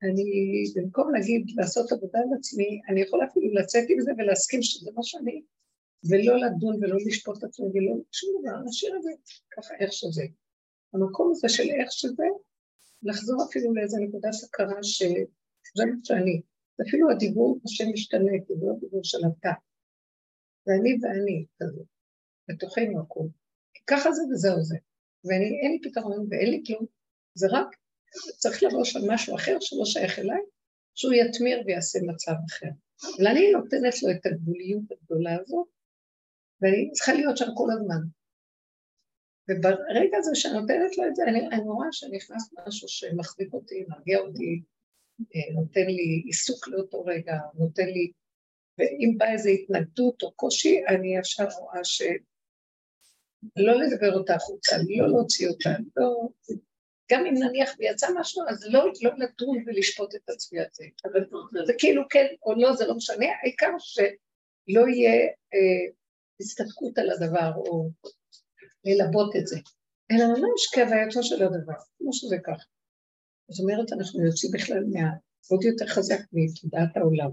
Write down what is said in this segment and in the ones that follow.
אני, במקום להגיד, לעשות עבודה על עצמי, אני יכולה אפילו לצאת עם זה ולהסכים שזה מה שאני, ולא לדון ולא לשפוט את עצמי ולא שום דבר, נשאיר את זה ככה איך שזה. המקום הזה של איך שזה, לחזור אפילו לאיזה נקודת הכרה שזה מה שאני. אפילו הדיבור השם משתנה, כי זה הדיבור של אתה. ואני כזה, בתוכנו הכל. ככה זה וזהו זה. ואין לי פתרון ואין לי כלום. זה רק צריך לבוא שם משהו אחר שלא שייך אליי, שהוא יתמיר ויעשה מצב אחר. אבל אני נותנת לו את הגבוליות הגדולה הזאת, ואני צריכה להיות שם כל הזמן. וברגע הזה שאני נותנת לו את זה, אני רואה שנכנס משהו שמחזיק אותי, מרגיע אותי, נותן לי עיסוק לאותו רגע, נותן לי, ואם בא איזו התנגדות או קושי, אני אפשר רואה שלא לדבר אותה החוצה, לא להוציא אותה, לא... גם אם נניח ויצא משהו, אז לא לדון ולשפוט את עצמי הזה. אבל זה כאילו כן או לא, זה לא משנה, העיקר שלא יהיה הסתפקות על הדבר או ללבות את זה. אלא ממש כהווייתו של הדבר, כמו שזה כך. זאת אומרת, אנחנו יוצאים בכלל עוד יותר חזק מתודעת העולם.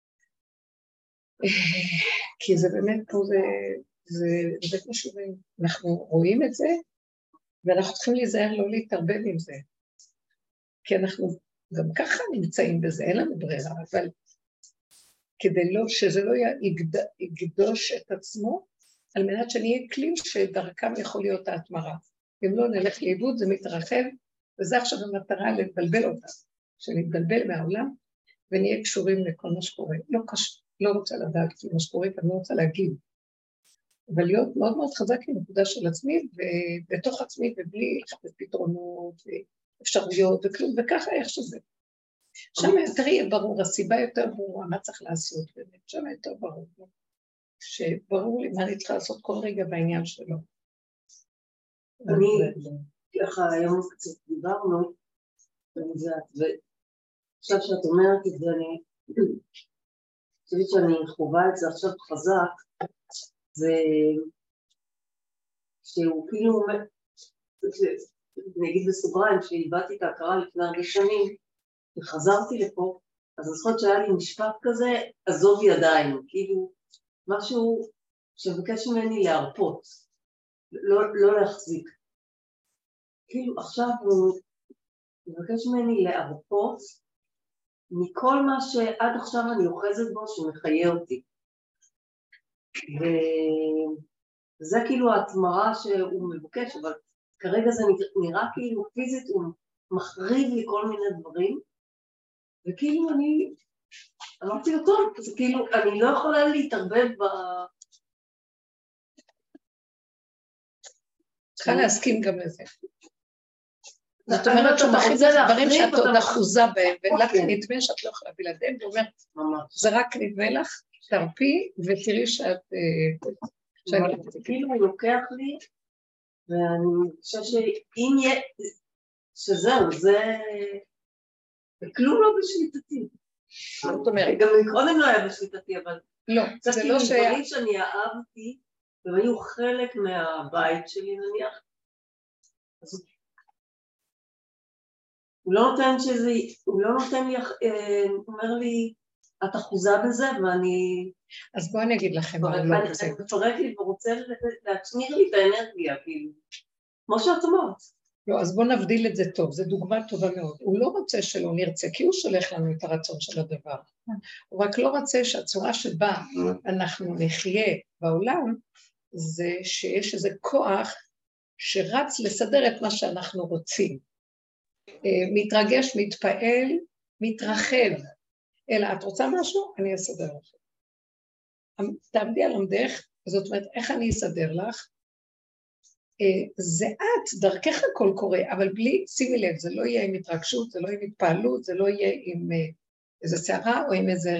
כי זה באמת פה, זה כמו שאנחנו רואים את זה, ואנחנו צריכים להיזהר לא להתערבב עם זה. כי אנחנו גם ככה נמצאים בזה, אין לנו ברירה, אבל כדי לא, שזה לא יגדוש את עצמו, על מנת שנהיה כלים שדרכם יכול להיות ההתמרה. אם לא נלך לאיבוד, זה מתרחב, וזה עכשיו המטרה לבלבל אותה, שנתבלבל מהעולם, ונהיה קשורים לכל מה שקורה. לא רוצה לדעת מה שקורה, אני לא רוצה להגיד. אבל להיות מאוד מאוד חזק עם נקודה של עצמי, ובתוך עצמי, ובלי לחפש פתרונות, ואפשרויות, וכלום, וככה איך שזה. שם יותר יהיה ברור, הסיבה יותר ברורה, מה צריך לעשות, באמת, שם יותר ברור. שברור לי מה אני צריכה לעשות כל רגע בעניין שלו. אני, ככה היום קצת דיברנו, ועכשיו שאת אומרת את זה, אני חושבת שאני חובה את זה עכשיו חזק, זה שהוא כאילו, אני אגיד בסוגריים, שאיבדתי את ההכרה לפני הרבה שנים, וחזרתי לפה, אז אני חושבת שהיה לי משפט כזה, עזוב ידיים, כאילו משהו שמבקש ממני להרפות, לא להחזיק. כאילו עכשיו הוא מבקש ממני להרפות מכל מה שעד עכשיו אני אוחזת בו שמחיה אותי. וזה כאילו ההתמרה שהוא מבקש, אבל כרגע זה נראה כאילו פיזית, הוא מחריב לי כל מיני דברים, וכאילו אני אמרתי לו טוב, זה כאילו אני לא יכולה להתערבב צריכה להסכים גם לזה. זאת אומרת שהוא מכניס דברים שאת עוד אחוזה בהם, ולך נדמה שאת לא יכולה בלעדיהם, ואומרת, זה רק נדמה לך, תרפי ותראי שאת... כאילו הוא לוקח לי, ואני חושב שאם יהיה... שזהו, זה... וכלום לא בשליטתי. זאת אומרת... גם קודם לא היה בשליטתי, אבל... לא, זה לא ש... דברים שאני אהבתי, והם היו חלק מהבית שלי נניח, אז הוא לא נותן שזה... הוא לא נותן לי... הוא אומר לי, את אחוזה בזה, ואני... אז בואו אני אגיד לכם מה הוא לא כזה. אני מפרק לי ורוצה להשניר לי את האנרגיה, כאילו. כמו שאת אומרת. לא, אז בואו נבדיל את זה טוב, זו דוגמה טובה מאוד. הוא לא רוצה שלא נרצה, כי הוא שולח לנו את הרצון של הדבר. הוא רק לא רוצה שהצורה שבה אנחנו נחיה בעולם, זה שיש איזה כוח שרץ לסדר את מה שאנחנו רוצים. מתרגש, מתפעל, מתרחב. אלא את רוצה משהו? אני אסדר לך. תעמדי על עמדך, זאת אומרת, איך אני אסדר לך? זה את, דרכך הכל קורה, אבל בלי, שימי לב, זה לא יהיה עם התרגשות, זה לא יהיה עם התפעלות, זה לא יהיה עם איזה שערה או עם איזה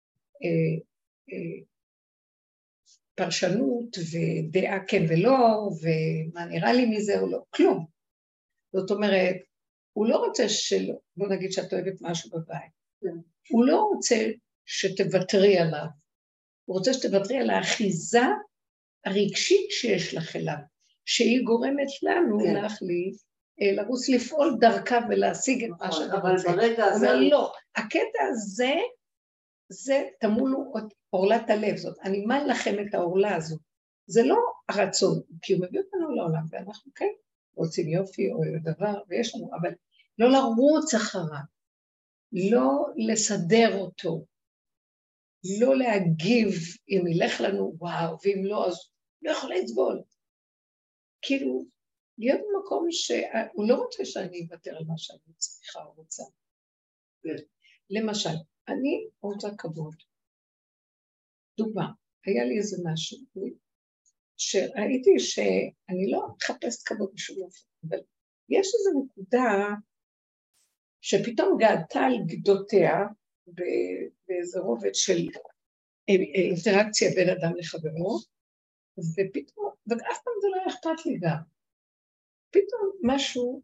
פרשנות ודעה כן ולא, ומה נראה לי מזה או לא, כלום. זאת אומרת, הוא לא רוצה שלא, בוא נגיד שאת אוהבת משהו בבית, הוא לא רוצה שתוותרי עליו, הוא רוצה שתוותרי על האחיזה הרגשית שיש לך אליו, שהיא גורמת לנו להחליט לרוץ לפעול דרכה ולהשיג את מה שאני רוצה. אבל ברגע הזה... הוא אומר, לא, הקטע הזה, זה תמולו עורלת הלב, זאת, אני מה לכם את העורלה הזאת. זה לא הרצון, כי הוא מביא אותנו לעולם, ואנחנו כן רוצים יופי או דבר, ויש לנו, אבל לא לרוץ אחריו, לא לסדר אותו, לא להגיב אם ילך לנו וואו, ואם לא, אז לא יכול לסבול. כאילו, להיות במקום שהוא לא רוצה שאני אוותר על מה שאני צריכה או רוצה. למשל, אני רוצה כבוד. דוגמה, היה לי איזה משהו, שראיתי שאני לא מחפשת כבוד בשום אופן, אבל יש איזו נקודה שפתאום געתה על גדותיה באיזה רובד של אינטראקציה בין אדם לחברו, ופתאום, ואף פעם זה לא היה אכפת לי גם, פתאום משהו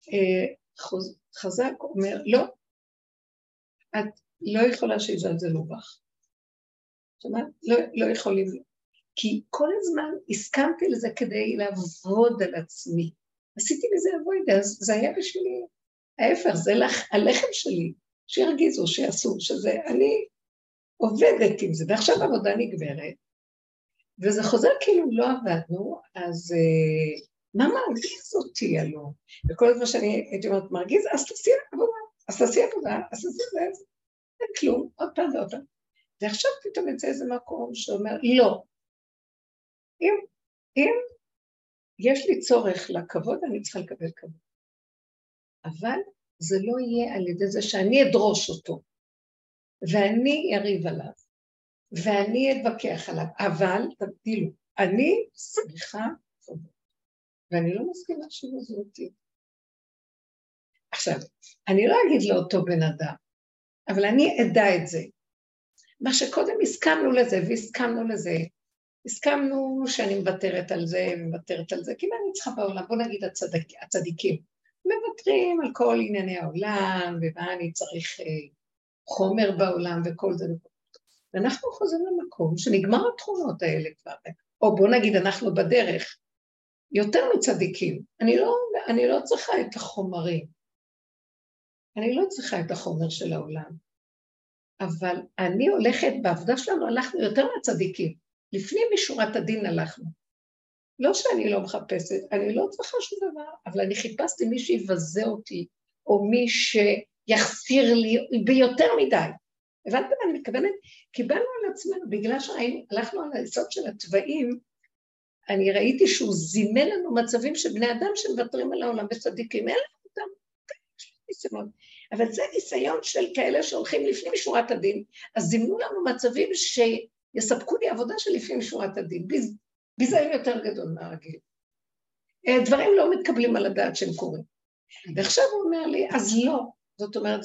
חזק אומר, לא, את לא יכולה שיזלזלו בך. שומעת? לא יכולים, כי כל הזמן הסכמתי לזה כדי לעבוד על עצמי. עשיתי לזה עבודה, אז זה היה בשבילי ההפך, זה הלחם שלי, שירגיזו, שיעשו, שזה, אני עובדת עם זה, ועכשיו העבודה נגמרת, וזה חוזר כאילו לא עבדנו, אז מה מרגיז אותי הלא? וכל הזמן שאני הייתי אומרת, מרגיז, אז תעשי עבודה, אז תעשי זה, אין כלום, עוד פעם ועוד פעם. ועכשיו פתאום יצא איזה מקום שאומר, לא, אם יש לי צורך לכבוד, אני צריכה לקבל כבוד. אבל זה לא יהיה על ידי זה שאני אדרוש אותו, ואני אריב עליו, ואני אתווכח עליו, אבל תבדילו, אני צריכה כבוד, ואני לא מסכימה שזה אותי. עכשיו, אני לא אגיד לאותו בן אדם, אבל אני אדע את זה. מה שקודם הסכמנו לזה, והסכמנו לזה, הסכמנו שאני מוותרת על זה, ומוותרת על זה, כי מה אני צריכה בעולם? בוא נגיד הצדיקים, מוותרים על כל ענייני העולם, ומה אני צריך חומר בעולם וכל זה. ואנחנו חוזרים למקום שנגמר התכונות האלה כבר, או בוא נגיד אנחנו בדרך, יותר מצדיקים, אני לא צריכה את החומרים, אני לא צריכה את החומר של העולם, אבל אני הולכת, בעבודה שלנו הלכנו יותר מהצדיקים, לפני משורת הדין הלכנו, לא שאני לא מחפשת, אני לא צריכה שום דבר, אבל אני חיפשתי מי שיבזה אותי, או מי שיחסיר לי ביותר מדי. הבנתם מה אני מתכוונת? קיבלנו על עצמנו, בגלל שהלכנו על היסוד של הטבעים, אני ראיתי שהוא זימן לנו מצבים של בני אדם שמוותרים על העולם וצדיקים, אין לנו אותם, ניסיון. אבל זה ניסיון של כאלה שהולכים לפנים משורת הדין, אז זימנו לנו מצבים שיספקו לי עבודה של לפנים משורת הדין, ביזיון יותר גדול מהרגיל. דברים לא מתקבלים על הדעת שהם קורים. ועכשיו הוא אומר לי, אז לא, זאת אומרת,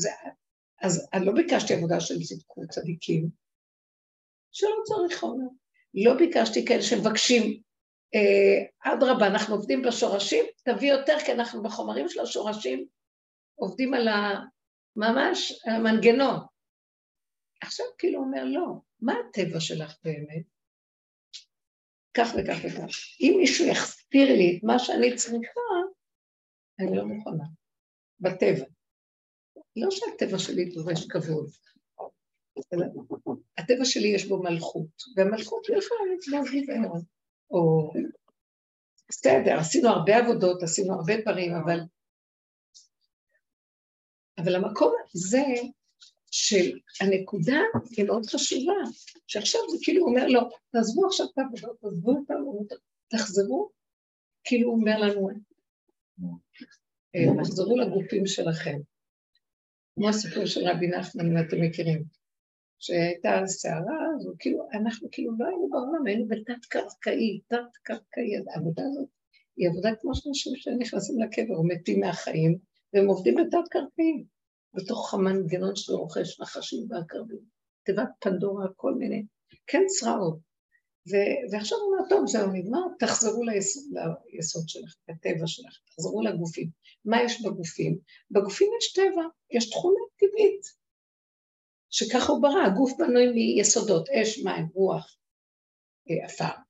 אז אני לא ביקשתי עבודה של צדיקים, שלא צריך חומר. לא ביקשתי כאלה שמבקשים, אדרבה, אנחנו עובדים בשורשים, תביא יותר, כי אנחנו בחומרים של השורשים, עובדים על ממש על המנגנון. עכשיו כאילו אומר, לא, מה הטבע שלך באמת? כך וכך וכך. אם מישהו יחסיר לי את מה שאני צריכה, אני לא מוכנה. בטבע. לא שהטבע שלי דורש כבוד. הטבע שלי יש בו מלכות, והמלכות לא יכולה להגיד היום. או בסדר, עשינו הרבה עבודות, עשינו הרבה דברים, אבל המקום הזה של הנקודה היא מאוד חשובה, שעכשיו זה כאילו אומר לו, תעזבו עכשיו את העבודות, תעזבו אותנו, תחזרו, כאילו הוא אומר לנו, תחזרו לגופים שלכם. כמו הסיפור של רבי נחמן, אם אתם מכירים, שהייתה סערה, אנחנו כאילו לא היינו בעולם, היינו בתת-קרקעי, העבודה הזאת היא עבודה כמו שאנשים שנכנסים לקבר, או מתים מהחיים, והם עובדים בתת-קרקעי, בתוך המנגנון של רוכש נחשים והקרבים, תיבת פנדורה, כל מיני, כן צרעות. ועכשיו הוא אומר, טוב, זהו נגמר, תחזרו ליסוד שלך, לטבע שלך, תחזרו לגופים. מה יש בגופים? בגופים יש טבע, יש תכונה טבעית, שככה הוא ברא, הגוף בנוי מיסודות, אש, מים, רוח, אפר.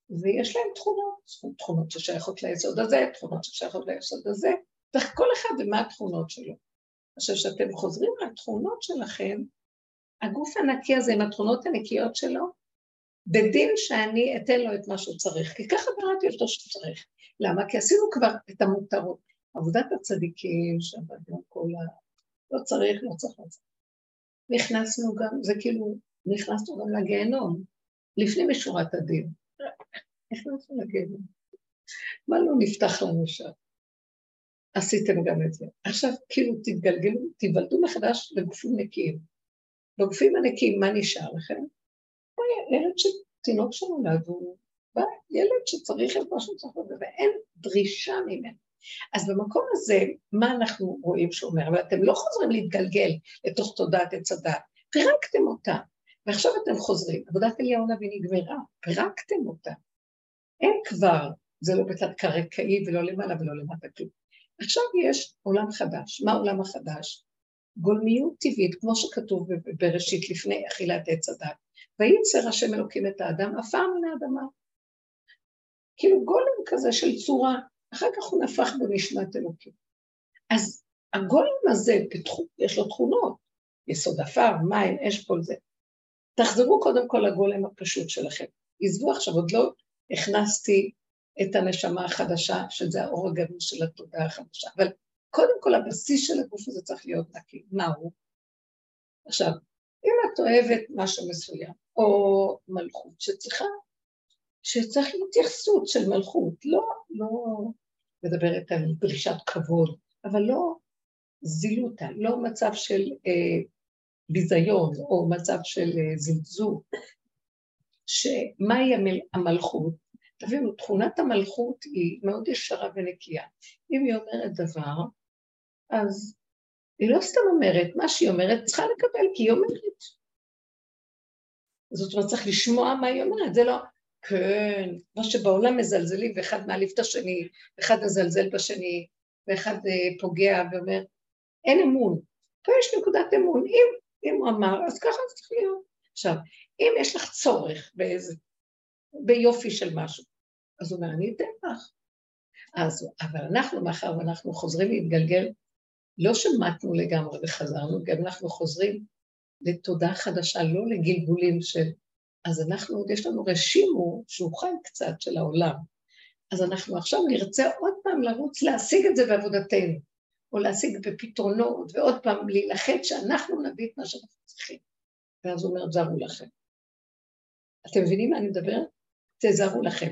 ויש להם תכונות ששייכות ליסוד הזה, תכונות ששייכות ליסוד הזה, צריך כל אחד ומה התכונות שלו. עכשיו, שאתם חוזרים לתכונות שלכם, הגוף הנקי הזה עם התכונות הנקיות שלו, בדין שאני אתן לו את מה שהוא צריך, כי ככה בראתי אותו שצריך. למה? כי עשינו כבר את המותרות. עבודת הצדיקים, שעבדנו כל לא צריך. נכנסנו גם, זה כאילו, נכנסנו גם לגיהנום, לפני משורת הדין. נכנסנו לגיהנום. מה לא נפתח לנו שם? עשיתם גם את זה. עכשיו, כאילו, תיוולדו מחדש לגופים נקיים. בגופים הנקיים, מה נשאר לכם? ילד שתינוק שנולד, הוא בא, ילד שצריך את מה שהוא צריך לזה, ואין דרישה ממנו. אז במקום הזה, מה אנחנו רואים שאומר? אבל אתם לא חוזרים להתגלגל לתוך תודעת עץ הדת, פירקתם אותה, ועכשיו אתם חוזרים, עבודת אליהו הנביא נגמרה, פירקתם אותה. אין כבר, זה לא בתת קרקעי ולא למעלה ולא למטה כלום. עכשיו יש עולם חדש. מה העולם החדש? גולמיות טבעית, כמו שכתוב בראשית לפני אכילת עץ הדת. וייצר השם אלוקים את האדם, עפר מן האדמה. כאילו גולם כזה של צורה, אחר כך הוא נפח בנשמת אלוקים. אז הגולם הזה, יש לו תכונות, יסוד עפר, מים, אש, כל זה. תחזרו קודם כל לגולם הפשוט שלכם. עזבו עכשיו, עוד לא הכנסתי את הנשמה החדשה, שזה האור הגדול של התודעה החדשה, אבל קודם כל הבסיס של הגוף הזה צריך להיות נקי. מהו? עכשיו, אם את אוהבת משהו מסוים, או מלכות שצריך התייחסות של מלכות, לא מדברת על דרישת כבוד, אבל לא זילותה, לא מצב של ביזיון, או מצב של זלזול, שמהי המלכות? תבינו, תכונת המלכות היא מאוד ישרה ונקייה. אם היא אומרת דבר, אז היא לא סתם אומרת, מה שהיא אומרת צריכה לקבל, כי היא אומרת. זאת אומרת, צריך לשמוע מה היא אומרת, זה לא, כן, מה שבעולם מזלזלים, ואחד מעליף את השני, ואחד מזלזל בשני, ואחד פוגע ואומר, אין אמון. פה יש נקודת אמון, אם הוא אמר, אז ככה זה צריך להיות. עכשיו, אם יש לך צורך ביופי של משהו, אז הוא אומר, אני אתן לך. אבל אנחנו, מאחר ואנחנו חוזרים להתגלגל, לא שמעתנו לגמרי וחזרנו, גם אנחנו חוזרים לתודעה חדשה, לא לגלגולים של, אז אנחנו, יש לנו רשימו שהוא חי קצת של העולם, אז אנחנו עכשיו נרצה עוד פעם לרוץ להשיג את זה בעבודתנו, או להשיג בפתרונות, ועוד פעם להילחץ שאנחנו נביא את מה שאנחנו צריכים. ואז הוא אומר, תזהרו לכם. אתם מבינים מה אני מדבר? תזהרו לכם.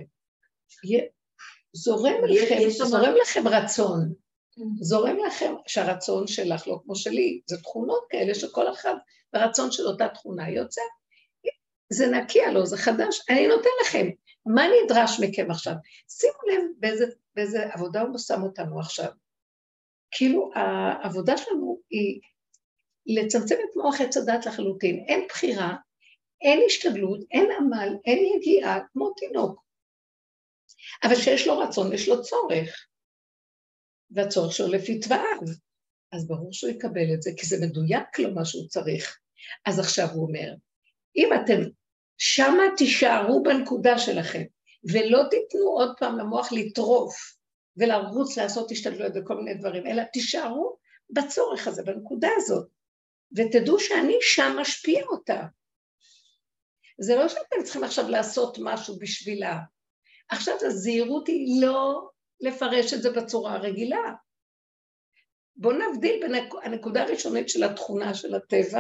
זורם לכם רצון. זורם לכם שהרצון שלך לא כמו שלי, זה תכונות כאלה שכל אחד ברצון של אותה תכונה יוצא. זה נקיע לו, זה חדש, אני נותן לכם. מה נדרש מכם עכשיו? שימו לב באיזה עבודה הוא שם אותנו עכשיו. כאילו העבודה שלנו היא לצמצם את מוח עץ הדת לחלוטין. אין בחירה, אין השתדלות, אין עמל, אין יגיעה, כמו תינוק. אבל שיש לו רצון, יש לו צורך. והצורך שלו לפי תוואיו. אז ברור שהוא יקבל את זה, כי זה מדויק לו מה שהוא צריך. אז עכשיו הוא אומר, אם אתם שמה תישארו בנקודה שלכם, ולא תיתנו עוד פעם למוח לטרוף, ולרוץ לעשות השתדלויות וכל מיני דברים, אלא תישארו בצורך הזה, בנקודה הזאת, ותדעו שאני שם משפיע אותה. זה לא שאתם צריכים עכשיו לעשות משהו בשבילה. עכשיו הזהירות היא לא לפרש את זה בצורה הרגילה. בואו נבדיל בין הנקודה הראשונית של התכונה של הטבע,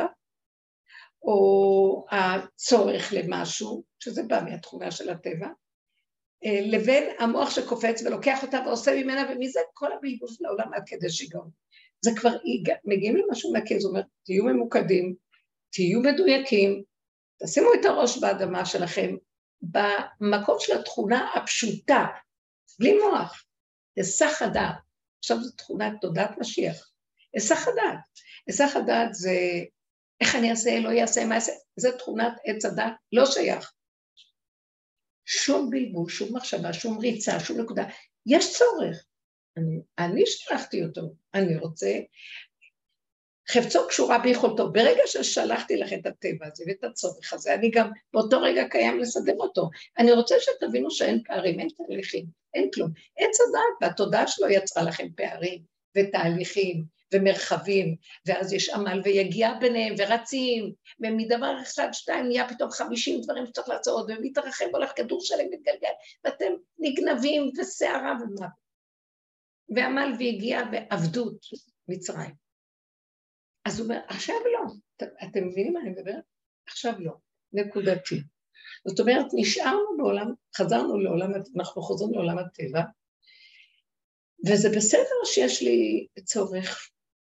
או הצורך למשהו, שזה בא מהתכונה של הטבע, לבין המוח שקופץ ולוקח אותה ועושה ממנה, ומזה כל הבלבול של העולם עד כדי שיגעון. זה כבר מגיעים למשהו נקי, זאת אומרת, תהיו ממוקדים, תהיו מדויקים, תשימו את הראש באדמה שלכם, במקום של התכונה הפשוטה, בלי מוח, היסח הדעת. עכשיו זו תכונת תודעת משיח. היסח הדעת. היסח הדעת זה איך אני אעשה, לא יעשה, מה יעשה. זה תכונת עץ הדעת, לא שייך. שום בלבול, שום מחשבה, שום ריצה, שום נקודה. יש צורך. אני שלחתי אותו. אני רוצה, חפצו קשורה ביכולתו. ברגע ששלחתי לך את הטבע הזה ואת הצורך הזה, אני גם באותו רגע קיים לסדר אותו. אני רוצה שתבינו שאין פערים, אין תהליכים, אין כלום. עץ הדעת והתודעה שלו יצרה לכם פערים ותהליכים ומרחבים, ואז יש עמל ויגיע ביניהם ורצים, ומדבר אחד, שתיים, נהיה פתאום 50 דברים שצריך לעשות, ומתרחב הולך כדור שלם מתגלגל, ואתם נגנבים ושערה ומה. ועמל והגיע ועבדות מצרים. אז הוא אומר, עכשיו לא. אתם מבינים מה אני מדברת? עכשיו לא. נקודתי. זאת אומרת, נשארנו בעולם, חזרנו לעולם, אנחנו חוזרים לעולם הטבע, וזה בסדר שיש לי צורך,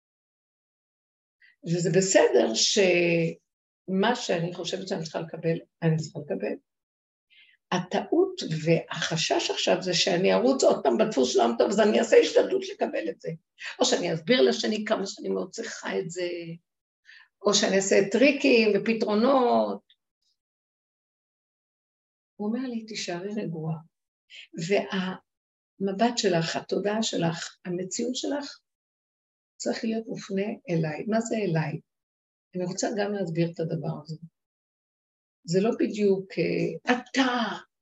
וזה בסדר שמה שאני חושבת שאני צריכה לקבל, אני צריכה לקבל. הטעות והחשש עכשיו זה שאני ארוץ עוד פעם בדפוס שלום טוב, אז אני אעשה השתדלות לקבל את זה. או שאני אסביר לשני כמה שאני מאוד צריכה את זה, או שאני אעשה טריקים ופתרונות. הוא אומר לי, תישארי רגועה. והמבט שלך, התודעה שלך, המציאות שלך, צריך להיות מופנה אליי. מה זה אליי? אני רוצה גם להסביר את הדבר הזה. זה לא בדיוק אתה.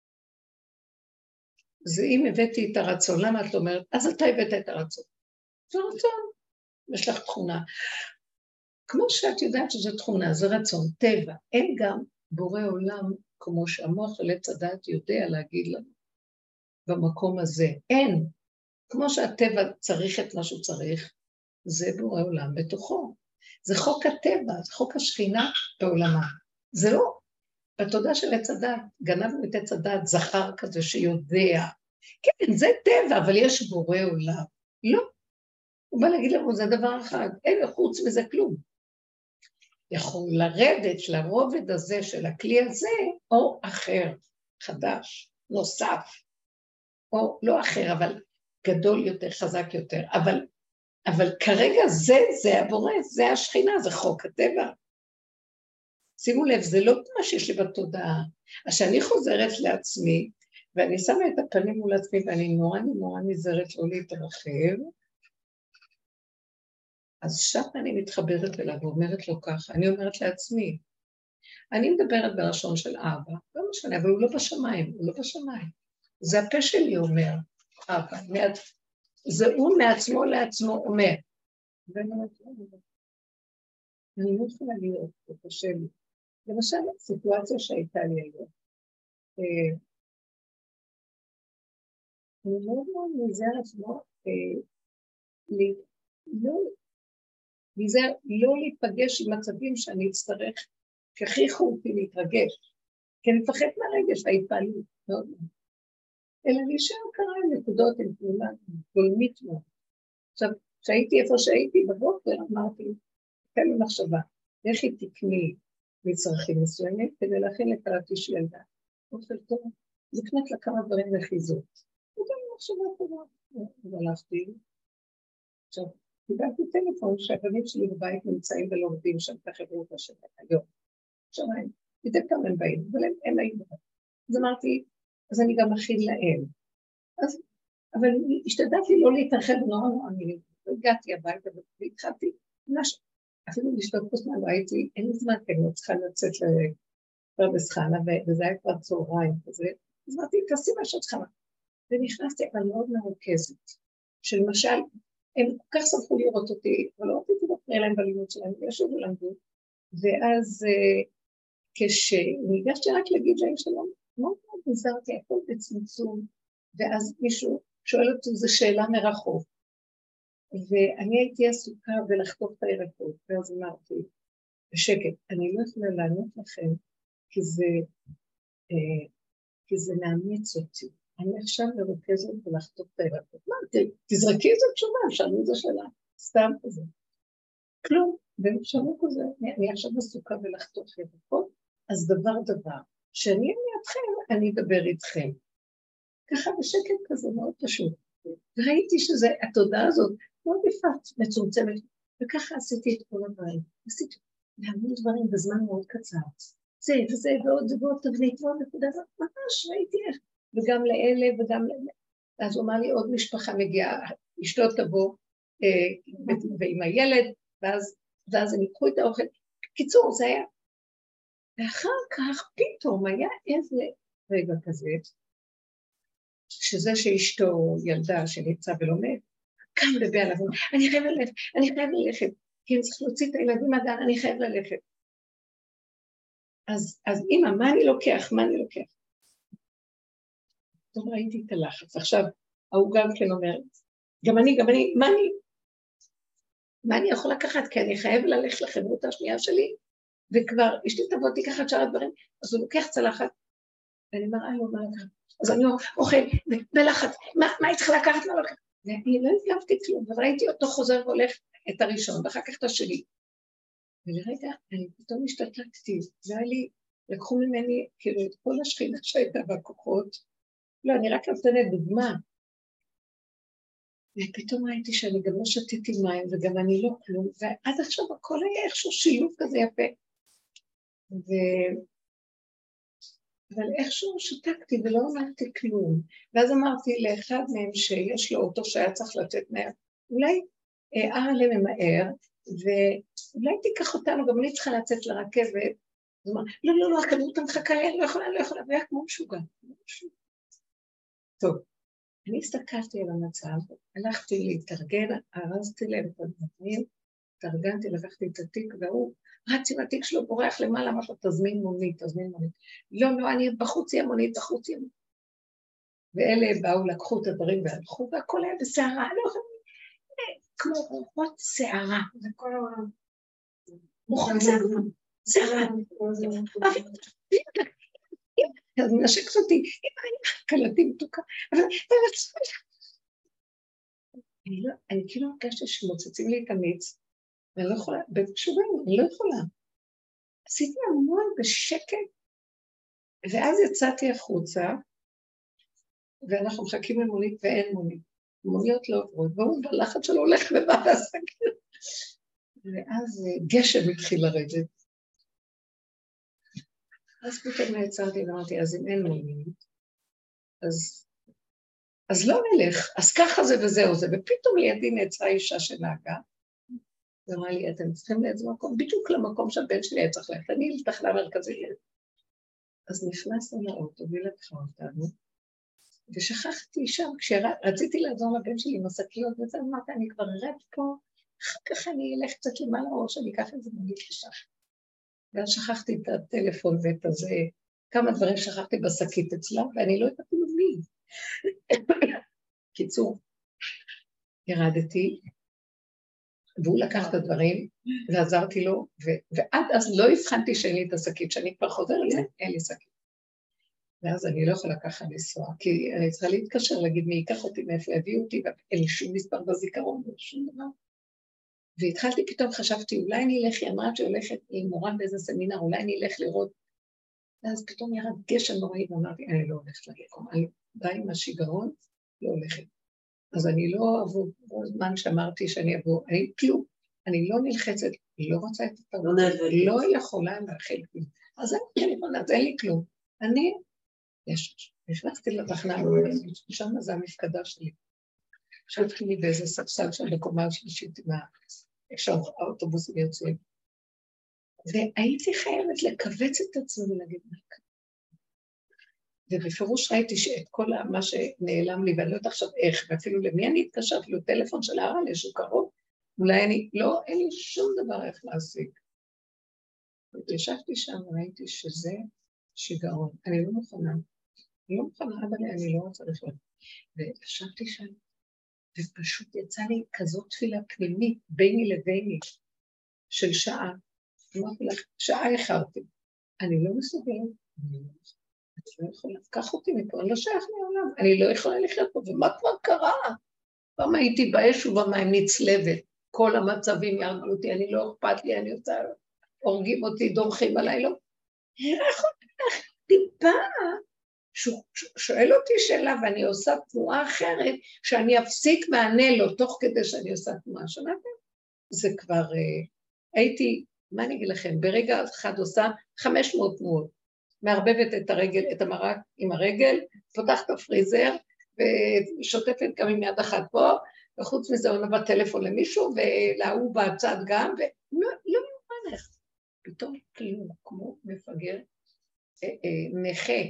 זה אם הבאתי את הרצון, למה את אומרת? אז אתה הבאת את הרצון. זה רצון, יש לך תכונה. כמו שאת יודעת שזו תכונה, זה רצון, טבע. אין גם בורא עולם, כמו שהמוח של עץ הדעת יודע להגיד לנו, במקום הזה. אין. כמו שהטבע צריך את מה שהוא צריך, זה בורא עולם בתוכו. זה חוק הטבע, זה חוק השכינה בעולמה. זה לא. בתודעה של עץ הדעת, גנבנו את עץ הדעת, זכר כזה שיודע. כן, זה טבע, אבל יש בורא עולם. לא. הוא בא להגיד לנו, זה דבר אחד, אין חוץ מזה כלום. יכול לרדת לרובד הזה של הכלי הזה, או אחר, חדש, נוסף, או לא אחר, אבל גדול יותר, חזק יותר. אבל כרגע זה הבורא, זה השכינה, זה חוק הטבע. שימו לב, זה לא מה שיש לי בתודעה. אז שאני חוזרת לעצמי, ואני שמה את הפנים מול עצמי, ואני נורא נזהרת לא להתרחב, אז שם אני מתחברת אליו ואומרת לו ככה, אני אומרת לעצמי, אני מדברת בלשון של אבא, לא משנה, אבל הוא לא בשמיים, הוא לא בשמיים. זה הפה שלי אומר, אבא, זה הוא מעצמו לעצמו אומר. ואני אומרת, אני לא יכולה להיות, זה קשה לי. למשל, סיטואציה שהייתה לי היום. אני מאוד נזהרת לא להיפגש עם מצבים שאני אצטרך, שכיחו אותי להתרגש, כי אני מפחד מהרגש, ההתפעלות, מאוד מאוד. אלא להישאר קרה עם נקודות, עם תמונה, גולמית מאוד. עכשיו, כשהייתי איפה שהייתי בבוקר, אמרתי, תן לי מחשבה, איך היא תקני מצרכים מסוימים, כדי להכין לקראתי של ילדה. אוכל טוב, לקנות לה כמה דברים לחיזוק. ותן לי מחשבה טובה, והלכתי. עכשיו, קיבלתי טלפון שהבנים שלי בבית נמצאים ולומדים שם את החברות השבת היום. עכשיו, מדי פעם הם באים, אבל הם היו בבית. אז אמרתי, אז אני גם מכין להם. אבל השתדלתי לא להתרחב נורא, אני הגעתי הביתה והתחלתי, אפילו לשתות כוסמן, והייתי, אין לי זמן, כי אני לא צריכה לצאת לפרדס חנה, וזה היה כבר צהריים כזה, אז אמרתי, תעשי מה שאת צריכה. ונכנסתי, אבל מאוד מרוכזת, שלמשל, הם כל כך שמחו לראות אותי, אבל לא רציתי להפריע להם בלימוד שלהם, וישבו למדו, ואז כשניגשתי רק להגיד להם שלום, מאוד מאוד נזהרתי, הכל בצמצום, ואז מישהו שואל אותי, זו שאלה מרחוק, ואני הייתי עסוקה בלחתוך את הירקות, ואז אמרתי, בשקט, אני לא יכולה לענות לכם, כי זה מאמץ אותי. אני עכשיו מרוכזת ולחתוך את הירקות. מה, תזרקי איזו תשובה, שאלו איזו שאלה, סתם כזה. כלום, ואפשרו כזה, אני עכשיו עסוקה בלחתוך ירקות, אז דבר, שאני אתכם, אני אדבר איתכם. ככה בשקט כזה מאוד פשוט. וראיתי שזה, התודעה הזאת, מאוד יפת, מצומצמת, וככה עשיתי את כל הדברים. עשיתי להמון דברים בזמן מאוד קצר. זה וזה ועוד תבנית, ועוד נקודה, ממש ראיתי איך. וגם לאלה וגם לאלה. אז הוא אמר לי, עוד משפחה מגיעה, אשתו תבוא, ועם הילד, ואז ואז הם יקחו את האוכל. קיצור, זה היה. ואחר כך פתאום היה איזה רגע כזה, שזה שאשתו ילדה שנמצא ולומד, קם בבעליו, אני חייב ללכת, כי אני צריך להוציא את הילדים מהגן, אני חייב ללכת. אז אמא, מה אני לוקח? טוב, ראיתי את הלחץ. עכשיו, הוא גם כן אומר, גם אני, מה אני יכול לקחת? כי אני חייב ללכת לחברות השנייה שלי, וכבר אשתי תבוא, תיקח את שאר הדברים, אז הוא לוקח צלחת, ואני מראה לו מה לקחת. אז אני אוכל, בלחץ, מה היא צריכה לקחת? מה לקחת? ואני לא הגבתי כלום, וראיתי אותו חוזר והולך את הראשון, ואחר כך את השני. ולרגע, אני פתאום השתתקתי, זה היה לי, לקחו ממני, כאילו, את כל השכינה שהייתה בכוחות, לא, אני רק נותנת דוגמה, ופתאום ראיתי שאני גם לא שתיתי מים, וגם אני לא כלום, ועד עכשיו הכל היה איכשהו שילוב כזה יפה, אבל איכשהו שתקתי ולא אמרתי כלום, ואז אמרתי לאחד מהם שיש לו אוטו שהיה צריך לתת מהר, אולי ארלה ממהר, ואולי תיקח אותנו, גם אני צריכה לצאת לרכבת, אז אמר, לא, הכדרות המחכה לי, אני לא יכולה, והיה כמו משוגע. טוב, אני הסתכלתי על המצב, הלכתי להתארגן, ארזתי להם את הדברים, התארגנתי, לקחתי את התיק, והוא רץ עם התיק שלו, בורח למעלה, אמר לו, תזמין מונית. לא, אני בחוץ יהיה מונית. ואלה באו, לקחו את הדברים והלכו, והכל היה בסערה, כמו רוחות שערה, וכל העולם. רוחות שערה. אז מנשקת אותי, קלתי מתוקה, אבל אני כאילו הרגשתי שמוצצים לי את המיץ, ואני לא יכולה, בתשובה, אני לא יכולה. עשיתי המון בשקט, ואז יצאתי החוצה, ואנחנו מחכים למונית ואין מונית. מוניות לא עוברות, והוא בלחץ שלו הולך לבד הסגר. ואז גשם התחיל לרדת. אז פתאום נעצרתי ואמרתי, אז אם אין מונית, אז לא נלך, אז ככה זה וזהו זה, ופתאום לידי נעצרה אישה שנהגה, ואמרה לי, אתם צריכים לאיזה מקום, בדיוק למקום שהבן שלי היה צריך ללכת, אני לתחנה מרכזית. אז נכנסנו לאוטו ולקחה אותנו, ושכחתי שם, כשרציתי לעזור לבן שלי עם השקיות, וזה אמרתי, אני כבר ארד פה, אחר כך אני אלך קצת למעלה, או שאני אקח את זה מונית לשם. ואז שכחתי את הטלפון ואת הזה, כמה דברים שכחתי בשקית אצלה, ואני לא יודעת אפילו מי. קיצור, ירדתי, והוא לקח את הדברים, ועזרתי לו, ועד אז לא הבחנתי שאין לי את השקית, שאני כבר חוזר לזה, אין לי שקית. ואז אני לא יכולה ככה לנסוע, כי אני צריכה להתקשר, להגיד מי ייקח אותי, מאיפה יביאו אותי, ואין לי שום מספר בזיכרון, שום דבר. והתחלתי פתאום, חשבתי, אולי אני אלך, היא אמרה שהולכת עם מורה באיזה סמינר, אולי אני אלך לראות, ואז פתאום ירד גשם נוראי, ואמרתי, אני לא הולכת למקום, אני די עם השיגרון, לא הולכת. אז אני לא אבוא, בזמן שאמרתי שאני אבוא, אני כלום, אני לא נלחצת, לא רוצה את הטעות, לא יכולה להכיל כלום. אז אין לי כלום. אני, נכנסתי לתחנה, שם זה המפקדה שלי. שבתי לי באיזה ספסל של בקומה שלישית, שם האוטובוסים יוצאים. והייתי חייבת לקבץ את עצמי ולהגיד מה כאן. ובפירוש ראיתי שאת כל מה שנעלם לי, ואני לא יודעת עכשיו איך, ואפילו למי אני אתקשר, אפילו טלפון של הרע לשהו קרוב, אולי אני, לא, אין לי שום דבר איך להשיג. וישבתי שם וראיתי שזה שיגעון. אני לא מוכנה, אבל אני לא רוצה לחיות. וישבתי שם, ופשוט יצא לי כזאת תפילה פנימית, ביני לביני, של שעה. אמרתי לך, שעה איחרתי. אני לא מסוגלת, אני לא יכולה, קח אותי מפה, אני לא שייך מעולם, אני לא יכולה לחיות פה, ומה כבר קרה? פעם הייתי באש ובמים נצלבת, כל המצבים ירגלו אותי, אני לא אכפת לי, אני רוצה, הורגים אותי, דורכים עליי, לא. איך אותך, טיפה, שואל אותי שאלה, ואני עושה תנועה אחרת, שאני אפסיק מענה לו, תוך כדי שאני עושה תנועה, שמעתם? זה כבר, הייתי, מה אני אגיד לכם, ברגע אחד עושה 500 תנועות, מערבבת את הרגל, את המרק עם הרגל, פותחת הפריזר, ושוטפת גם עם יד אחת פה, וחוץ מזה עונה בטלפון למישהו, ולהוא בצד גם, ולא יומן איך. פתאום כאילו כמו מפגר, נכה.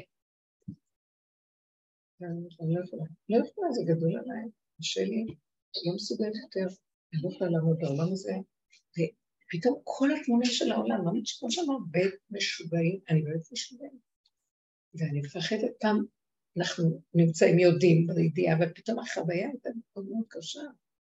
אני לא יכולה, זה גדול עליי, קשה לי, לא מסוגלת יותר, אני לא יכולה לעמוד בעולם הזה, ופתאום כל התמונה של העולם, ממש כמו שאמר, בית משוגעים, אני בית משוגעים, ואני מפחדת פעם, אנחנו נמצאים יודעים בידיעה, אבל פתאום החוויה הייתה מאוד מאוד קשה.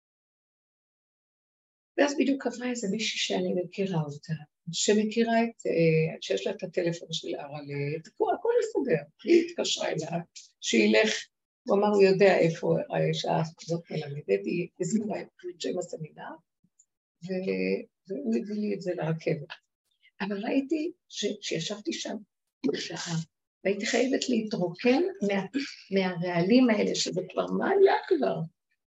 ואז בדיוק עברה איזה מישהי שאני מכירה אותה, שמכירה שיש לה את הטלפון של ארלה, הכל יסתדר, היא התקשרה אליו, שילך, הוא אמר, הוא יודע איפה האישה הזאת מלמדת, היא הזמינה את שם הסמינר, והוא הביא לי את זה לרכבת. אבל ראיתי שישבתי שם בשעה, והייתי חייבת להתרוקן מהרעלים האלה, שזה כבר מה היה כבר?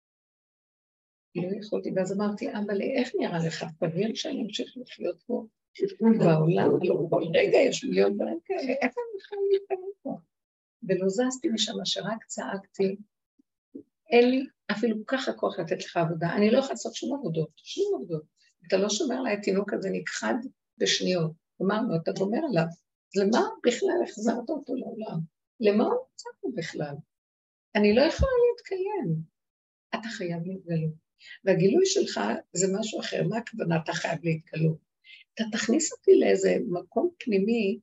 לא יכולתי, ואז אמרתי, אבל איך נראה לך? תבהיר שאני אמשיך לחיות פה בעולם, כל רגע יש מיליון דברים כאלה, איפה אני יכולה להתקיים פה? ולא זזתי משם, שרק צעקתי, אין לי אפילו ככה כוח לתת לך עבודה, אני לא יכולה לעשות שום עבודות. אתה לא שומר לה, התינוק הזה נכחד בשניות, אמרנו, אתה גומר עליו, למה בכלל החזרת אותו לעולם? למה הוא נמצא פה בכלל? אני לא יכולה להתקיים, אתה חייב להתגלות. והגילוי שלך זה משהו אחר, מה הכוונה אתה חייב להתגלות? אתה תכניס אותי לאיזה מקום פנימי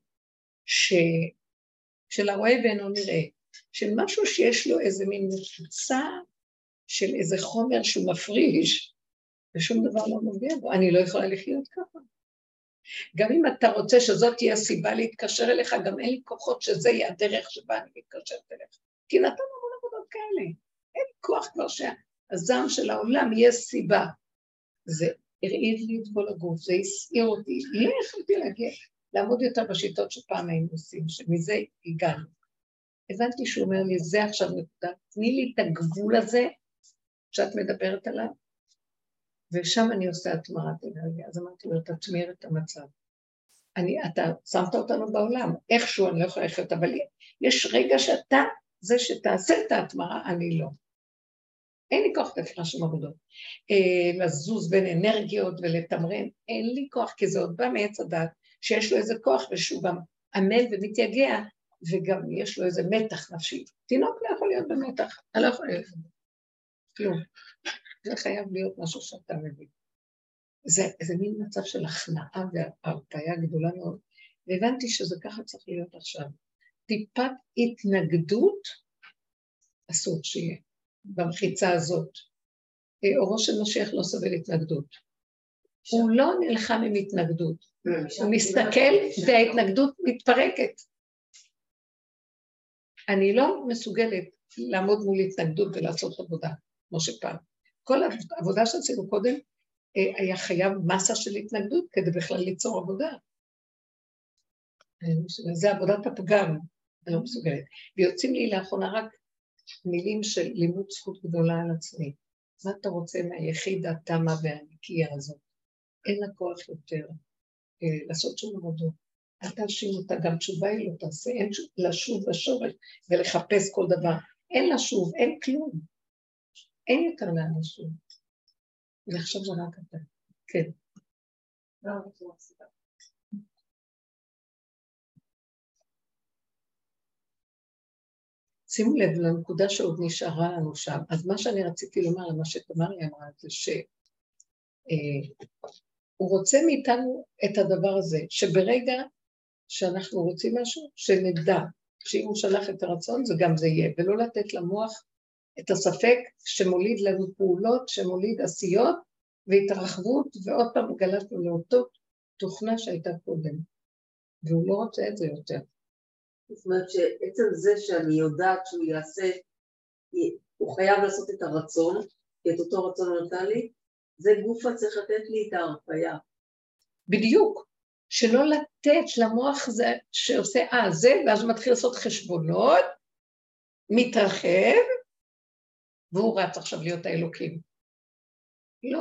של הרואה ואינו נראה, של משהו שיש לו איזה מין מפוצה של איזה חומר שהוא מפריש, ושום דבר לא נוגע בו, אני לא יכולה לחיות ככה. גם אם אתה רוצה שזאת תהיה הסיבה להתקשר אליך, גם אין לי כוחות שזה יהיה הדרך שבה אני מתקשרת אליך. כי נתנו המון עבודות כאלה, אין לי כוח כבר שהזעם של העולם יהיה סיבה. זה הרעיד לי את כל הגוף, זה הסעיר אותי, לא יכולתי להגיע, לעמוד יותר בשיטות שפעם היינו עושים, שמזה הגענו. הבנתי שהוא אומר לי, זה עכשיו נקודה, תני לי את הגבול הזה שאת מדברת עליו, ושם אני עושה התמרת אנרגיה, אז אמרתי לו, תתמיר את המצב. אתה שמת אותנו בעולם, איכשהו אני לא יכולה לחיות, אבל יש רגע שאתה, זה שתעשה את ההתמרה, אני לא. אין לי כוח לתת לך שום עבודות. לזוז בין אנרגיות ולתמרן, אין לי כוח, כי זה עוד בא מעץ הדת, שיש לו איזה כוח ושהוא גם עמל ומתייגע, וגם יש לו איזה מתח נפשי. תינוק לא יכול להיות במתח, אני לא יכולה להיות במתח. כלום. זה חייב להיות משהו שאתה מבין. זה מין מצב של הכנעה והרפאיה גדולה מאוד, והבנתי שזה ככה צריך להיות עכשיו. טיפת התנגדות, אסור שיהיה, במחיצה הזאת. אורו של משיח לא סובל התנגדות. הוא לא נלחם עם התנגדות, הוא מסתכל וההתנגדות מתפרקת. אני לא מסוגלת לעמוד מול התנגדות ולעשות עבודה, כמו שפעם. כל העבודה שעשינו קודם, היה חייב מסה של התנגדות כדי בכלל ליצור עבודה. זה עבודת הפגם, אני לא מסוגלת. ויוצאים לי לאחרונה רק מילים של לימוד זכות גדולה על עצמי. מה אתה רוצה מהיחיד התמה והנקייה הזאת? אין לה כוח יותר לעשות שום עבודות. אל תאשים אותה, גם תשובה היא לא תעשה, אין לשוב בשורש ולחפש כל דבר. אין לשוב, אין כלום. אין יותר לאן לשוב. ועכשיו זה רק אתה. כן. שימו לב לנקודה שעוד נשארה לנו שם. אז מה שאני רציתי לומר, למה שתמרי אמרה, זה שהוא רוצה מאיתנו את הדבר הזה, שברגע שאנחנו רוצים משהו, שנדע שאם הוא שלח את הרצון, זה גם זה יהיה, ולא לתת למוח את הספק שמוליד לנו פעולות, שמוליד עשיות והתרחבות, ועוד פעם גלשנו לאותו תוכנה שהייתה קודם, והוא לא רוצה את זה יותר. זאת אומרת שעצם זה שאני יודעת שהוא יעשה, הוא חייב לעשות את הרצון, כי את אותו רצון נתן לי, זה גופה צריך לתת לי את ההרפאיה. בדיוק, שלא לתת למוח זה שעושה זה, ואז הוא מתחיל לעשות חשבונות, מתרחב, והוא רץ עכשיו להיות האלוקים. לא.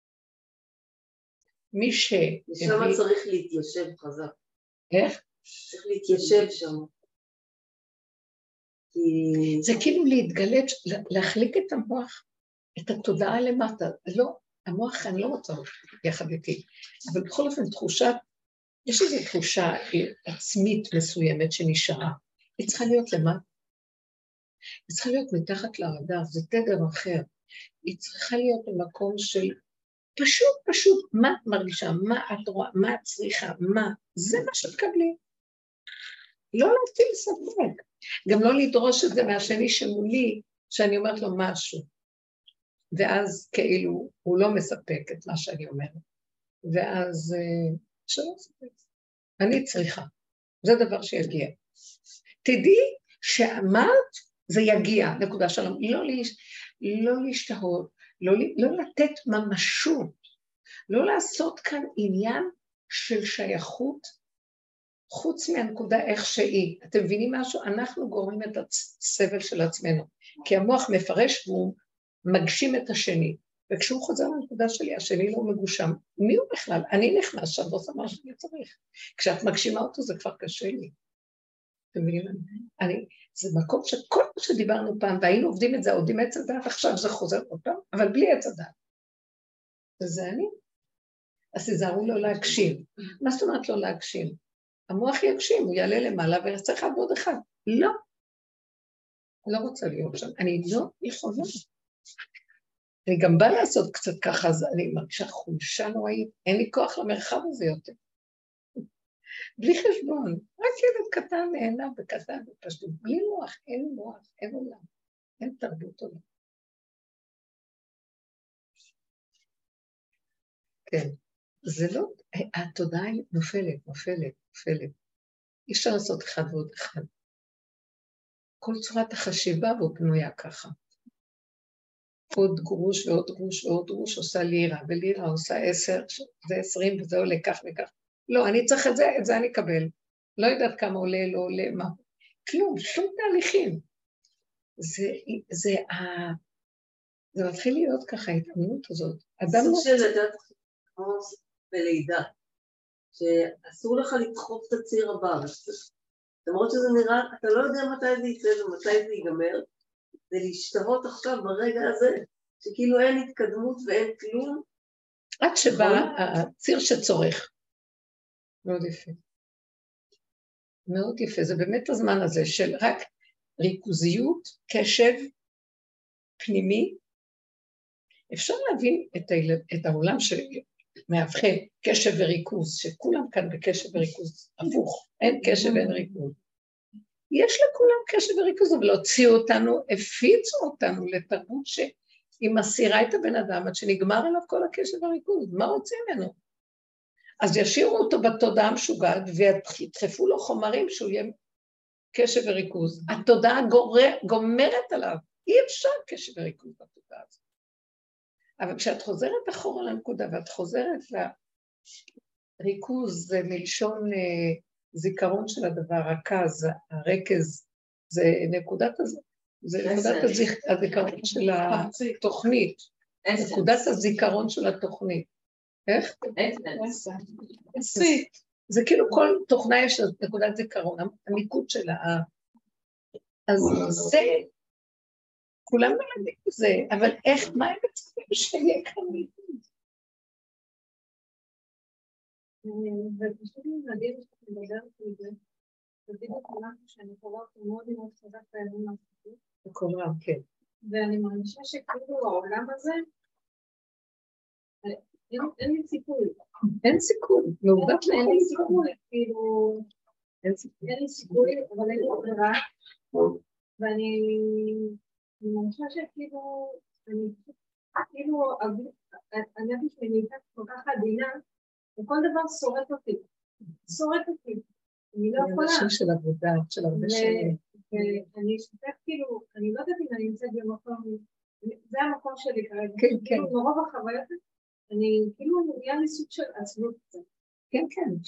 מי ש... ושם צריך להתיישב חזק. איך? צריך להתיישב שם. זה כאילו להתגלת, להחליק את המוח, את התודעה למטה. לא, המוח אני לא רוצה יחד איתי, אבל בכל אופן תחושת, יש איזו תחושה עצמית מסוימת שנשארה. היא צריכה להיות למטה. היא צריכה להיות מתחת לרדאר, זה תדר אחר. היא צריכה להיות במקום של פשוט, מה את מרגישה, מה את רואה, מה את צריכה, מה, זה מה שתקבלי. לא להטיל ספק, גם לא לדרוש את זה מהשני שמולי, שאני אומרת לו משהו, ואז כאילו הוא לא מספק את מה שאני אומרת, ואז שלא ספק, אני צריכה, זה דבר שיגיע. תדעי שאמרת, זה יגיע, נקודה שלום, לא להשתהות, לא לתת ממשות, לא לעשות כאן עניין של שייכות, חוץ מהנקודה איך שהיא. אתם מבינים משהו? אנחנו גורמים את הסבל של עצמנו, כי המוח מפרש והוא מגשים את השני, וכשהוא חוזר לנקודה שלי, השני לא מגושם. מי הוא בכלל? אני נכנס שם ועושה מה שאני צריך. כשאת מגשימה אותו זה כבר קשה לי. אתם מבינים? זה מקום שכל מה שדיברנו פעם, והיינו עובדים את זה, עובדים עץ הדעת, עכשיו זה חוזר אותו, אבל בלי עץ הדעת. וזה אני. אז תזהרו לו להגשים. מה זאת אומרת לא להגשים? המוח יגשים, הוא יעלה למעלה ויצא אחד ועוד אחד. לא. לא רוצה להיות שם. אני לא יכולה. אני גם באה לעשות קצת ככה, אז אני מרגישה חולשה נוראית, אין לי כוח למרחב הזה יותר. בלי חשבון, רק ילד קטן נהנה וקטן ופשוט, בלי מוח, אין עולם, אין תרבות עולם. כן, זה לא, התודעה היא נופלת. אי אפשר לעשות אחד ועוד אחד. כל צורת החשיבה בו בנויה ככה. עוד גרוש ועוד גרוש ועוד גרוש עושה לירה, ולירה עושה 10, זה 20 וזה עולה כך וכך. לא, אני צריך את זה אני אקבל. לא יודעת כמה עולה, לא עולה, מה. כלום, שום תהליכים. זה מתחיל להיות ככה, ההתאמנות הזאת. סוג של לדעת כמו בלידה, שאסור לך לדחוף את הציר הבא. למרות שזה נראה, אתה לא יודע מתי זה יצא ומתי זה ייגמר, זה להשתהות עכשיו ברגע הזה, שכאילו אין התקדמות ואין כלום. עד שבא הציר שצורך. מאוד יפה. מאוד יפה, זה באמת הזמן הזה של רק ריכוזיות, קשב פנימי. אפשר להבין את העולם שמאבחן קשב וריכוז, שכולם כאן בקשב וריכוז הפוך, אין קשב ואין ריכוז. יש לכולם קשב וריכוז, אבל הוציאו אותנו, הפיצו אותנו לתרבות שהיא מסירה את הבן אדם, עד שנגמר עליו כל הקשב וריכוז. מה רוצים ממנו? אז ישירו אותו בתודעה המשוגעת, וידחפו לו חומרים שהוא יהיה קשב וריכוז. התודעה גומרת עליו, אי אפשר קשב וריכוז בתודעה הזאת. אבל כשאת חוזרת אחורה לנקודה, ואת חוזרת לריכוז, זה מלשון זיכרון של הדבר, רכז, הרכז, זה נקודת הזיכרון של התוכנית, נקודת הזיכרון של התוכנית. איך? זה כאילו כל תוכנה יש נקודת זיכרון, המיקוד שלה. אז זה, כולם מלמדים זה, אבל איך, מה הם מצפים שיהיה כאן מיקוד? ופשוט מדהים שאתה מדברת על זה, ובדיוק משהו שאני קוראה אותו מאוד חזק בימים האחרונים. בקוראה, כן. ואני מרגישה שכאילו העולם הזה, אין לי סיכוי. אין סיכוי, מעובדת אין לי סיכוי, כאילו, אין לי סיכוי, אבל אין לי ברירה, ואני מרגישה שכאילו, אני חושבת שאני נהייתה כל כך עדינה, וכל דבר שורט אותי. אני לא יכולה. זה של עבודה, של הרבה שנים. ואני אשתתף כאילו, אני לא יודעת אם אני נמצאת במקום, זה המקום שלי כרגע. כן, כן. מרוב החוויות, אני כאילו נהיה לי סוג של עצלות קצת. כן.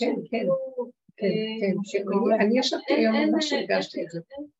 אני ישבתי היום ממש הרגשתי את זה.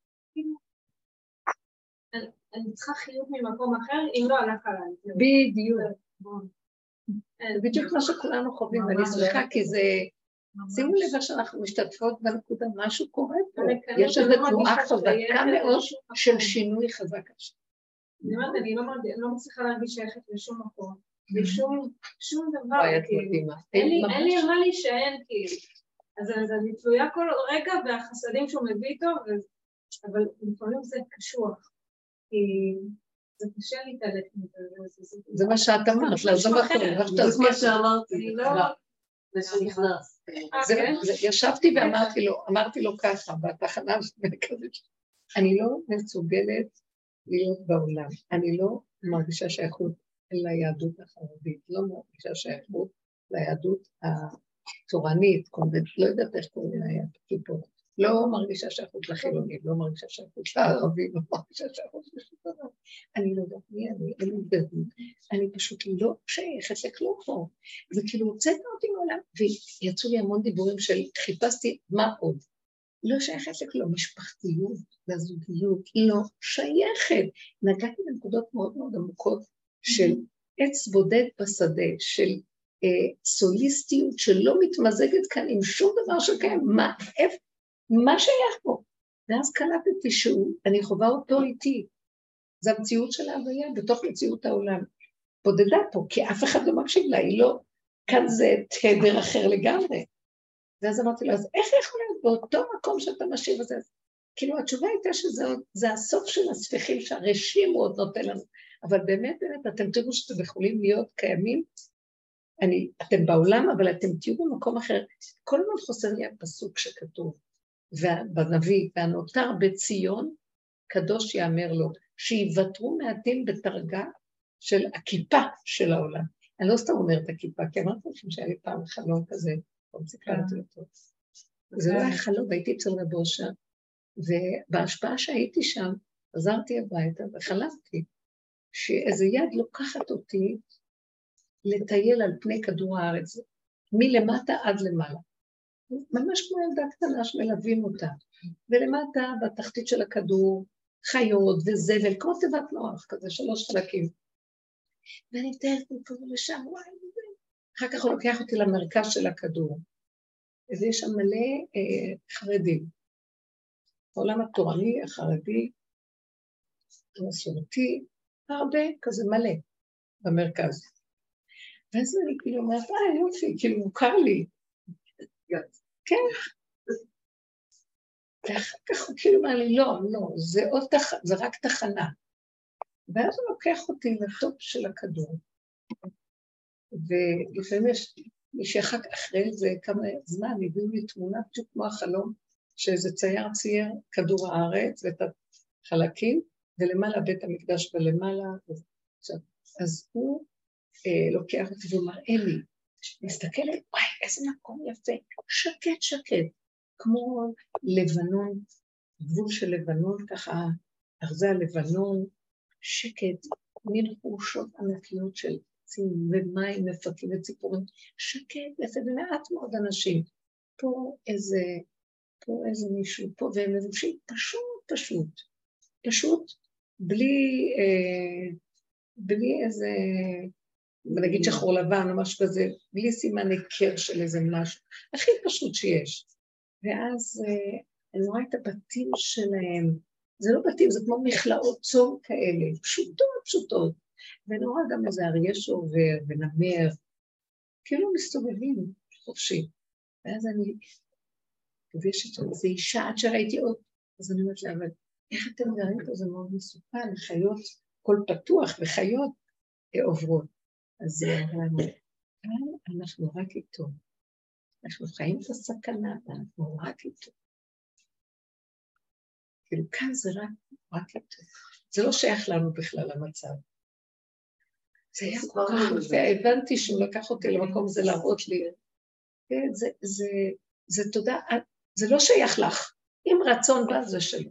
אני צריכה חיות ממקום אחר, אם לא הלך עליי. בדיוק. זה בדיוק מה שכולנו חווים, ואני שמחה כי זה, שימו לב שאנחנו משתתפות בנקודה, משהו קורה פה, יש איזו תנועה חזקה מאוד של שינוי חזק. אני אומרת, אני לא מצליחה להרגיש שייכת לשום מקום, לשום דבר, אין לי על מה להישען, כאילו. אז אני תלויה כל רגע והחסדים שהוא מביא איתו, אבל לפעמים זה קשוח, כי זה קשה להתעלק מזה. זה מה שאת אמרת, זה מה שאמרתי, זה שנכנס. ישבתי ואמרתי לו ככה, בתחנה המרכזית, אני לא מסוגלת להיות בעולם, אני לא מרגישה שייכות ליהדות החרדית, לא מרגישה שייכות ליהדות התורנית, לא יודעת איך קוראים לה, לא מרגישה שייכות לחילונים, לא מרגישה שייכות לערבים, לא מרגישה שייכות לשלטון. אני לא יודעת מי אני מודדת, אני פשוט לא שייכת לכלום פה. וכאילו הוצאת אותי מעולם, ויצאו לי המון דיבורים של חיפשתי מה עוד. לא שייכת לכלום, משפחתיות, לזוגיות, לא שייכת. נגעתי בנקודות מאוד מאוד עמוקות של עץ בודד בשדה, של סוליסטיות שלא מתמזגת כאן עם שום דבר שקיים, מה שייך פה? ואז קלטתי אני חווה אותו איתי, זה המציאות של ההוויה בתוך מציאות העולם, בודדה פה, כי אף אחד לא מקשיב לה, היא לא, כאן זה תדר אחר לגמרי. ואז אמרתי לו, אז איך יכול להיות באותו מקום שאתה משיב הזה? כאילו התשובה הייתה שזה הסוף של הספיחים שהרשים הוא עוד נותן לנו, אבל באמת, אתם תראו שאתם יכולים להיות קיימים, אתם בעולם, אבל אתם תהיו במקום אחר. כל הזמן חוסר לי הפסוק שכתוב, בנביא, והנותר בציון, קדוש יאמר לו, שיוותרו מעטים בתרגה של הכיפה של העולם. אני לא סתם אומרת הכיפה, כי אמרתי לכם שהיה לי פעם חלום כזה, סיפרתי אותו. זה לא היה חלום, הייתי אצל רב אושר, ובהשפעה שהייתי שם, חזרתי הביתה וחלמתי, שאיזו יד לוקחת אותי לטייל על פני כדור הארץ, מלמטה עד למעלה. ממש כמו ילדה קטנה שמלווים אותה. ולמטה, בתחתית של הכדור, חיות וזבל, כמו תיבת נוח, כזה 3 חלקים. ואני מתארת מפה לשם, וואי, אחר כך הוא לוקח אותי למרכז של הכדור. ויש שם מלא חרדים. העולם התורני, החרדי, המסורתי, הרבה, כזה מלא, במרכז. ואז אני כאילו אומרת, יופי, כאילו מוכר לי. כן. ואחר כך הוא כאילו אמר לי, לא, זה רק תחנה. ואז הוא לוקח אותי לטופ של הכדור. ולפעמים יש מי שאחר כך אחרי זה כמה זמן, הביאו לי תמונה פשוט כמו החלום, שאיזה צייר צייר כדור הארץ ואת החלקים, ולמעלה בית המקדש ולמעלה. אז הוא לוקח אותי ומראה לי, מסתכלת, וואי, איזה מקום יפה, שקט שקט, כמו לבנון, גבול של לבנון, ככה, ארזה הלבנון, שקט, מין חורשות ענקיות של עצים ומים מפקים וציפורים, שקט, יפה, ומעט מאוד אנשים, פה איזה מישהו, פה, והם מבושים פשוט, בלי איזה, נגיד שחור לבן או משהו כזה, בלי סימן היכר של איזה משהו, הכי פשוט שיש. ואז אני רואה את הבתים שלהם, זה לא בתים, זה כמו מכלאות צור כאלה, פשוטות, ואני רואה גם איזה אריה שעובר ונמר, כאילו מסתובבים חופשי. ואז אני פוגשת איזו אישה, עד שראיתי עוד, אז אני אומרת לה, אבל איך אתם גרים פה? זה מאוד מסוכן, חיות, כל פתוח וחיות עוברות. אז היא אמרה לנו, כאן אנחנו רק איתו. אנחנו חיים את הסכנה, אנחנו רק איתו. כאילו, כאן זה רק איתו. זה לא שייך לנו בכלל המצב. זה היה כל כך יפה, הבנתי שהוא לקח אותי למקום זה להראות לי. זה תודה, זה לא שייך לך. אם רצון בא זה שלו.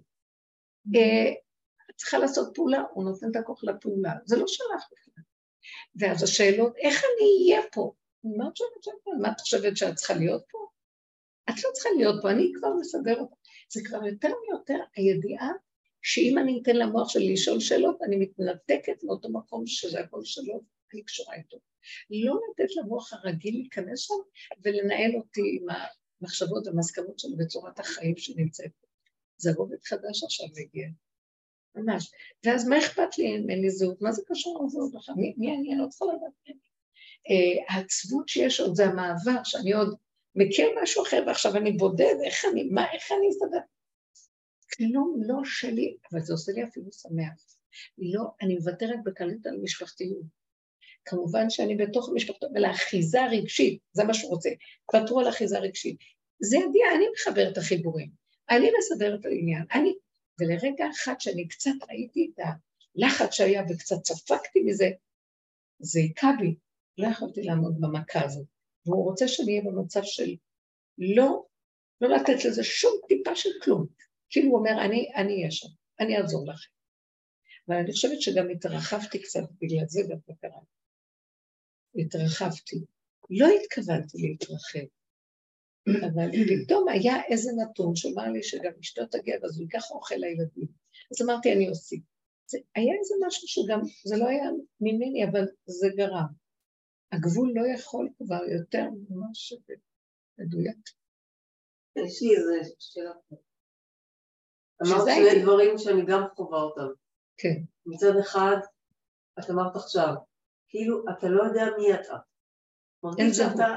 צריכה לעשות פעולה, הוא נותן את הכוח לפעולה. זה לא שלך בכלל. ואז השאלות, איך אני אהיה פה? מה את חושבת שאת צריכה להיות פה? את לא צריכה להיות פה, אני כבר מסדר אותה. זה כבר יותר ויותר הידיעה, שאם אני אתן למוח שלי לשאול שאלות, אני מתנתקת מאותו מקום שזה הכל שלו, אני קשורה איתו. לא לתת למוח הרגיל להיכנס שם, ולנהל אותי עם המחשבות והמסקנות שלו בצורת החיים שנמצאת פה. זה רובד חדש עכשיו מגיע. ממש. ואז מה אכפת לי אם אין לי זהות? מה זה קשור לזהות בכלל? מי אני לא צריכה לדעת? העצבות שיש עוד זה המעבר, שאני עוד מכיר משהו אחר, ועכשיו אני בודד, איך אני אסתדר? כלום לא שלי, אבל זה עושה לי אפילו שמח. לא, אני מוותרת בקלות על משפחתיות. כמובן שאני בתוך המשפחתיות, ולאחיזה רגשית, זה מה שהוא רוצה, פתרו על אחיזה רגשית. זה ידיע, אני מחבר את החיבורים, אני מסדר את העניין, ולרגע אחד שאני קצת ראיתי את הלחץ שהיה וקצת צפקתי מזה, זה היכה בי, לא יכולתי לעמוד במכה הזאת, והוא רוצה שאני אהיה במצב של לא לתת לזה שום טיפה של כלום, כאילו הוא אומר, אני אהיה שם, אני אעזור לכם. אבל אני חושבת שגם התרחבתי קצת, בגלל זה גם בקרה. התרחבתי. לא התכוונתי להתרחב, אבל פתאום היה איזה נתון שאומר לי שגם אשתו תגיע, אז הוא ייקח אוכל לילדים. אז אמרתי, אני אוסיף. היה איזה משהו שגם, זה לא היה ממני, אבל זה גרם. הגבול לא יכול כבר יותר ממש מדויק. יש לי איזה שאלה. אמרת שני דברים שאני גם חובה אותם. כן. מצד אחד, את אמרת עכשיו, כאילו אתה לא יודע מי אתה. מרגיש שאתה...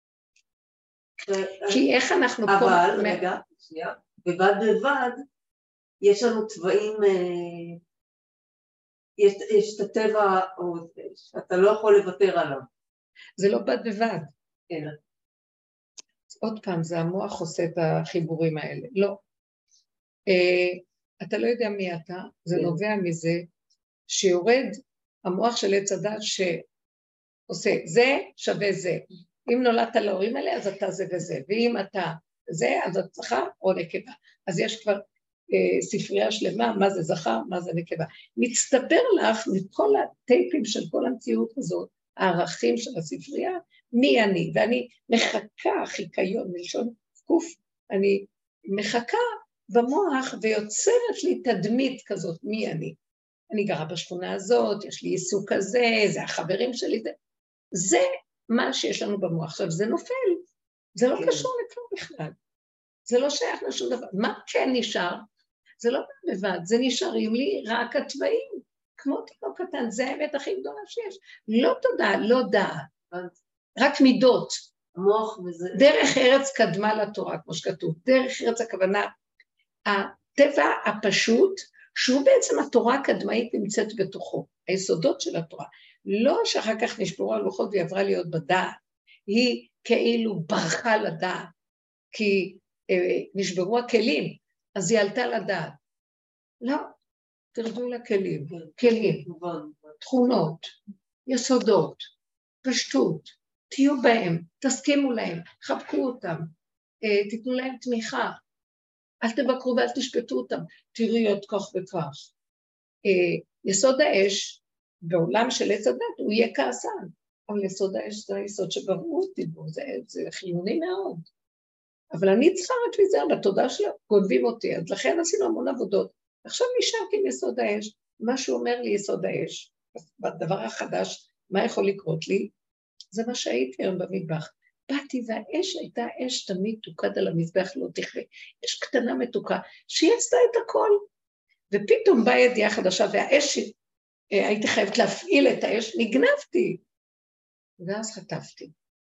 כי איך אנחנו פה... אבל, רגע, שנייה, בבד בבד, יש לנו צבעים, יש את הטבע, אתה לא יכול לוותר עליו. זה לא בד בבד. כן. עוד פעם, זה המוח עושה את החיבורים האלה. לא. אתה לא יודע מי אתה, זה נובע מזה שיורד המוח של עץ הדת שעושה זה שווה זה. אם נולדת להורים האלה, אז אתה זה וזה, ואם אתה זה, אז את זכר או נקבה. אז יש כבר ספרייה שלמה, מה זה זכר, מה זה נקבה. מצטבר לך מכל הטייפים של כל המציאות הזאת, הערכים של הספרייה, מי אני, ואני מחכה חיקיון, מלשון קוף, אני מחכה במוח ויוצרת לי תדמית כזאת, מי אני. אני גרה בשכונה הזאת, יש לי עיסוק כזה, זה החברים שלי, זה מה שיש לנו במוח. עכשיו, זה נופל, זה לא קשור לכלום בכלל, זה לא שייך לשום דבר. מה כן נשאר? זה לא לבד, זה נשארים לי רק התוואים, כמו תינוק קטן, זה האמת הכי גדולה שיש. לא תודה, לא דעת, רק מידות. המוח וזה... דרך ארץ קדמה לתורה, כמו שכתוב, דרך ארץ הכוונה, הטבע הפשוט, שהוא בעצם התורה הקדמאית נמצאת בתוכו, היסודות של התורה. לא שאחר כך נשברו הלוחות והיא עברה להיות בדעת, היא כאילו ברחה לדעת, כי נשברו הכלים, אז היא עלתה לדעת. לא, תרדו לכלים, כלים, תכונות, יסודות, פשטות, תהיו בהם, תסכימו להם, חבקו אותם, תיתנו להם תמיכה, אל תבקרו ואל תשפטו אותם, תראי עוד כך וכך. יסוד האש, בעולם של עץ הדת, הוא יהיה כעסן, אבל יסוד האש זה היסוד שבראו אותי בו, זה חיוני מאוד. אבל אני צריכה רק להיזהר בתודה שלה, גונבים אותי, אז לכן עשינו המון עבודות. עכשיו נשארתי עם יסוד האש, מה שהוא אומר לי יסוד האש, בדבר החדש, מה יכול לקרות לי? זה מה שהייתי היום במטבח. באתי והאש הייתה אש תמיד תוקד על המזבח, לא תכלה. אש קטנה מתוקה, שהיא עשתה את הכל. ופתאום באה ידיעה חדשה, והאש, הייתי חייבת להפעיל את האש, נגנבתי. ואז חטפתי.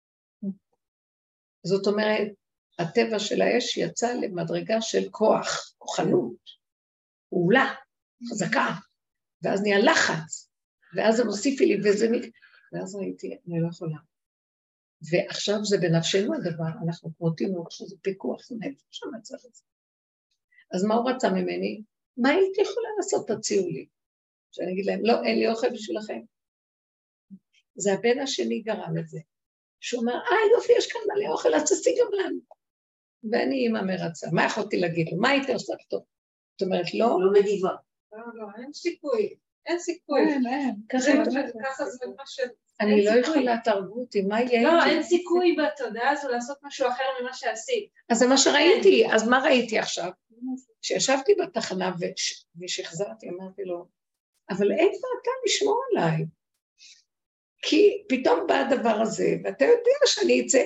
זאת אומרת, הטבע של האש יצא למדרגה של כוח, כוחנות, פעולה, חזקה, ואז נהיה לחץ, ואז זה מוסיפי לי, ואז ראיתי, אני לא יכולה. ועכשיו זה בנפשנו הדבר, אנחנו כמו תינוק, שזה פיקוח נפש המצב הזה. אז מה הוא רצה ממני? מה הייתי יכולה לעשות? תציעו לי. שאני אגיד להם, לא, אין לי אוכל בשבילכם. זה הבן השני גרם את זה. שהוא אומר, יופי, יש כאן מלא אוכל, אז תעשי גם לנו. ואני אימא מרצה, מה יכולתי להגיד לו? מה הייתי עושה טוב? זאת אומרת, לא? לא מגיבה. לא, אין סיכוי. אין סיכוי. ככה זה מה ש... אני לא יכולה תרגו אותי, מה יהיה? לא, אין סיכוי בתודעה הזו לעשות משהו אחר ממה שעשית. אז זה מה שראיתי, אז מה ראיתי עכשיו? כשישבתי בתחנה ושחזרתי, אמרתי לו, אבל איפה אתה לשמור עליי? כי פתאום בא הדבר הזה, ואתה יודע שאני אצא,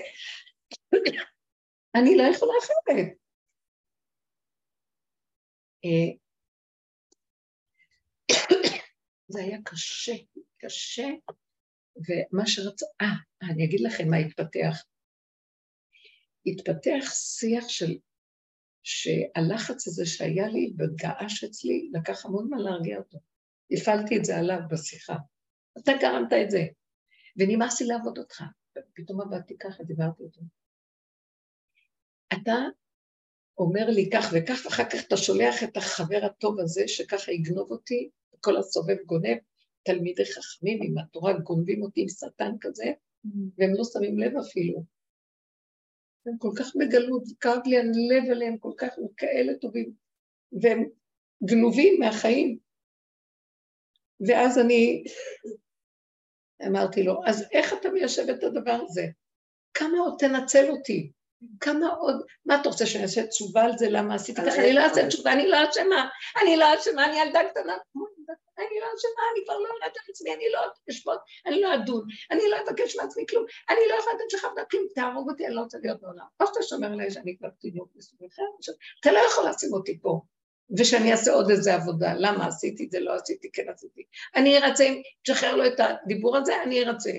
אני לא יכולה אחרת. זה היה קשה, קשה, ומה שרצה, אני אגיד לכם מה התפתח. התפתח שיח שהלחץ הזה שהיה לי בגעש אצלי, לקח המון מה להרגיע אותו. הפעלתי את זה עליו בשיחה. אתה גרמת את זה, ונמאס לי לעבוד אותך. פתאום עבדתי ככה, דיברתי אותו. אתה אומר לי כך וכך, ואחר כך אתה שולח את החבר הטוב הזה, שככה יגנוב אותי, כל הסובב גונב, תלמידי חכמים עם התורה גונבים אותי עם שטן כזה, והם לא שמים לב אפילו. הם כל כך מגלות, כאב לי הלב עליהם, כל כך כאלה טובים, והם גנובים מהחיים. ואז אני אמרתי לו, אז איך אתה מיישב את הדבר הזה? כמה עוד תנצל אותי? כמה עוד, מה אתה רוצה שאני אעשה תשובה על זה? למה עשיתי ככה? אני לא אעשה תשובה, אני לא אשמה, אני ילדה קטנה, אני לא אשמה, אני כבר לא יודעת על עצמי, אני לא אשפוט, אני לא אדון, אני לא אבקש מעצמי כלום, אני לא יכולה לתת לך כלום, תהרוג אותי, אני לא רוצה להיות בעולם. או שאתה שומר עליי שאני כבר תינוק מסוג אחר, אתה לא יכול לשים אותי פה, ושאני אעשה עוד איזה עבודה, למה עשיתי את זה, לא עשיתי, כן עשיתי. אני ארצה, אם תשחרר לו את הדיבור הזה, אני ארצה.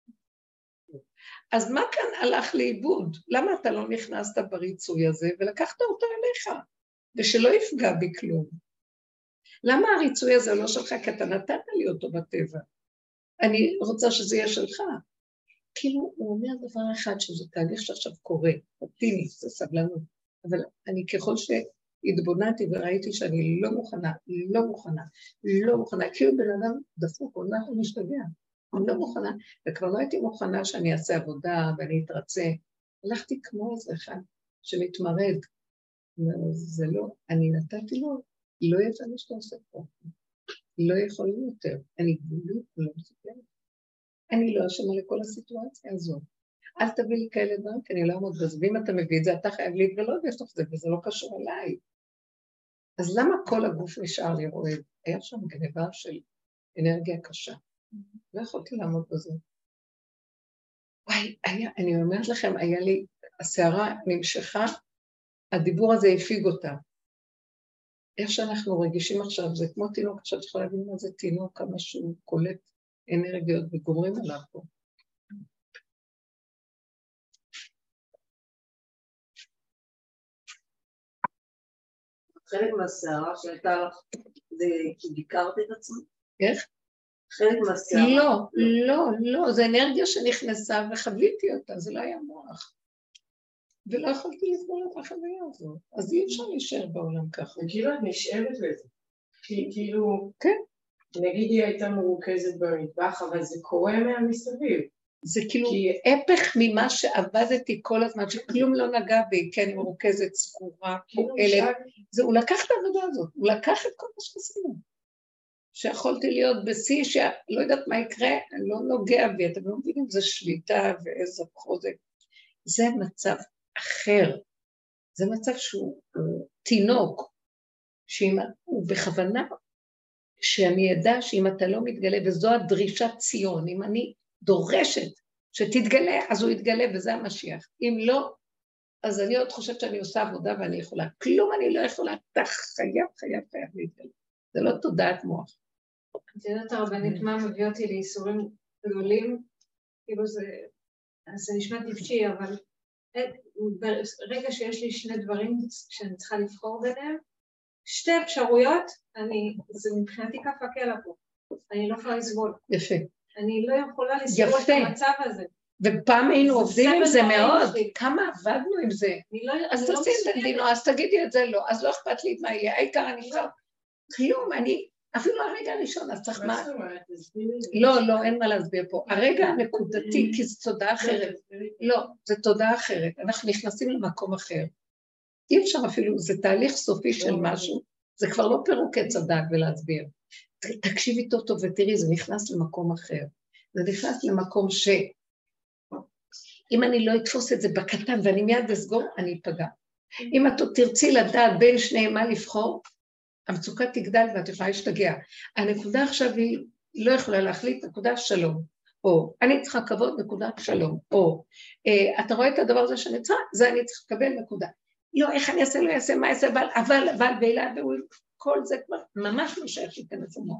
אז מה כאן הלך לאיבוד? למה אתה לא נכנסת בריצוי הזה ולקחת אותו אליך, ושלא יפגע בי כלום? למה הריצוי הזה לא שלך? כי אתה נתת לי אותו בטבע. אני רוצה שזה יהיה שלך. כאילו הוא אומר דבר אחד, שזה תהליך שעכשיו קורה, פתיני, זה סבלנות. אבל אני ככל שהתבוננתי וראיתי שאני לא מוכנה, כאילו בן אדם דפוק, הוא משתגע. אני לא מוכנה, וכבר לא הייתי מוכנה שאני אעשה עבודה ואני אתרצה. הלכתי כמו איזה אחד שמתמרד. זה לא, אני נתתי לו, לא יצא מה שאתה עושה פה. לא יכולים יותר. אני גבולית ולא מסוכנת. אני לא אשמה לכל הסיטואציה הזאת. אל תביא לי כאלה דברים, כי אני לא עמוד בזה. ואם אתה מביא את זה, אתה חייב להתגלות בתוך זה, וזה לא קשור אליי. אז למה כל הגוף נשאר לי רועד? היה שם גניבה של אנרגיה קשה. לא יכולתי לעמוד בזה. וואי, אני אומרת לכם, היה לי, השערה נמשכה, הדיבור הזה הפיג אותה. איך שאנחנו רגישים עכשיו, זה כמו תינוק, עכשיו צריך להבין מה זה תינוק, כמה שהוא קולט אנרגיות וגומרים עליו פה. חלק מהשערה שהייתה לך, זה כי ביקרת את עצמך? איך? חלק מהשערה. לא, זה אנרגיה שנכנסה וחוויתי אותה, זה לא היה מוח. ולא יכולתי לסבול את החוויה הזאת. אז אי אפשר להישאר בעולם ככה. כאילו את נשאבת בזה. כאילו, כן. נגיד היא הייתה מרוכזת במטבח, אבל זה קורה מהמסביב. זה כאילו הפך ממה שעבדתי כל הזמן, שכלום לא נגע בי, כן, מרוכזת, סגורה, פועלת. הוא לקח את העבודה הזאת, הוא לקח את כל מה שעשינו. שיכולתי להיות בשיא, שלא יודעת מה יקרה, אני לא נוגע בי, אתם לא מבינים, זה שליטה ואיזה חוזק. זה מצב אחר, זה מצב שהוא תינוק, שהוא בכוונה, שאני ידע שאם אתה לא מתגלה, וזו הדרישת ציון, אם אני דורשת שתתגלה, אז הוא יתגלה וזה המשיח. אם לא, אז אני עוד חושבת שאני עושה עבודה ואני יכולה. כלום אני לא יכולה, אתה חייב להתגלה. זה לא תודעת מוח. את יודעת הרבנית מה מביא אותי לאיסורים גדולים, כאילו זה נשמע טיפשי, אבל ברגע שיש לי שני דברים שאני צריכה לבחור ביניהם, שתי אפשרויות, זה מבחינתי כף הקלע פה, אני לא יכולה לסבול. יפה. אני לא יכולה לסבול את המצב הזה. ופעם היינו עובדים עם זה מאוד, כמה עבדנו עם זה. אז תעשי את דינו, אז תגידי את זה לא, אז לא אכפת לי מה יהיה, העיקר אני כבר, כלום, אפילו הרגע הראשון, אז צריך מה? לא, אין מה להסביר פה. הרגע הנקודתי, כי זו תודעה אחרת. לא, זו תודעה אחרת. אנחנו נכנסים למקום אחר. אי אפשר אפילו, זה תהליך סופי של משהו, זה כבר לא פירוק עץ הדעת ולהסביר. תקשיבי טוב טוב ותראי, זה נכנס למקום אחר. זה נכנס למקום אם אני לא אתפוס את זה בקטן ואני מיד אסגור, אני אפגע. אם את תרצי לדעת בין שניהם מה לבחור, המצוקה תגדל ואת יכולה להשתגע. הנקודה עכשיו היא לא יכולה להחליט, נקודה שלום. או אני צריכה כבוד, נקודה שלום. או אתה רואה את הדבר הזה שאני צריכה, זה אני צריכה לקבל נקודה. לא, איך אני אעשה, לא אעשה, מה אעשה, אבל, בעילה, כל זה כבר ממש לא שייך להיכנס למוח.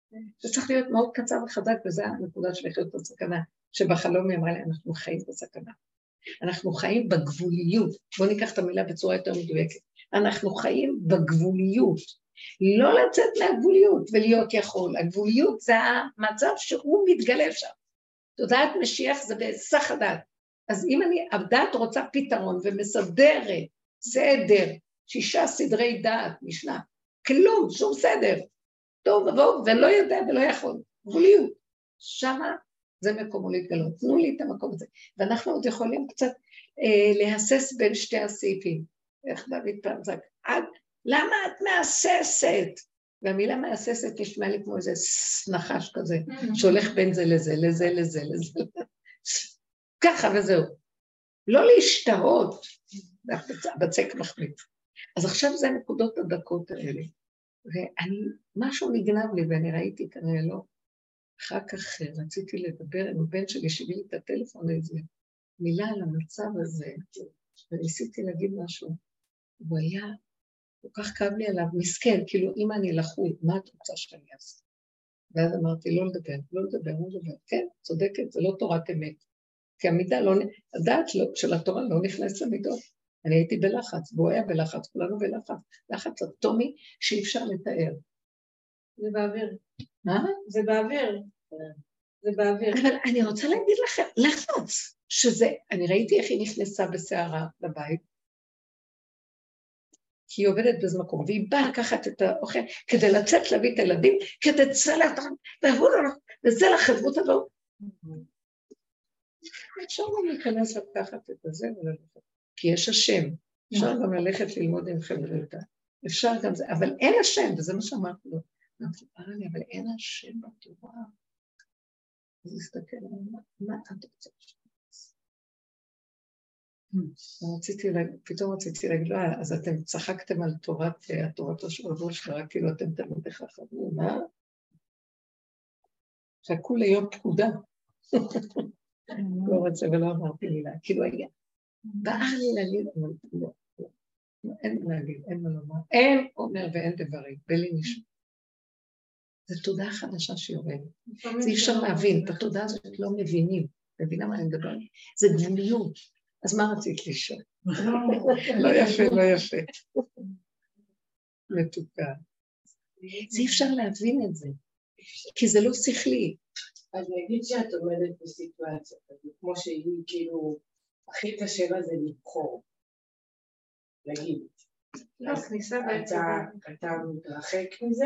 זה צריך להיות מאוד קצר וחזק, וזה הנקודה של לחיות בסכנה, שבחלום היא אמרה לי, אנחנו חיים בסכנה. אנחנו חיים בגבוליות. בואו ניקח את המילה בצורה יותר מדויקת. אנחנו חיים בגבוליות. לא לצאת מהגבוליות ולהיות יכול. הגבוליות זה המצב שהוא מתגלה שם. תודעת משיח זה בסך הדעת. אז אם הדעת רוצה פתרון ומסדרת, סדר, 6 סדרי דעת, משנה, כלום, שום סדר. טוב ובואו, ולא יודע ולא יכול. גבוליות. שמה זה מקומו להתגלות. תנו לי את המקום הזה. ואנחנו עוד יכולים קצת להסס בין שתי הסעיפים. איך דוד פעם זק? למה את מאססת? והמילה מאססת נשמע לי כמו איזה נחש כזה, שהולך בין זה לזה, לזה, לזה, לזה. ככה וזהו. לא להשתהות, בצק מחמיץ. אז עכשיו זה הנקודות הדקות האלה. ומשהו נגנב לי, ואני ראיתי כנראה לא. אחר כך רציתי לדבר עם הבן שלי, שהביא לי את הטלפון איזה מילה על המצב הזה, וניסיתי להגיד משהו. הוא היה כל כך כאב לי עליו, מסכן, כאילו אם אני לחוי, מה את רוצה שאני אעשה? ואז אמרתי, לא לדבר, כן, צודקת, זה לא תורת אמת. כי המידה לא, הדעת של התורה לא נכנס למידות. אני הייתי בלחץ, והוא היה בלחץ, כולנו בלחץ, לחץ אטומי שאי אפשר לתאר. זה באוויר. מה? זה באוויר. זה באוויר. אבל אני רוצה להגיד לכם, לחץ, שזה, אני ראיתי איך היא נכנסה בסערה לבית, כי היא עובדת באיזה מקום, והיא באה לקחת את האוכל, כדי לצאת להביא את הילדים, כדי צלח, וזה לחברות הזאת. אפשר גם להיכנס לקחת את הזה וללכת, כי יש השם, אפשר גם ללכת ללמוד עם חברתה, אפשר גם זה, אבל אין השם, וזה מה שאמרתי לו, אבל אין השם בתורה. אז להסתכל, מה את רוצה? פתאום רציתי להגיד, אז אתם צחקתם על התורת השבוע שלה, כאילו אתם תלמידי חכמים, מה? חכו ליום פקודה. לא רוצה ולא אמרתי מילה, כאילו היה. בער לי להגיד, אבל לא, אין מה להגיד, אין מה לומר, אין אומר ואין דברים, בלי נשמע. זו תודעה חדשה שיורדת. זה אי אפשר להבין, את התודעה הזאת לא מבינים. מבינה מה אני מדבר? זה גבוליות. אז מה רצית לשאול? לא יפה. מתוקה. זה אי אפשר להבין את זה, כי זה לא שכלי. אז נגיד שאת עומדת בסיטואציה, כמו שהיא כאילו, הכי קשה לה זה לבחור. נגיד. אתה מתרחק מזה,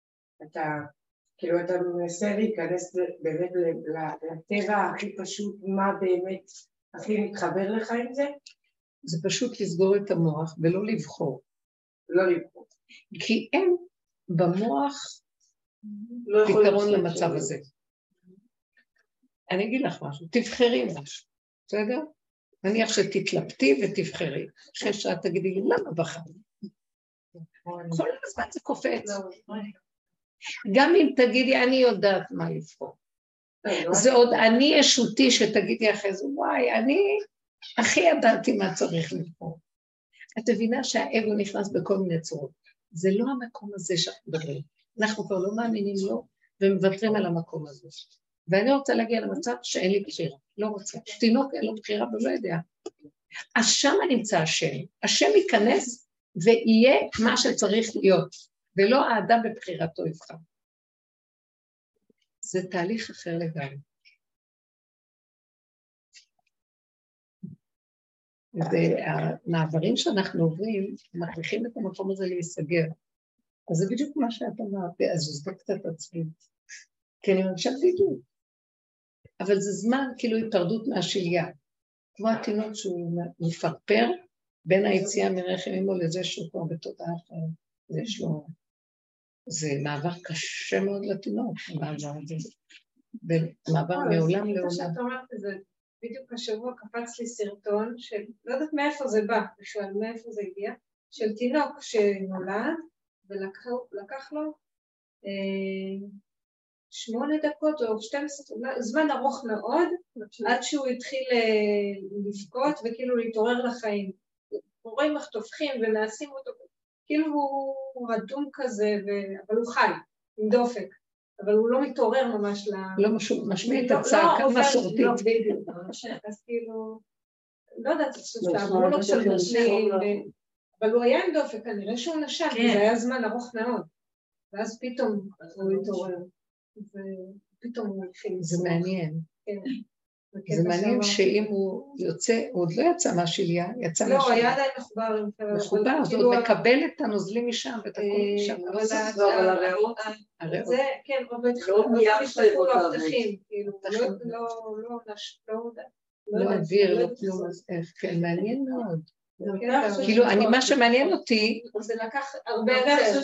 אתה מנסה להיכנס באמת לטבע הכי פשוט, מה באמת הכי מתחבר לך עם זה? זה פשוט לסגור את המוח ולא לבחור. לא לבחור. כי אין במוח פתרון למצב הזה. אני אגיד לך משהו, תבחרי משהו, בסדר? נניח שתתלבטי ותבחרי. אחרי שאת תגידי לי, למה בחרתי? כל הזמן זה קופץ. גם אם תגידי, אני יודעת מה לבחור. זה עוד אני ישותי שתגידי אחרי זה, וואי, אני הכי ידעתי מה צריך לבחור. את מבינה שהאגו נכנס בכל מיני צורות. זה לא המקום הזה שאנחנו מדברים. אנחנו כבר לא מאמינים לו ומוותרים על המקום הזה. ואני רוצה להגיע למצב שאין לי בחירה, לא רוצה. תינוק אין לו בחירה ולא יודע. אז שם נמצא השם. השם ייכנס ויהיה מה שצריך להיות, ולא האדם בבחירתו יבחר. זה תהליך אחר לגמרי. והמעברים שאנחנו עוברים, מכריחים את המקום הזה להיסגר. אז זה בדיוק מה שאת אמרת, אז זה קצת עצמית. כי אני מרגישה בדיוק. אבל זה זמן כאילו היפרדות מהשליה. כמו התינוק שהוא מפרפר בין היציאה מרחם אמו לזה שהוא כבר בתודעה אחרת. יש לו... זה מעבר קשה מאוד לתינוק, המעבר הזה. מעבר מעולם לעולם. שאת אומרת את זה, בדיוק השבוע קפץ לי סרטון של, לא יודעת מאיפה זה בא, בכלל מאיפה זה הגיע, של תינוק שנולד, ולקח לו 8 דקות או 12, זמן ארוך מאוד, עד שהוא התחיל לבכות וכאילו להתעורר לחיים. רואים איך טופחים ומעשים אותו, כאילו הוא רדום כזה, אבל הוא חי, עם דופק. אבל הוא לא מתעורר ממש לא משמיע את הצעקה מסורתית. אז כאילו, לא יודעת, שעברו לו קצת נשנים, אבל הוא היה עם דופק, כנראה שהוא נשק, וזה היה זמן ארוך מאוד. ואז פתאום הוא התעורר, ופתאום הוא התחיל. זה מעניין. זה מעניין שאם הוא יוצא, הוא עוד לא יצא מהשליה, יצא מהשליה. לא, הוא היה עדיין מחובר. מחובר, אז הוא מקבל את הנוזלים משם, ואת הכל משם. אבל הריאות, זה, כן, לא נשתפו לו הבטחים, כאילו, לא אוויר, לא כלום, כן, מעניין מאוד. כאילו, מה שמעניין אותי, זה לקח הרבה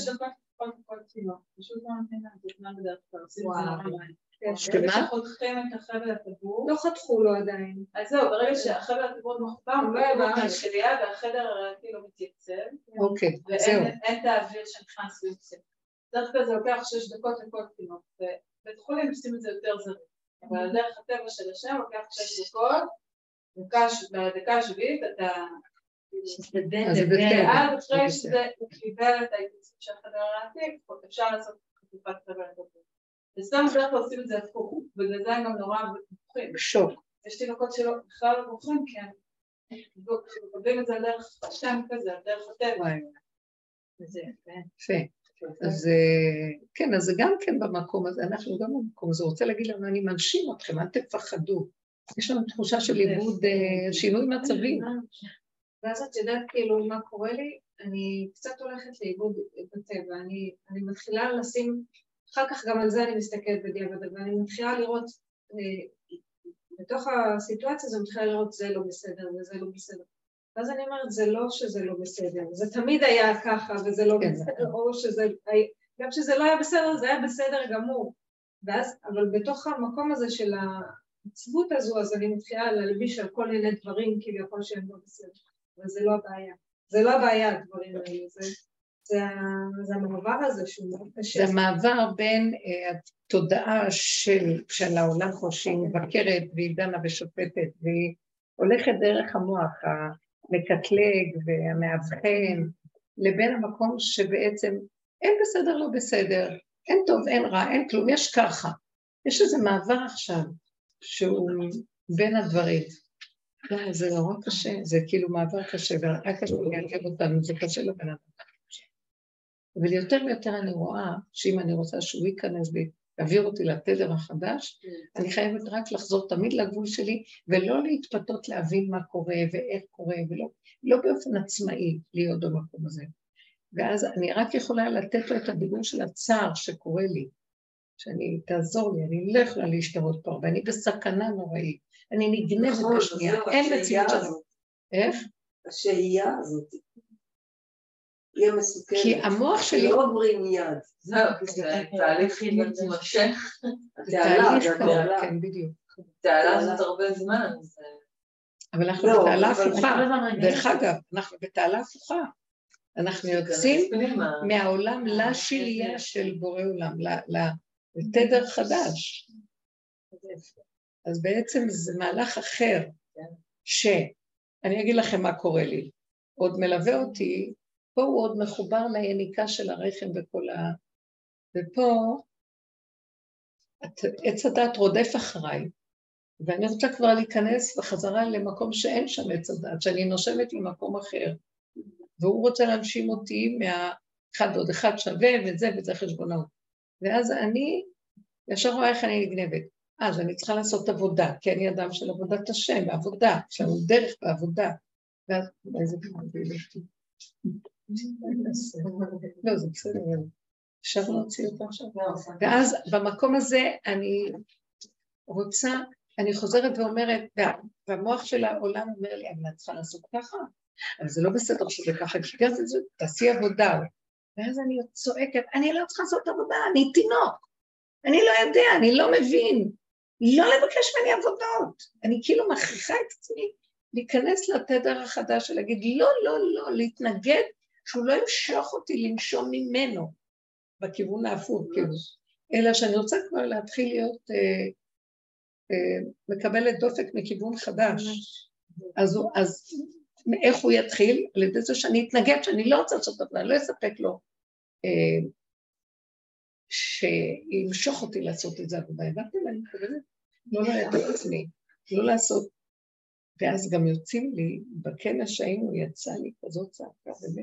פשוט לא נתנה, זה זמן בדרך כלל, שמה? שחותכים את החבל הטבור. לא חתכו לו עדיין. אז זהו, ברגע שהחבל הטבור מחובר, הוא לא יבוא מהשליה והחדר הריאתי לא מתייצב. אוקיי, זהו. ואין את האוויר שנכנס ויוצא. דרך כלל זה לוקח 6 דקות לכל תינוק, ובית חולים עושים את זה יותר זרים. אבל דרך הטבע של השם לוקח 6 דקות, בדקה השביעית אתה... ואז אחרי שזה הוא קיבל את ההתייצבות של החדר הריאתי, אפשר לעשות חטיפת חבל הטבור. וסתם בדרך כלל עושים את זה הפוך, בגלל זה הם גם נורא בטוחים. שוק. יש תינוקות שלא בכלל לא בטוחים, כי הם מקבלים את זה על דרך השם כזה, על דרך הטבע. וזה יפה. אז כן, אז זה גם כן במקום הזה, אנחנו גם במקום הזה, רוצה להגיד לנו, אני מנשים אתכם, אל תפחדו. יש לנו תחושה של איבוד, שינוי מצבים. ואז את יודעת כאילו מה קורה לי, אני קצת הולכת לאיבוד בטבע, אני מתחילה לשים, אחר כך גם על זה אני מסתכלת בדיעבד, אבל אני מתחילה לראות, בתוך הסיטואציה הזו מתחילה לראות זה לא בסדר וזה לא בסדר. ואז אני אומרת, זה לא שזה לא בסדר, זה תמיד היה ככה וזה לא בסדר, או שזה, גם שזה לא היה בסדר, זה היה בסדר גמור. ואז, אבל בתוך המקום הזה של העצבות הזו, אז אני מתחילה להלביש על כל מיני דברים כביכול שהם לא בסדר. אבל זה לא הבעיה. זה לא הבעיה, הדברים האלה. זה המעבר הזה שהוא מאוד קשה. זה המעבר בין התודעה של העולם חושי, מבקרת והיא דנה ושופטת, והיא הולכת דרך המוח המקטלג והמאבחן, לבין המקום שבעצם אין בסדר לא בסדר, אין טוב, אין רע, אין כלום, יש ככה. יש איזה מעבר עכשיו שהוא בין הדברים. זה נורא קשה, זה כאילו מעבר קשה, ורק קשה להגיב אותנו, זה קשה לבן אדם. אבל יותר ויותר אני רואה שאם אני רוצה שהוא ייכנס ויעביר אותי לתדר החדש, אני חייבת רק לחזור תמיד לגבול שלי, ולא להתפתות להבין מה קורה ואיך קורה, ולא באופן עצמאי להיות במקום הזה. ואז אני רק יכולה לתת לו את הדיבור של הצער שקורה לי, שאני תעזור לי, אני לא יכולה להשתרות פה, ואני בסכנה נוראית, אני נגנבת בשנייה, אין מציאות שלנו. איך? השהייה הזאת. היא המסוכנת. כי המוח שלי... לא עוברים מיד. זהו, זה תהליך מתמשך. תהליך, כן, בדיוק. תעלה זאת הרבה זמן. אבל אנחנו בתעלה הפוכה. דרך אגב, אנחנו בתעלה הפוכה. אנחנו יוצאים מהעולם לשלייה של בורא עולם, לתדר חדש. אז בעצם זה מהלך אחר, שאני אגיד לכם מה קורה לי. עוד מלווה אותי, פה הוא עוד מחובר ליניקה של הרחם וכל ופה עץ הדת רודף אחריי, ואני רוצה כבר להיכנס בחזרה למקום שאין שם עץ הדת, שאני נושמת למקום אחר, והוא רוצה להנשים אותי מהאחד עוד אחד שווה וזה חשבונות. ואז אני ישר רואה איך אני נגנבת. אז אני צריכה לעשות עבודה, כי אני אדם של עבודת השם, עבודה, יש לנו דרך בעבודה. ואז, איזה פעם בילתי. לא, זה בסדר, אפשר להוציא אותו עכשיו. ואז במקום הזה אני רוצה, אני חוזרת ואומרת, והמוח של העולם אומר לי, אני צריכה לעשות ככה, אבל זה לא בסדר שזה ככה, כשגר זה, תעשי עבודה. ואז אני צועקת, אני לא צריכה לעשות עבודה, אני תינוק. אני לא יודע, אני לא מבין. לא לבקש ממני עבודות. אני כאילו מכריחה את עצמי להיכנס לתדר החדש ולהגיד, לא, להתנגד, שהוא לא ימשוך אותי לנשום ממנו, בכיוון ההפוך, כאילו. אלא שאני רוצה כבר להתחיל להיות מקבלת דופק מכיוון חדש. אז איך הוא יתחיל? על ידי זה שאני אתנגד, שאני לא רוצה לעשות עבודה, לא אספק לו שימשוך אותי לעשות את זה עבודה. הבנתי מה אני מתכוונת? לא לדעת עצמי, לא לעשות. ואז גם יוצאים לי, בכנס שהיינו יצא לי כזאת צעקה, באמת.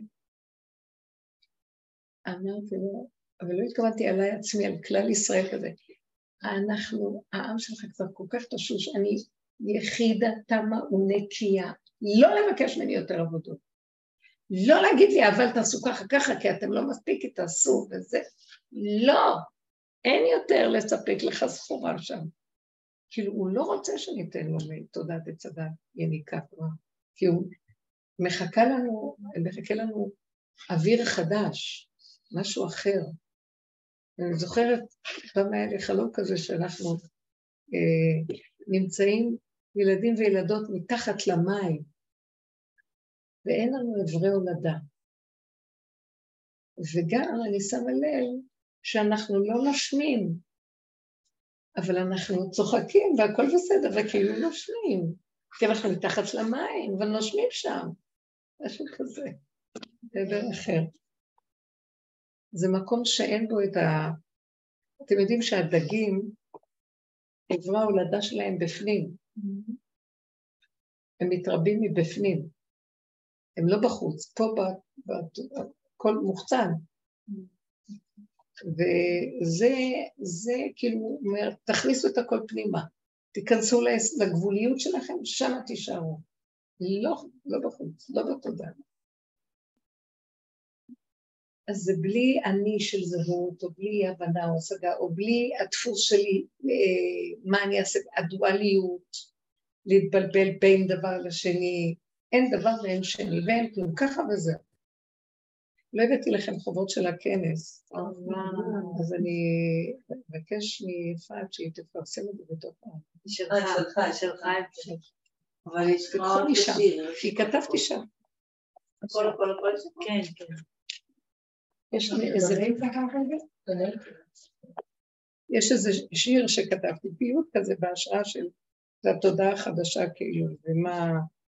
אמרתי לו, אבל לא התכוונתי עליי עצמי, על כלל ישראל כזה. אנחנו, העם שלך כבר כל כך תשוש, אני יחידה תמה ונקייה, לא לבקש ממני יותר עבודות. לא להגיד לי, אבל תעשו ככה, כי אתם לא מספיק, תעשו וזה. לא, אין יותר לספק לך סחורה שם. כאילו, הוא לא רוצה שניתן לו תודעת הצדה יניקה כבר, כי הוא מחכה לנו אוויר חדש, משהו אחר. אני זוכרת, פעם היה לי חלום כזה שאנחנו נמצאים ילדים וילדות מתחת למים, ואין לנו עברי הולדה. וגם אני שמה לב שאנחנו לא נושמים, אבל אנחנו צוחקים והכל בסדר, וכאילו נושמים, כי אנחנו מתחת למים ונושמים שם, משהו כזה, דבר אחר. זה מקום שאין בו את אתם יודעים שהדגים, עברי ההולדה שלהם בפנים, הם מתרבים מבפנים, הם לא בחוץ, פה הכל מוחצן, וזה כאילו אומר, תכניסו את הכל פנימה, תיכנסו לגבוליות שלכם, שם תישארו, לא בחוץ, לא בתודעה. אז זה בלי אני של זהות, או בלי הבנה או השגה, או בלי הדפוס שלי, מה אני אעשה, הדואליות, להתבלבל בין דבר לשני, אין דבר ואין שני, ואין כלום, ככה וזהו. לא הבאתי לכם חובות של הכנס, אז אני מבקש מיפעת שהיא תפרסם את זה בתוך שלך. אבל יש לך עוד שיר. כי כתבתי שם. הכל שם? כן. יש איזה שיר שכתבתי, פיוט כזה בהשראה של התודעה החדשה כאילו, ומה,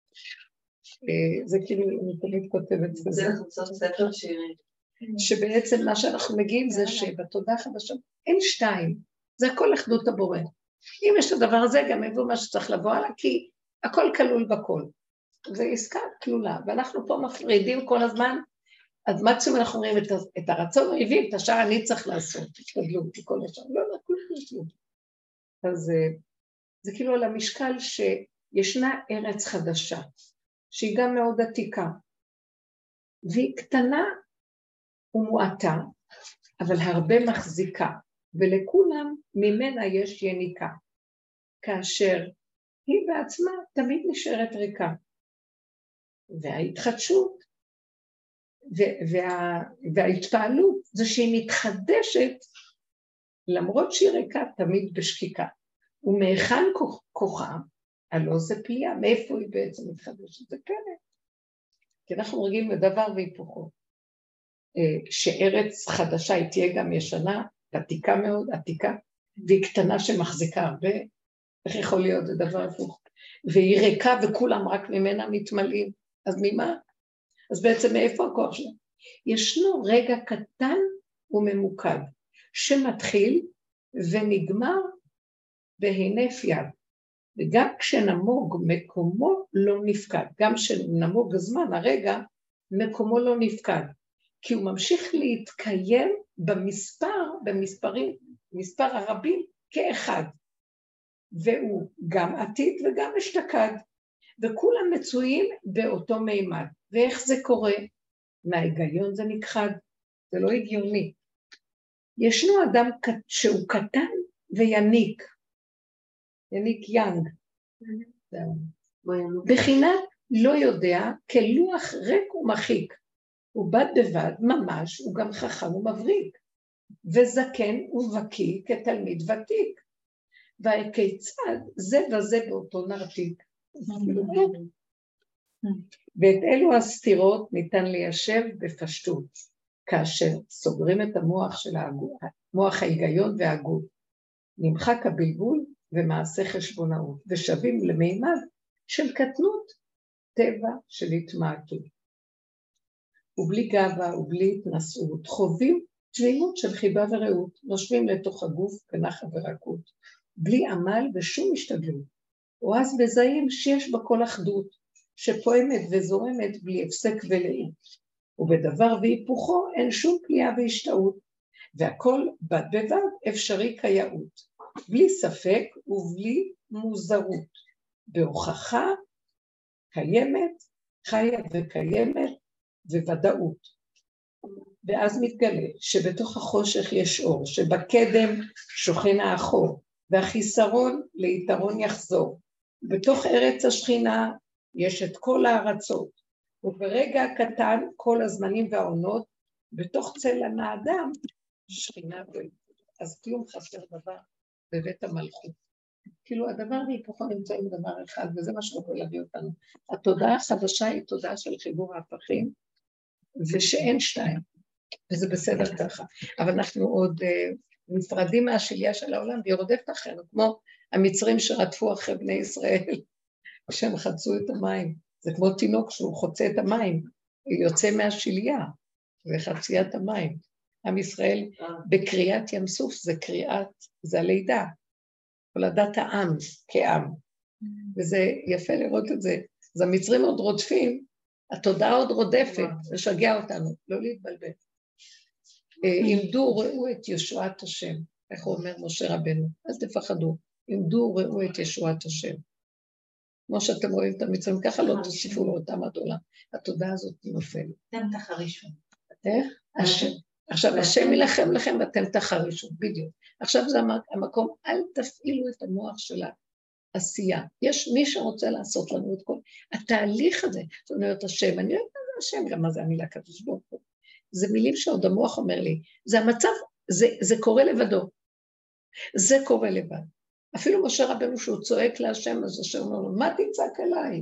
זה כאילו, אני תמיד כותבת כזה. זה לחצות ספר שירים. שבעצם מה שאנחנו מגיעים זה שבתודעה החדשה אין שתיים, זה הכל אחדות הבורא. אם יש את הדבר הזה, גם יבוא מה שצריך לבוא עליו, כי הכל כלול בכל. זה עסקה כלולה, ואנחנו פה מפרידים כל הזמן, אז מקסימום אנחנו רואים את הרצון האויבים, את השאר אני צריך לעשות, תשתדלו אותי כל השאר, לא, כלום. אז זה כאילו על המשקל שישנה ארץ חדשה, שהיא גם מאוד עתיקה, והיא קטנה ומועטה, אבל הרבה מחזיקה, ולכולם ממנה יש יניקה, כאשר היא בעצמה תמיד נשארת ריקה, וההתחדשות, וההתפעלות זה שהיא מתחדשת, למרות שהיא ריקה תמיד בשקיקה. ומאיכן כוחה, הלא זה פליאה, מאיפה היא בעצם מתחדשת? זה פלא. כי אנחנו רגילים לדבר והיפוכו. שארץ חדשה היא תהיה גם ישנה, עתיקה מאוד, עתיקה, והיא קטנה שמחזיקה הרבה, איך יכול להיות זה דבר הפוך? והיא ריקה וכולם רק ממנה מתמלאים, אז ממה? אז בעצם מאיפה הכוח שלה? ישנו רגע קטן וממוקד, שמתחיל ונגמר בהינף יד, וגם כשנמוג מקומו לא נפקד, גם כשנמוג הזמן, הרגע, מקומו לא נפקד, כי הוא ממשיך להתקיים מספר הרבים כאחד, והוא גם עתיד וגם משתקד, וכולם מצויים באותו מימד. ואיך זה קורה? מההיגיון זה נכחד, זה לא הגיוני. ישנו אדם שהוא קטן ויניק, יניק יאנג, בחינת לא יודע, כלוח ריק ומחיק, הוא בד בבד ממש, הוא גם חכם ומבריק, וזקן ובקי כתלמיד ותיק, וכיצד זה וזה באותו נרתיק. ואת אלו הסתירות ניתן ליישב בפשטות, כאשר סוגרים את המוח של מוח ההיגיון וההגות, נמחק הבלבול ומעשה חשבונאות, ושבים למימד של קטנות, טבע של התמעטות. ובלי גאווה ובלי התנשאות, חווים תמימות של חיבה ורעות, נושבים לתוך הגוף בנחת ורכות, בלי עמל ושום השתדלות, או אז מזהים שיש בה כל אחדות, שפועמת וזורמת בלי הפסק ולאות, ובדבר והיפוכו אין שום פליאה והשתאות, והכל בד בבד אפשרי כיאות, בלי ספק ובלי מוזרות, בהוכחה קיימת, חיה וקיימת וודאות. ואז מתגלה שבתוך החושך יש אור, שבקדם שוכן האחור, והחיסרון ליתרון יחזור. בתוך ארץ השכינה יש את כל הארצות, וברגע קטן כל הזמנים והעונות, בתוך צל האדם שכינה בו. אז כלום חסר דבר בבית המלכות. כאילו הדבר והיפוכו נמצאים דבר אחד, וזה מה שיכול להביא אותנו. התודעה החדשה היא תודעה של חיבור ההפכים, ושאין שתיים, וזה בסדר ככה. אבל אנחנו עוד נפרדים מהשליה של העולם, והיא רודפת אחרינו, כמו המצרים שרדפו אחרי בני ישראל, כשהם חצו את המים. זה כמו תינוק שהוא חוצה את המים, הוא יוצא מהשליה, וחציית המים. עם ישראל בקריאת ים סוף, זה הלידה, הולדת העם כעם. וזה יפה לראות את זה. אז המצרים עוד רודפים, התודעה עוד רודפת, לשגע אותנו, לא להתבלבל. עמדו, ראו את ישועת השם, איך הוא אומר משה רבנו, אז תפחדו, עמדו, ראו את ישועת השם. כמו שאתם רואים את המצרים, ככה לא תוסיפו לו אותם עד עולם. התודעה הזאת נופלת. אתם תחרישו. איך? עכשיו, השם ילחם לכם ואתם תחרישו, בדיוק. עכשיו זה המקום, אל תפעילו את המוח של העשייה. יש מי שרוצה לעשות לנו את כל התהליך הזה, זאת אומרת השם, אני לא יודעת מה זה השם, גם מה זה המילה קדוש ברוך הוא. זה מילים שעוד המוח אומר לי, זה המצב, זה קורה לבדו. זה קורה לבד. אפילו משה רבנו שהוא צועק להשם, אז השם אומר לו, מה תצעק אליי?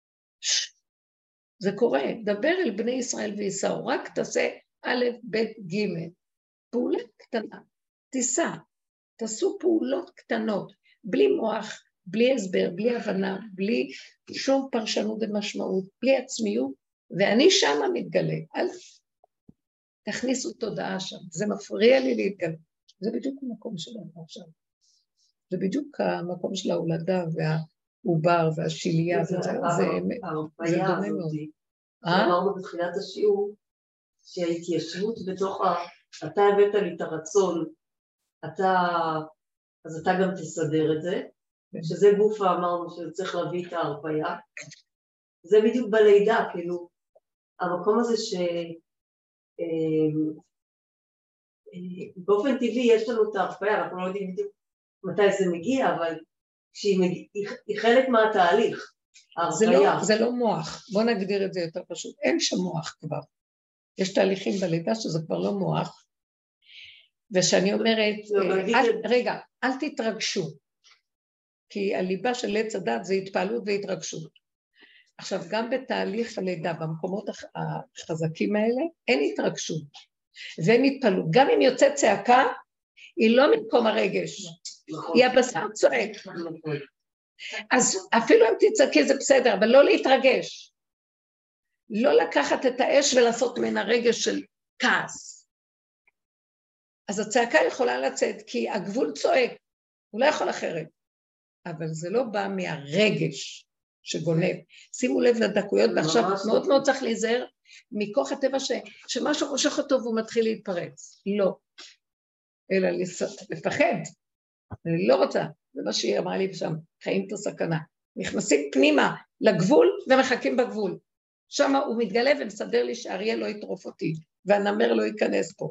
זה קורה, דבר אל בני ישראל ויסעו, רק תעשה א', ב', ג', פעולה קטנה, תיסע, תעשו פעולות קטנות, בלי מוח, בלי הסבר, בלי הבנה, בלי שום פרשנות ומשמעות, בלי עצמיות, ואני שמה מתגלה, אל תכניסו תודעה שם, זה מפריע לי להתגלה, זה בדיוק המקום שלנו עכשיו, זה בדיוק המקום של ההולדה והעובר והשיליה, זה דומה מאוד. אמרנו בתחילת השיעור, שההתיישבות בתוך אתה הבאת לי את הרצון, אז אתה גם תסדר את זה, שזה גופה אמרנו שצריך להביא את ההרפאיה, זה בדיוק בלידה, כאילו, המקום הזה באופן טבעי יש לנו את ההרפאיה, אנחנו לא יודעים בדיוק מתי זה מגיע, אבל היא חלק מהתהליך, ההרפאיה. זה לא מוח, בוא נגדיר את זה יותר פשוט, אין שם מוח כבר. יש תהליכים בלידה שזה כבר לא מוח, ושאני אומרת, רגע, אל תתרגשו, כי הליבה של עץ הדת זה התפעלות והתרגשות. עכשיו, גם בתהליך הלידה, במקומות החזקים האלה, אין התרגשות, ואין התפעלות. גם אם יוצאת צעקה, היא לא ממקום הרגש, היא הבשר צועק. אז אפילו אם תצעקי זה בסדר, אבל לא להתרגש. לא לקחת את האש ולעשות ממנה רגש של כעס. אז הצעקה יכולה לצאת, כי הגבול צועק, הוא לא יכול אחרת. אבל זה לא בא מהרגש שגונב. שימו לב לדקויות, ועכשיו מאוד מאוד צריך להיזהר מכוח הטבע שמשהו מושך אותו והוא מתחיל להתפרץ. לא. אלא לפחד. אני לא רוצה. זה מה שהיא אמרה לי שם, חיים את הסכנה. נכנסים פנימה לגבול ומחכים בגבול. שם הוא מתגלה ומסדר לי שאריה לא יטרוף אותי, והנמר לא ייכנס פה.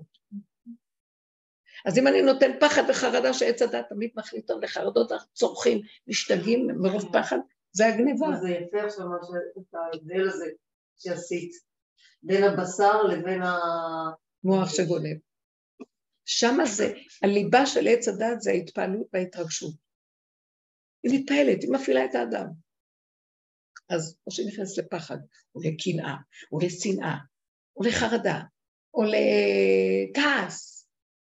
אז אם אני נותן פחד וחרדה שעץ הדת תמיד מחליטות לחרדות צורכים, משתגעים מרוב פחד, זה הגניבה. זה יפה עכשיו מה ההבדל הזה שעשית, בין הבשר לבין המוח שגונב. שם זה, הליבה של עץ הדת זה ההתפעלות וההתרגשות. היא מתפעלת, היא מפעילה את האדם. אז או שנכנס לפחד, או לקנאה, או לשנאה, או לחרדה, או לכעס.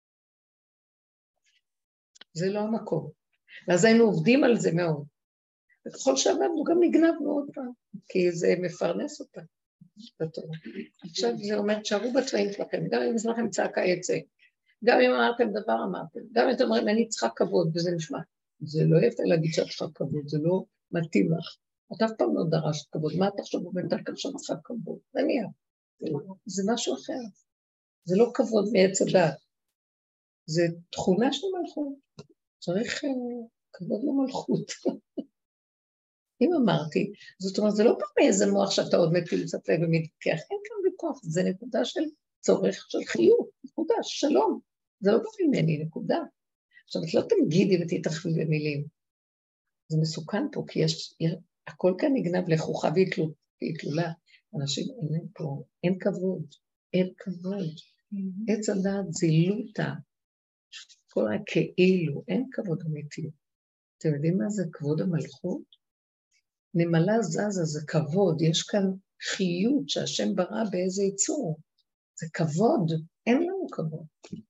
זה לא המקום. ואז היינו עובדים על זה מאוד. וככל שעבדנו גם נגנבנו עוד פעם, כי זה מפרנס אותה. עכשיו זה אומר, תשארו בצבעים שלכם, גם אם יש לכם צעקה יצא. גם אם אמרתם דבר אמרתם, גם אם אתם אומרים אני צריכה כבוד וזה נשמע, זה לא יפה להגיד שאת צריכה כבוד, זה לא מתאים לך, את אף פעם לא דרשת כבוד, מה אתה עכשיו עובדת על כך שאת צריכה כבוד, זה משהו אחר, זה לא כבוד מעץ הדעת, זה תכונה של מלכות, צריך כבוד למלכות. אם אמרתי, זאת אומרת, זה לא פעם איזה מוח שאתה עוד מטיל קצת לב ומתווכח, אין כאן ויכוח, זה נקודה של צורך של חיוב, נקודה, שלום, זה לא בא ממני, נקודה. עכשיו, את לא תגידי ותתרחבי במילים, זה מסוכן פה, כי הכל כאן נגנב לחוכה והתלולה, אנשים אין פה, אין כבוד, אין כבוד, עץ הדעת זילותה, כל הכאילו, אין כבוד אמיתי. אתם יודעים מה זה כבוד המלכות? נמלה זזה, זה כבוד, יש כאן חיות שהשם ברא באיזה יצור, זה כבוד, אין לנו כבוד.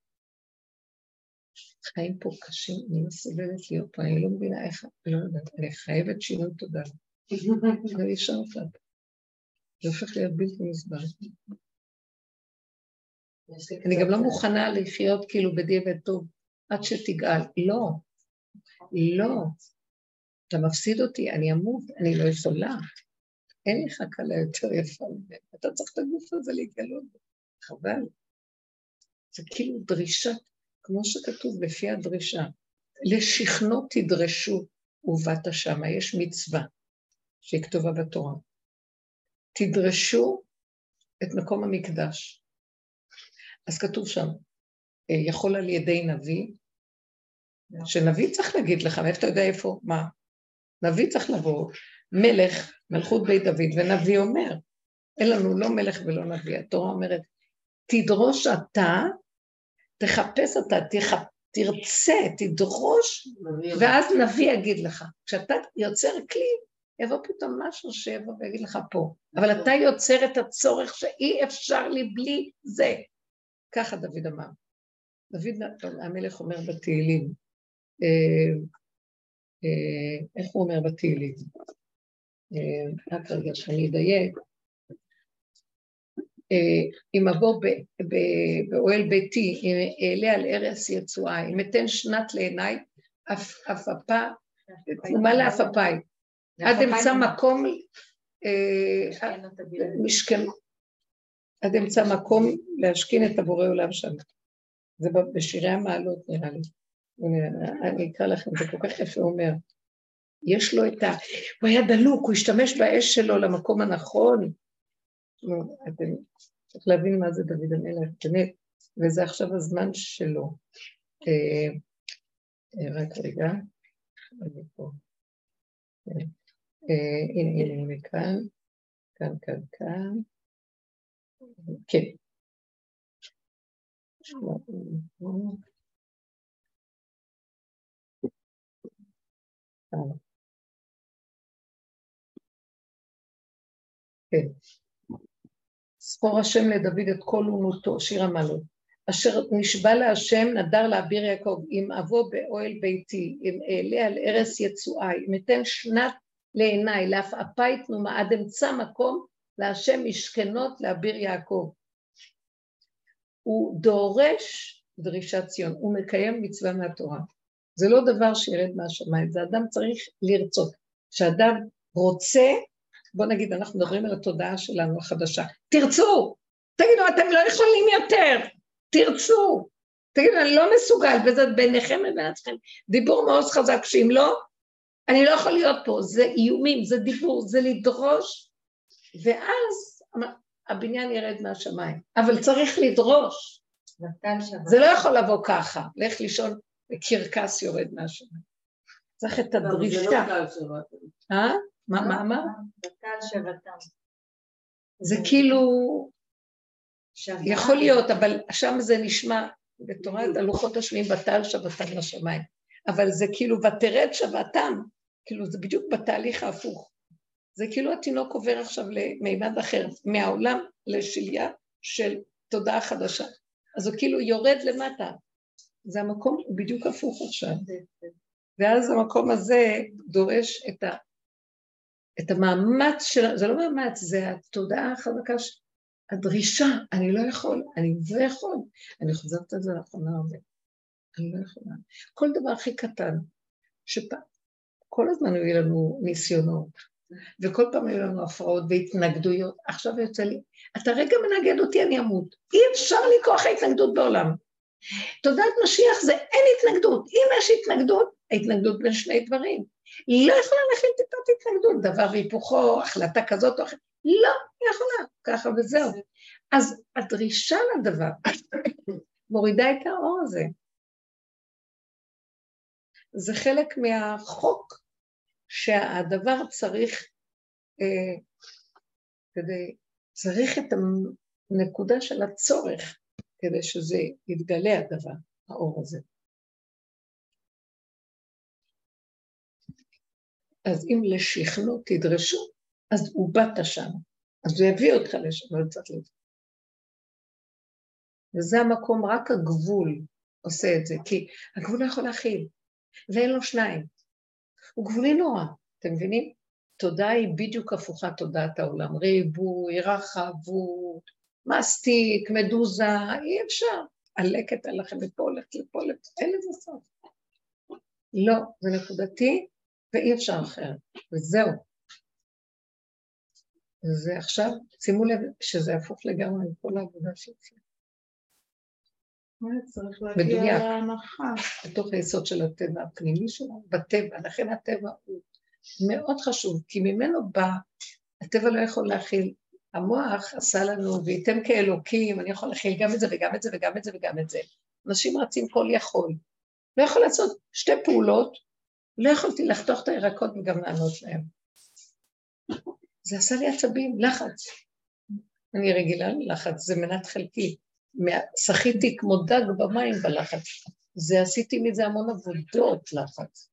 חיים פה קשים, אני מסוגלת להיות פה, אני לא מבינה איך, לא יודעת, אני חייבת שינוי תודה. אני אשאר אותה. זה הופך להיות בלתי נסבל. אני גם לא מוכנה לחיות כאילו בדיעבד טוב, עד שתגאל. לא, לא. אתה מפסיד אותי, אני אמות, אני לא יכולה. אין לך קלה יותר יפה ממנו. אתה צריך את הגוף הזה להתגלות. חבל. זה כאילו דרישה, כמו שכתוב לפי הדרישה. לשכנות תדרשו ובאת שמה, יש מצווה שהיא כתובה בתורה. תדרשו את מקום המקדש. אז כתוב שם, יכול על ידי נביא, שנביא צריך להגיד לך, מאיפה אתה יודע איפה, מה? נביא צריך לבוא, מלך, מלכות בית דוד, ונביא אומר, אין לנו לא מלך ולא נביא, התורה אומרת, תדרוש אתה, תחפש אתה, תרצה, תדרוש, ואז נביא יגיד לך, כשאתה יוצר כלי, יבוא פתאום משהו שיבוא ויגיד לך פה, אבל אתה יוצר את הצורך שאי אפשר לי בלי זה, ככה דוד אמר. דוד המלך אומר בתהילים, איך הוא אומר בתהילים? רק רגע שאני אדייק. אם אבוא באוהל ביתי, אעלה על ערש יצואי, אם אתן שנת לעיניי, אפפה, תנומה לאפפיי, עד אמצא מקום, עד אמצא מקום להשכין את הבורא עולם שם. זה בשירי המעלות נראה לי. אני אקרא לכם, זה כל כך יפה אומר. יש לו את הוא היה דלוק, הוא השתמש באש שלו למקום הנכון. אתם צריך להבין מה זה דוד המלך, באמת, וזה עכשיו הזמן שלו. רק רגע. אני פה. הנה, הנה, כאן. כאן. כן. כן. ספור השם לדוד את כל אומותו, שיר המעלות. אשר נשבע להשם נדר לאביר יעקב, אם אבוא באוהל ביתי, אם אעלה על ערש יצואי, אם אתן שנת לעיניי, לאפאפיי תנומה, עד אמצא מקום להשם משכנות לאביר יעקב. הוא דורש דרישת ציון, הוא מקיים מצווה מהתורה. זה לא דבר שירד מהשמיים, זה אדם צריך לרצות. כשאדם רוצה, בוא נגיד, אנחנו מדברים על התודעה שלנו החדשה, תרצו, תגידו, אתם לא יכולים יותר, תרצו, תגידו, אני לא מסוגל, וזה ביניכם לבין עצמכם, דיבור מאוד חזק, שאם לא, אני לא יכול להיות פה, זה איומים, זה דיבור, זה לדרוש, ואז הבניין ירד מהשמיים, אבל צריך לדרוש, זה לא יכול לבוא ככה, לך לישון, וקרקס יורד מהשמיים, צריך את הדרישה. מה אמר? בטל שבתם. זה כאילו, יכול להיות, אבל שם זה נשמע, בתורת הלוחות השבעים בטל שבתם לשמיים, אבל זה כאילו ותרד שבתם, כאילו זה בדיוק בתהליך ההפוך, זה כאילו התינוק עובר עכשיו למימד אחר, מהעולם לשליה של תודעה חדשה, אז הוא כאילו יורד למטה, זה המקום בדיוק הפוך עכשיו, ואז המקום הזה דורש את המאמץ של, זה לא מאמץ, זה התודעה החזקה הדרישה, אני לא יכול, אני לא יכול. אני חוזרת על זה לאחרונה הרבה. אני לא יכולה. כל דבר הכי קטן, כל הזמן היו לנו ניסיונות, וכל פעם היו לנו הפרעות והתנגדויות. עכשיו יוצא לי, אתה רגע מנגד אותי, אני אמות. אי אפשר לי כוח ההתנגדות בעולם. תודעת משיח זה אין התנגדות. אם יש התנגדות, ההתנגדות בין שני דברים. לא יכולה להכיל טיפת התנגדות, דבר והיפוכו, החלטה כזאת או אחרת. לא יכולה, ככה וזהו. אז הדרישה לדבר מורידה את האור הזה. זה חלק מהחוק שהדבר צריך, צריך את הנקודה של הצורך כדי שזה יתגלה הדבר, האור הזה. אז אם לשכנו תדרשו, אז הוא באת שם, אז הוא יביא אותך לשם, לא צריך לזה. וזה המקום, רק הגבול עושה את זה, כי הגבול לא יכול להכיל, ואין לו שניים. הוא גבולי נורא, אתם מבינים? תודה היא בדיוק הפוכה תודעת העולם, ריבוי, רחבות, מסטיק, מדוזה, אי אפשר. עלקת עליכם לפה, הולכת לפה, אין לזה סוף. לא, זה נקודתי, ואי אפשר אחרת, וזהו. וזה עכשיו, שימו לב שזה הפוך לגמרי עם כל העבודה שלכם. צריך להגיע להנחה. בתוך היסוד של הטבע הפנימי שלנו, בטבע, לכן הטבע הוא מאוד חשוב, כי ממנו בא, הטבע לא יכול להכיל, המוח עשה לנו, וייתם כאלוקים, אני יכול להכיל גם את זה וגם את זה וגם את זה וגם את זה. אנשים רצים כל יכול, לא יכול לעשות שתי פעולות, לא יכולתי לחתוך את הירקות וגם לענות להם. זה עשה לי עצבים, לחץ. אני רגילה ללחץ, זה מנת חלקי. שחיתי כמו דג במים בלחץ. זה עשיתי מזה המון עבודות לחץ.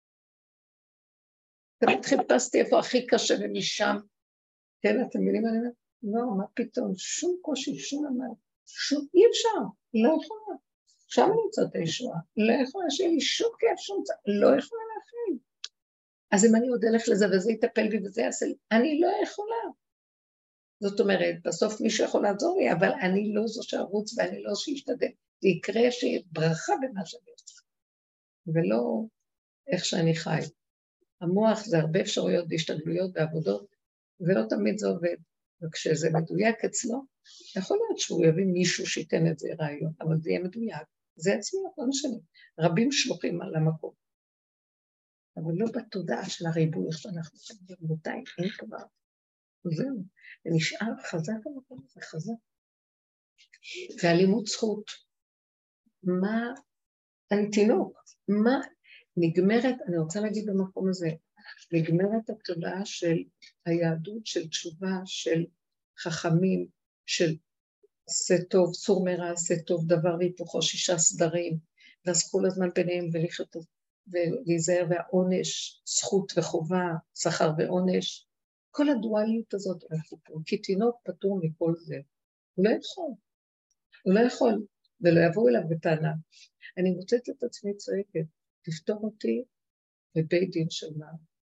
תמיד חיפשתי איפה הכי קשה ומשם. כן, אתם מבינים? אני אומרת, לא, מה פתאום? שום קושי, שום אמר. אי אפשר, לא יכולה. שם אני יוצאת את הישועה. לא יכולה, שיהיה לי שום כיף, שום צע. לא יכולה להכין. אז אם אני עוד אלך לזה וזה יטפל בי וזה יעשה לי, אני לא יכולה. זאת אומרת, בסוף מישהו יכול לעזור לי, אבל אני לא זו שערוץ ואני לא שישתדל. זה יקרה שברכה במה שאני עושה, ולא איך שאני חי. המוח זה הרבה אפשרויות והשתגלויות ועבודות, ולא תמיד זה עובד. וכשזה מדויק אצלו, יכול להיות שהוא יביא מישהו שייתן את זה רעיון, אבל זה יהיה מדויק. זה עצמי, לא משנה. רבים שלוחים על המקום. אבל לא בתודעה של הריבוי, איך שאנחנו חיים, רבותיי, אין כבר. זהו, זה נשאר חזק המקום הזה, חזק. ואלימות זכות. מה, אני תינוק, מה נגמרת, אני רוצה להגיד במקום הזה, נגמרת התודעה של היהדות, של תשובה, של חכמים, של עשה טוב, סור מרע, עשה טוב, דבר והיפוכו, 6 סדרים, ואז כל הזמן ביניהם ולחיות ולהיזהר, והעונש, זכות וחובה, שכר ועונש, כל הדואליות הזאת, כי תינוק פטור מכל זה, הוא לא יכול, ולא יבואו אליו בטענה. אני מוצאת את עצמי צועקת, תפתור אותי בבית דין של מה?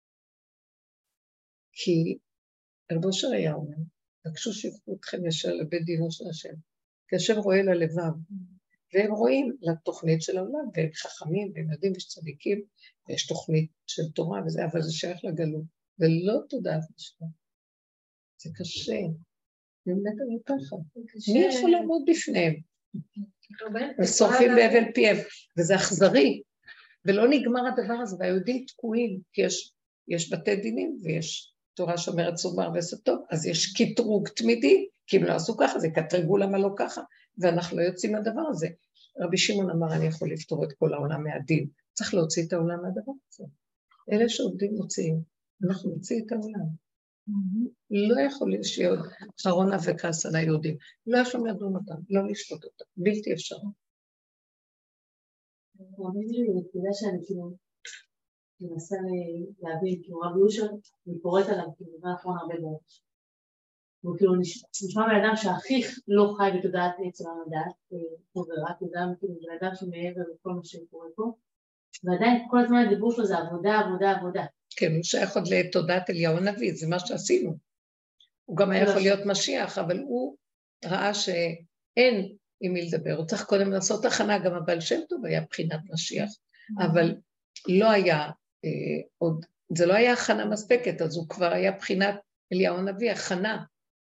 כי רבו אושר היה אומר, תקשו שפכו אתכם ישר לבית דינו של השם, כי השם רואה ללבב, והם רואים לתוכנית של העולם, והם חכמים, והם יודעים, יש צדיקים, ויש תוכנית של תורה וזה, אבל זה שייך לגלות, ולא תודעת משהו. זה קשה, באמת אני ככה. מי יכול לעמוד בפניהם? ושורפים בהבל פיהם, וזה אכזרי, ולא נגמר הדבר הזה, והיהודים תקועים, כי יש בתי דינים, ויש תורה שאומרת סומר ועשה טוב, אז יש קטרוג תמידי, כי אם לא עשו ככה, זה קטרגו למה לא ככה, ואנחנו לא יוצאים מהדבר הזה. רבי שמעון אמר, אני יכול לפתור את כל העולם מהדין, צריך להוציא את העולם מהדבר הזה. אלה שעובדים מוציאים, אנחנו נוציא את העולם. לא יכול שיהיה עוד חרונה וכעס על היהודים, לא יכולים לדון אותם, לא לשפוט אותם, בלתי אפשר. רבי לי בנקודה שאני כאילו מנסה להבין, כאילו רבי אושר, אני קוראת עליו, כאילו דבר אחרון הרבה בראש. הוא כאילו נשמע באדם שהכי לא חי בתודעת עצם המדעת, ורק אדם, כאילו באדם שמעבר לכל מה שקורה פה, ועדיין כל הזמן הדיבור שלו זה עבודה, עבודה, עבודה. כן, הוא שייך עוד לתודעת אליהו הנביא, זה מה שעשינו. הוא גם היה יכול להיות משיח, אבל הוא ראה שאין עם מי לדבר, הוא צריך קודם לעשות הכנה, גם הבעל שם טוב היה בחינת משיח, אבל לא היה עוד, זה לא היה הכנה מספקת, אז הוא כבר היה בחינת אליהו הנביא, הכנה.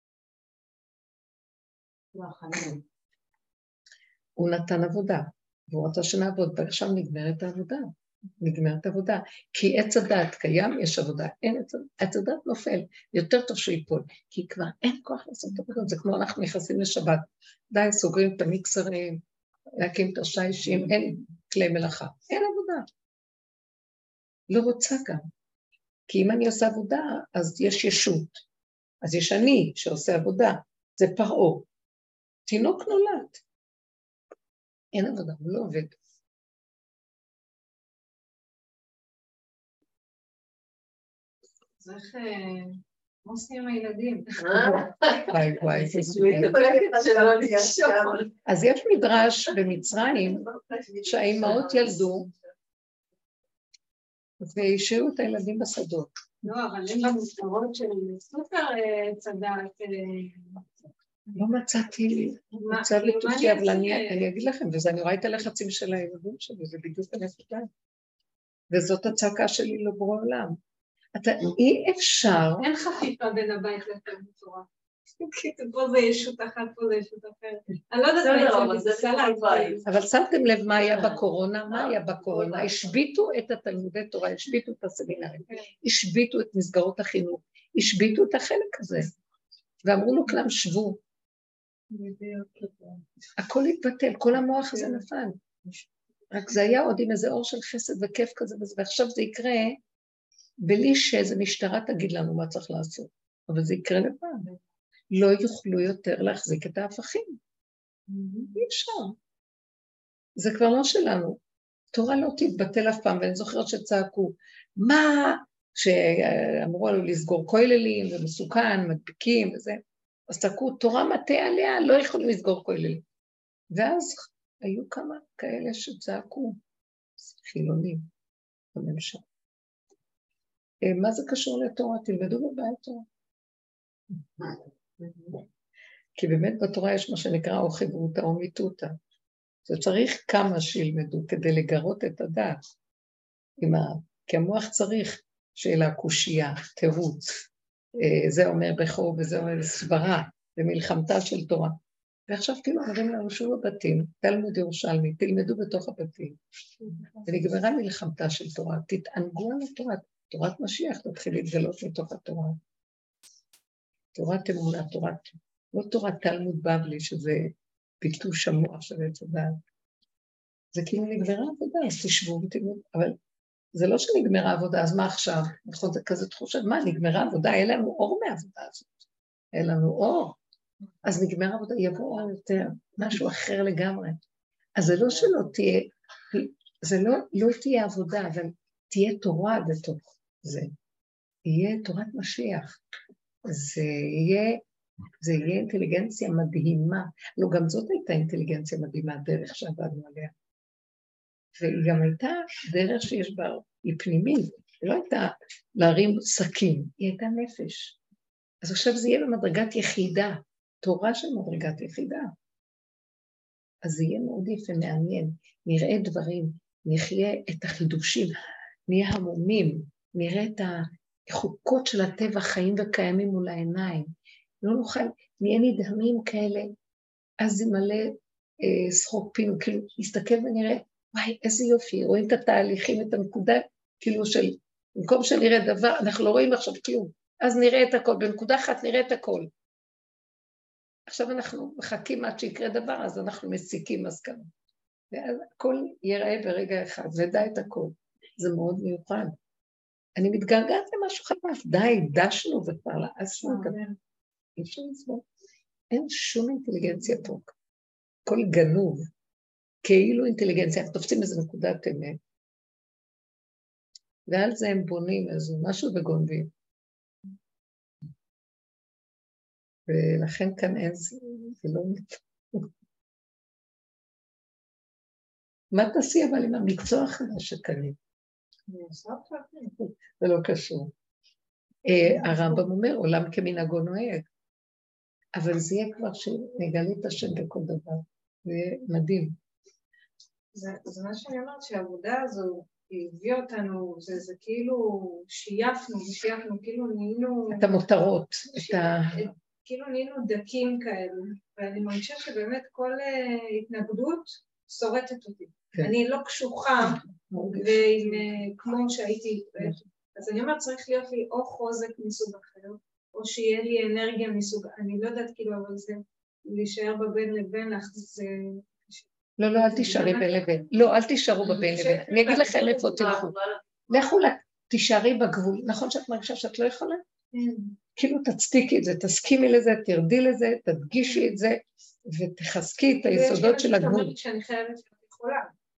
הוא נתן עבודה, והוא רצה שנעבוד, ועכשיו נגמרת העבודה, נגמרת עבודה, כי עץ הדעת קיים, יש עבודה, אין עץ הדעת נופל, יותר טוב שהוא ייפול, כי כבר אין כוח לעשות עבודות, זה כמו אנחנו נכנסים לשבת, די, סוגרים את המיקסרים, להקים את השיישים, אין כלי מלאכה, אין עבודה, לא רוצה גם, כי אם אני עושה עבודה, אז יש ישות, אז יש אני שעושה עבודה, זה פרעה, תינוק נולד, אין עבודה, הוא לא עובד. צריך מוסי עם הילדים. וואי, אז יש מדרש במצרים שהאימהות ילדו והשאירו את הילדים בשדות. לא, אבל אין במסגרות של סופר צדק. לא מצאתי, מצא לטופי, אבל אני אגיד לכם, וזה אני רואה את הלחצים של הילדים שלי, זה בדיוק הנקודה. וזאת הצעקה שלי לבורא עולם. אי אפשר... אין חפיפה בין הבית לתלמוד תורה. פה זה ישות אחת, פה זה ישות אחרת. אני לא יודעת אבל שמתם לב מה היה בקורונה? מה היה בקורונה? השביטו את התלמודי תורה, השביטו את הסמינרים, השביטו את מסגרות החינוך, השביטו את החלק הזה. ואמרו לו כלם שבו. הכל התבטל, כל המוח הזה נפל. רק זה היה עוד עם איזה אור של חסד וכיף כזה, ועכשיו זה יקרה בלי שאיזה משטרה תגיד לנו מה צריך לעשות. אבל זה יקרה לבד. לא יוכלו יותר להחזיק את ההפכים. אי אפשר. זה כבר לא שלנו. תורה לא תתבטל אף פעם, ואני זוכרת שצעקו, מה? שאמרו עליו לסגור כוללים ומסוכן, מדביקים וזה. אז צעקו, תורה מטה עליה, לא יכולים לסגור כוללים. ואז היו כמה כאלה שצעקו, חילונים בממשלה. מה זה קשור לתורה? תלמדו בבית תורה. כי באמת בתורה יש מה שנקרא או חברותה או מיתותה. זה צריך כמה שילמדו כדי לגרות את הדעת. כי המוח צריך שיהיה לה קושייה, תירוץ. זה אומר בכור וזה אומר סברה, ומלחמתה של תורה. ועכשיו כאילו אומרים לנו שוב בבתים, תלמוד ירושלמי, תלמדו בתוך הבתים. ונגמרה מלחמתה של תורה, תתענגו על התורה, תורת משיח תתחיל להתגלות מתוך התורה. תורת אמונה, לא תורת תלמוד בבלי, שזה פיתוש המוח של עץ הדעת. זה כאילו נגמרה עבודה, אז תשבו ותלמוד, אבל זה לא שנגמרה עבודה, אז מה עכשיו? נכון, זה כזה תחושה, מה, נגמרה עבודה? אין לנו אור מהעבודה הזאת. אין לנו אור. אז נגמרה עבודה, יבוא אור יותר, משהו אחר לגמרי. אז זה לא שלא תהיה, זה לא תהיה עבודה, אבל תהיה תורה בתוך זה. יהיה תורת משיח. זה יהיה אינטליגנציה מדהימה. לא, גם זאת הייתה אינטליגנציה מדהימה, דרך שעבדנו עליה. והיא גם הייתה דרך שיש בה, היא פנימית, היא לא הייתה להרים סכין, היא הייתה נפש. אז עכשיו זה יהיה במדרגת יחידה, תורה של מדרגת יחידה. אז זה יהיה מאוד יפה, מעניין, נראה דברים, נחיה את החידושים, נהיה המומים, נראה את החוקות של הטבע חיים וקיימים מול העיניים, לא נוכל, נהיה נדהמים כאלה, אז זה מלא שחוק פינו, כאילו נסתכל ונראה, וואי, איזה יופי, רואים את התהליכים, את הנקודה, כאילו של, במקום שנראה דבר, אנחנו לא רואים עכשיו כלום, אז נראה את הכל, בנקודה אחת נראה את הכל. עכשיו אנחנו מחכים עד שיקרה דבר, אז אנחנו מסיקים מסקנות. ואז הכל ייראה ברגע אחד, ודע את הכל. זה מאוד מיוחד. אני מתגעגעת למשהו חדש, די, דשנו וכבר לעשנו את זה. אי אפשר לסבור. אין שום אינטליגנציה פה. הכל גנוב. כאילו אינטליגנציה, תופסים איזו נקודת אמת. ועל זה הם בונים איזה משהו וגונבים. ולכן כאן אין זה לא נתפור. מה תעשי אבל עם המקצוע החדש שקנית? זה לא קשור. הרמב"ם אומר, עולם כמנהגו נוהג. אבל זה יהיה כבר שנגלה את השם בכל דבר. זה יהיה מדהים. זה מה שאני אומרת, שהעבודה הזו הביא אותנו, זה כאילו שייפנו, כאילו נהיינו... את המותרות, כאילו נהיינו דקים כאלו, ואני מרגישה שבאמת כל התנגדות שורטת אותי. אני לא קשוחה, כמו שהייתי, אז אני אומרת, צריך להיות לי או חוזק מסוג אחר, או שיהיה לי אנרגיה מסוג, אני לא יודעת כאילו, אבל זה להישאר בבין לבין, זה... לא, אל תישארי בין לבין. לא, אל תישארו בבין לבין. אני אגיד לכם איפה תלכו. לכו תישארי בגבול. נכון שאת מרגישה שאת לא יכולה? כאילו תצדיקי את זה, תסכימי לזה, תרדי לזה, תדגישי את זה, ותחזקי את היסודות של הגבול. שאני חייבת להיות יכולה.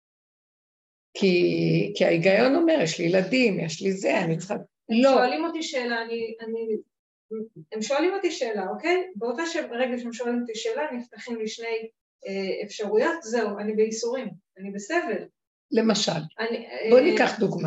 כי ההיגיון אומר, יש לי ילדים, יש לי זה, אני צריכה... לא. שואלים אותי שאלה, הם שואלים אותי שאלה, אוקיי? באותה רגע שהם שואלים אותי שאלה, נפתחים לי שני אפשרויות, זהו, אני בייסורים, אני בסבל. למשל, בוא ניקח דוגמה.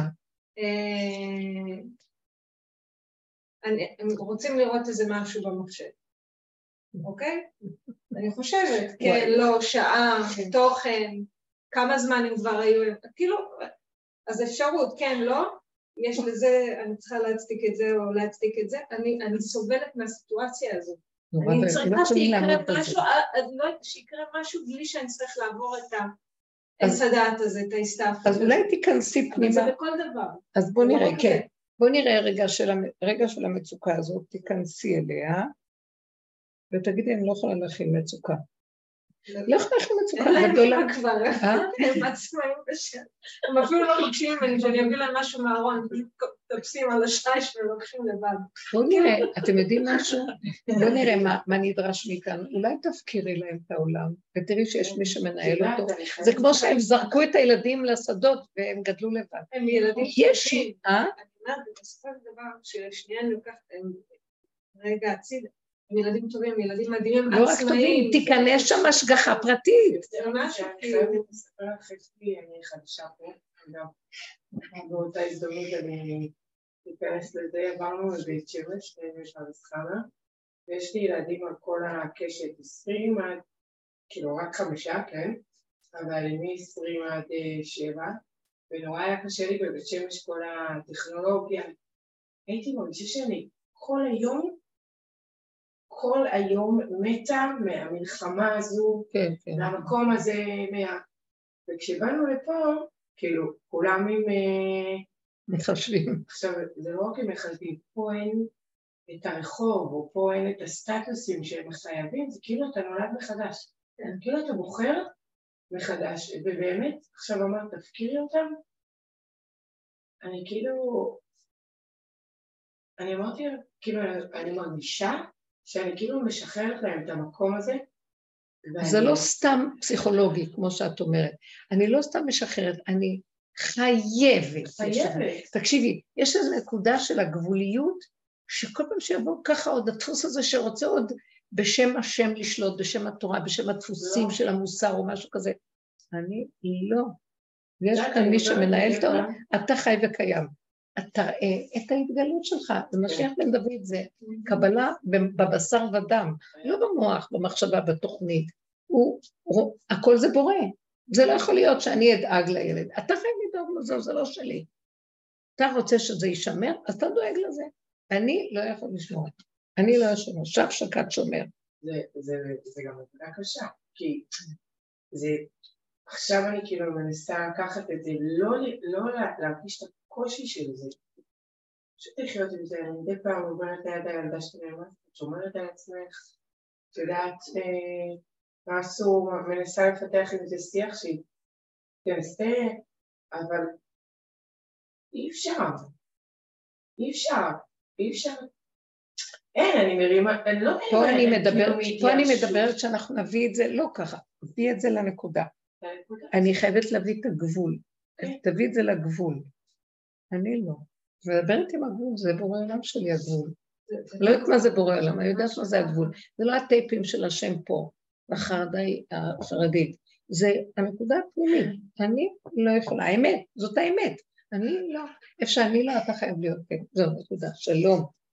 הם רוצים לראות איזה משהו במחשב, אוקיי? אני חושבת, כן, לא, שעה, תוכן, כמה זמן הם כבר היו, כאילו, אז אפשרות, כן, לא, יש לזה, אני צריכה להצדיק את זה או להצדיק את זה, אני סובלת מהסיטואציה הזו. אני צריכה שיקרה משהו בלי שאני צריך לעבור את הדעת הזה, את ההסתעפות. אז אולי תיכנסי פנימה. אבל זה בכל דבר. אז בוא נראה, כן. בוא נראה רגע של המצוקה הזאת, תיכנסי אליה, ותגידי, אני לא יכולה להכין מצוקה. לא יכולה להכין מצוקה גדולה. אין להם כבר, הם עצמאים בשם. הם אפילו לא מבקשים ממני שאני אביא להם משהו מהארון, תפסים על השייש ולוקחים לבד. בואו נראה, אתם יודעים משהו? בואו נראה מה נדרש מאיתנו. אולי תפקירי להם את העולם, ותראי שיש מי שמנהל אותו. זה כמו שהם זרקו את הילדים לשדות, והם גדלו לבד. הם ילדים טובים. אני אומרת, בסופו של דבר, ששנייה אני לוקחת רגע הצידה, הם ילדים טובים, הם ילדים מדהימים, לא רק טובים, תיכנס שם השגחה פרטית. זה ממש חייבת לספר לך אצלי, אני חדשה פה, גם באותה הזדמנות אני אכנס לזה, עברנו לבית שמש, בפרדס חנה, ויש לי ילדים על כל הקשת 20 עד, כאילו רק 5, כן? אבל מ-20 עד 7, ונורא היה קשה לי בבית שמש כל הטכנולוגיה. הייתי מרגישה שאני כל היום מתה מהמלחמה הזו, מהמקום הזה, וכשבאנו לפה, כאילו, כולם עם... מחשבים. עכשיו, זה לא רק עם מחשבים, פה אין את הרחוב, או פה אין את הסטטוסים שהם חייבים, זה כאילו אתה נולד מחדש. כאילו אתה בוחר מחדש, ובאמת, עכשיו אמרת, תפקירי אותם, אני כאילו... אני אמרתי, כאילו, אני מרגישה שאני כאילו משחררת להם את המקום הזה. זה לא סתם פסיכולוגי, כמו שאת אומרת. אני לא סתם משחררת, אני חייבת. תקשיבי, יש איזו נקודה של הגבוליות, שכל פעם שיבוא ככה עוד הדפוס הזה שרוצה עוד בשם השם לשלוט, בשם התורה, בשם הדפוסים של המוסר או משהו כזה. אני לא. ויש כאן מי שמנהל את העולם, אתה חי וקיים. אתה תראה את ההתגלות שלך, זה משיח בן דוד, זה קבלה בבשר ודם, לא במוח, במחשבה, בתוכנית, הכל זה בורא, זה לא יכול להיות שאני אדאג לילד, אתה חייב לדאוג לזה, זה לא שלי, אתה רוצה שזה יישמר, אז אתה דואג לזה, אני לא יכול לשמור, אני לא אשמור, שב שקד שומר. זה גם עבודה קשה, כי זה, עכשיו אני כאילו מנסה לקחת את זה, לא להרגיש את הקושי של זה, פשוט לחיות עם זה, אני מדי פעם אומרת ליד הילדה שלי, את שומרת על עצמך, את יודעת מה אסור, מנסה לפתח עם זה שיח שהיא תנסה, אבל אי אפשר, אין, אני מרימה, אני לא פה אני מדברת שאנחנו נביא את זה, לא ככה, נביא את זה לנקודה, אני חייבת להביא את הגבול, תביא את זה לגבול, אני לא. מדברת עם הגבול, זה בורא עולם שלי הגבול. לא יודעת מה זה בורא עולם, אני יודעת מה זה הגבול. זה לא הטייפים של השם פה, החרדית. זה הנקודה הפנימית. אני לא יכולה, האמת, זאת האמת. אני לא. איפה שאני לא, אתה חייב להיות כן. זו נקודה, שלום.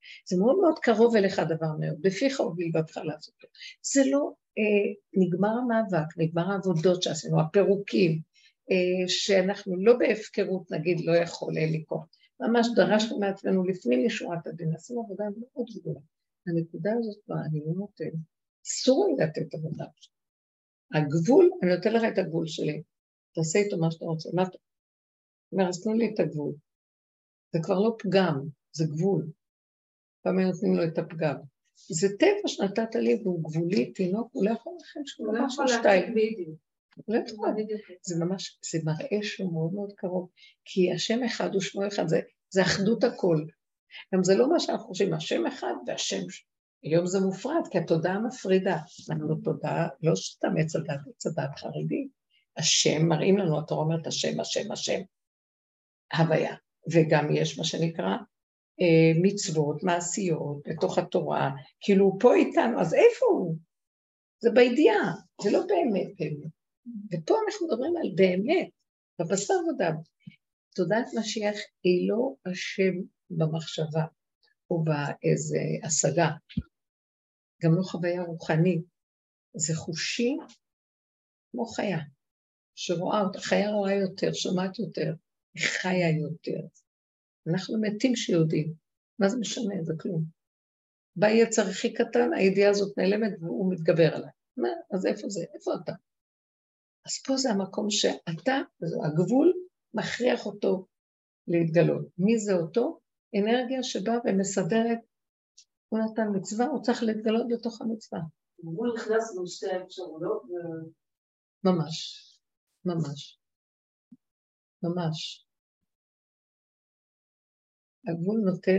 זה מאוד מאוד קרוב אליך הדבר מאוד, בפיך ובלבבך לעשות. זה לא נגמר המאבק, נגמר העבודות שעשינו, הפירוקים, שאנחנו לא בהפקרות, נגיד, לא יכול לקרות. ממש דרשנו מעצמנו לפנים משורת הדין, עשינו עבודה מאוד גדולה. הנקודה הזאת כבר, אני לא נותן, אסור לי לתת עבודה. הגבול, אני נותן לך את הגבול שלי, תעשה איתו מה שאתה רוצה, מה אתה אומר, אז תנו לי את הגבול. זה כבר לא פגם, זה גבול. פעם נותנים לו את הפגם. זה טבע שנתת לי, והוא גבולי, תינוק, הוא לא יכול לכם שהוא לא יכול שתיים. לא יכול. זה ממש, זה מראה שהוא מאוד מאוד קרוב, כי השם אחד ושמו אחד, זה אחדות הכל. גם זה לא מה שאנחנו חושבים, השם אחד והשם, היום זה מופרד, כי התודעה מפרידה. אנחנו תודעה, לא סתם עץ הדת חרדי. השם, מראים לנו, התורה אומרת השם, השם, השם. הוויה. וגם יש מה שנקרא, מצוות, מעשיות, בתוך התורה, כאילו הוא פה איתנו, אז איפה הוא? זה בידיעה, זה לא באמת באמת. ופה אנחנו מדברים על באמת, בבשר ודם. תודעת משיח היא לא השם במחשבה, או באיזה השגה, גם לא חוויה רוחנית, זה חושי כמו חיה, שרואה אותה, חיה רואה יותר, שומעת יותר, היא חיה יותר. אנחנו מתים שיודעים, מה זה משנה? זה כלום. בא יצר הכי קטן, הידיעה הזאת נעלמת והוא מתגבר עליי. מה? אז איפה זה? איפה אתה? אז פה זה המקום שאתה, הגבול, מכריח אותו להתגלות. מי זה אותו? אנרגיה שבאה ומסדרת, הוא נתן מצווה, הוא צריך להתגלות בתוך המצווה. הגבול נכנס בשתי האפשרויות ממש, ממש, ממש. הגבול נותן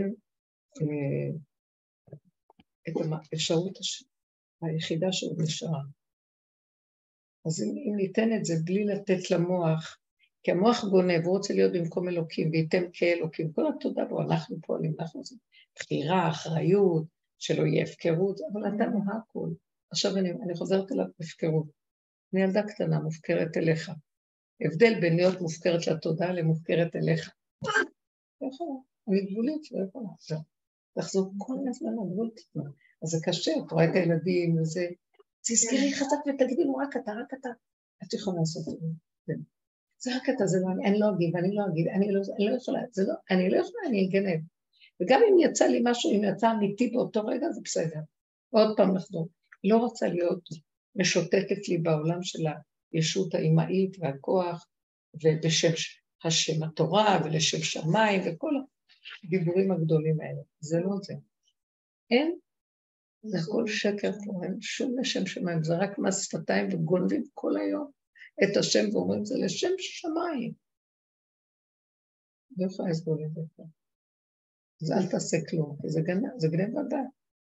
את האפשרות היחידה שעוד נשארה. אז אם ניתן את זה בלי לתת למוח, כי המוח גונב, הוא רוצה להיות במקום אלוקים, וייתם כאלוקים, כל התודה בו, אנחנו פועלים, אנחנו עושים בחירה, אחריות, שלא יהיה הפקרות, אבל נתנו הכל. עכשיו אני חוזרת אליו הפקרות. אני ילדה קטנה, מופקרת אליך. הבדל בין להיות מופקרת לתודה למופקרת אליך. לא יכולה, אני גבולית, לא יכולה. תחזור כל הזמן לגבול תתנה. אז זה קשה, אתה רואה את הילדים וזה, תזכרי חזק ותגידי, רק אתה, את יכולה לעשות את זה. זה רק אתה, זה לא, אני לא אגיד, אני לא יכולה, זה לא, אני לא יכולה, אני אגנב. וגם אם יצא לי משהו, אם יצא אמיתי באותו רגע, זה בסדר. עוד פעם נחזור. לא רוצה להיות משוטטת לי בעולם של הישות האימהית והכוח, ובשם השם התורה ולשם שמיים וכל הדיבורים הגדולים האלה. זה לא זה. אין, זה הכל שקר פה, אין שום לשם שמיים, זה רק מס שפתיים וגונבים כל היום את השם ואומרים זה לשם שמיים. לא יכולה לסבור לזה פה. אז אל תעשה כלום, כי זה גנב הדעת.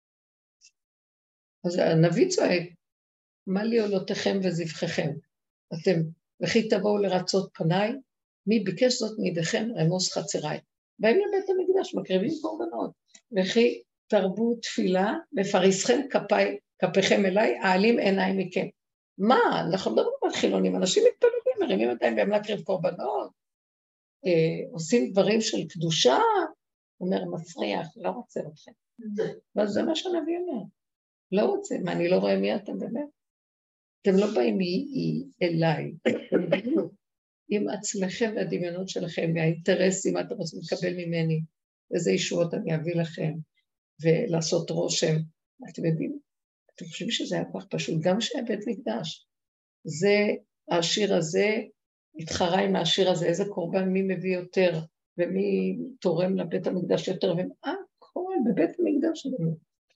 אז הנביא צועק, מה לי עולותיכם וזבחיכם? אתם, וכי תבואו לרצות פניי, מי ביקש זאת מידיכם רמוס חצריי. באים לבית המקדש, מקריבים קורבנות. וכי תרבו תפילה, בפריסכם כפיכם אליי, העלים עיניי מכם. מה? אנחנו מדברים על חילונים, אנשים מתפללים, מרימים ידיים והם להקריב קורבנות, עושים דברים של קדושה, אומר, מפריח, לא רוצה אתכם. ואז זה מה שהנביא אומר. לא רוצה, מה, אני לא רואה מי אתם באמת? אתם לא באים אליי, עם עצמכם והדמיונות שלכם, והאינטרסים, מה אתם רוצים לקבל ממני, איזה ישועות אני אביא לכם, ולעשות רושם. אתם יודעים, אתם חושבים שזה היה כך פשוט, גם שהיה בית מקדש. זה, השיר הזה, התחרה עם השיר הזה, איזה קורבן, מי מביא יותר, ומי תורם לבית המקדש יותר, הכל בבית המקדש שלנו.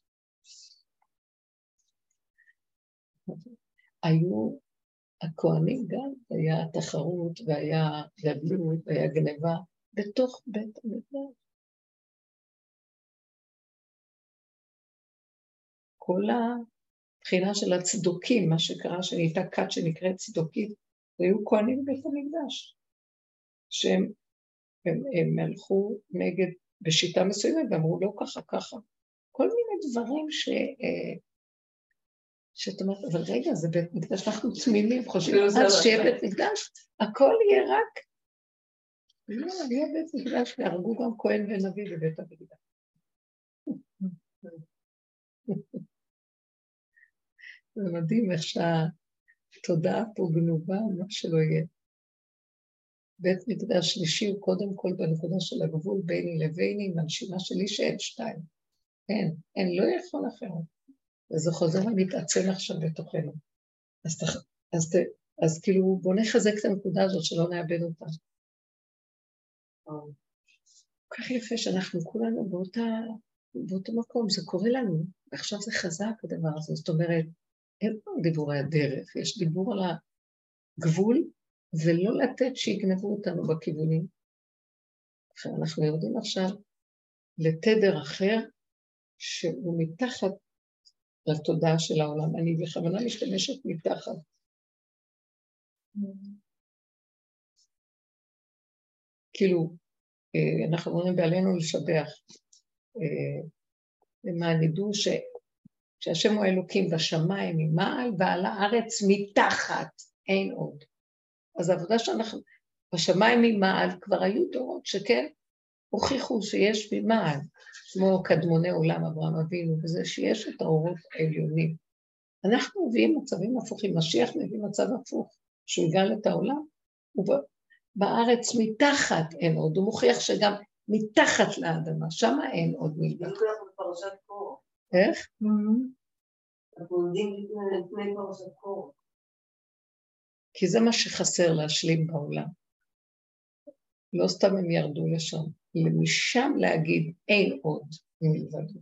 היו הכהנים גם, היה תחרות, והיה גדלות, והיה גניבה, בתוך בית המקדש. כל הבחינה של הצדוקים, מה שקרה, שנהייתה כת שנקראת צדוקית, היו כהנים בבית המקדש, שהם הלכו נגד, בשיטה מסוימת, ואמרו לא ככה, ככה. כל מיני דברים שאת אומרת, אבל רגע, זה בית מקדש, אנחנו תמימים, חושבים, אז שיהיה בית מקדש, הכל יהיה רק, לא, יהיה בית מקדש, והרגו גם כהן ונביא בבית המקדש. זה מדהים איך שהתודעה פה גנובה, מה שלא יהיה. בית מקדש שלישי הוא קודם כל בנקודה של הגבול ביני לביני, מהנשימה שלי שאין שתיים. אין, לא יכול אחרת. וזה חוזר ומתעצם עכשיו בתוכנו. אז כאילו בוא נחזק את הנקודה הזאת שלא נאבד אותה. כך יפה שאנחנו כולנו באותו מקום, זה קורה לנו, ועכשיו זה חזק הדבר הזה, זאת אומרת, אין פה דיבורי הדרך, יש דיבור על הגבול, ולא לתת שיגנבו אותנו בכיוונים. אנחנו יורדים עכשיו לתדר אחר, שהוא מתחת לתודעה של העולם. אני בכוונה משתמשת מתחת. כאילו, אנחנו אומרים בעלינו לשבח, למען ידעו שהשם הוא אלוקים בשמיים ממעל ועל הארץ מתחת, אין עוד. אז העבודה שאנחנו, בשמיים ממעל כבר היו דורות שכן הוכיחו שיש ממעל, כמו קדמוני עולם אברהם אבינו, וזה שיש את האורות העליונים. אנחנו מביאים מצבים הפוכים, משיח מביא מצב הפוך, שהוא יגאל את העולם, ובארץ מתחת אין עוד, הוא מוכיח שגם מתחת לאדמה, שם אין עוד מלבד. אנחנו בפרשת קורח. איך? אנחנו עומדים לפני פרשת קורח. כי זה מה שחסר להשלים בעולם. לא סתם הם ירדו לשם, למשם להגיד אין עוד מלבד.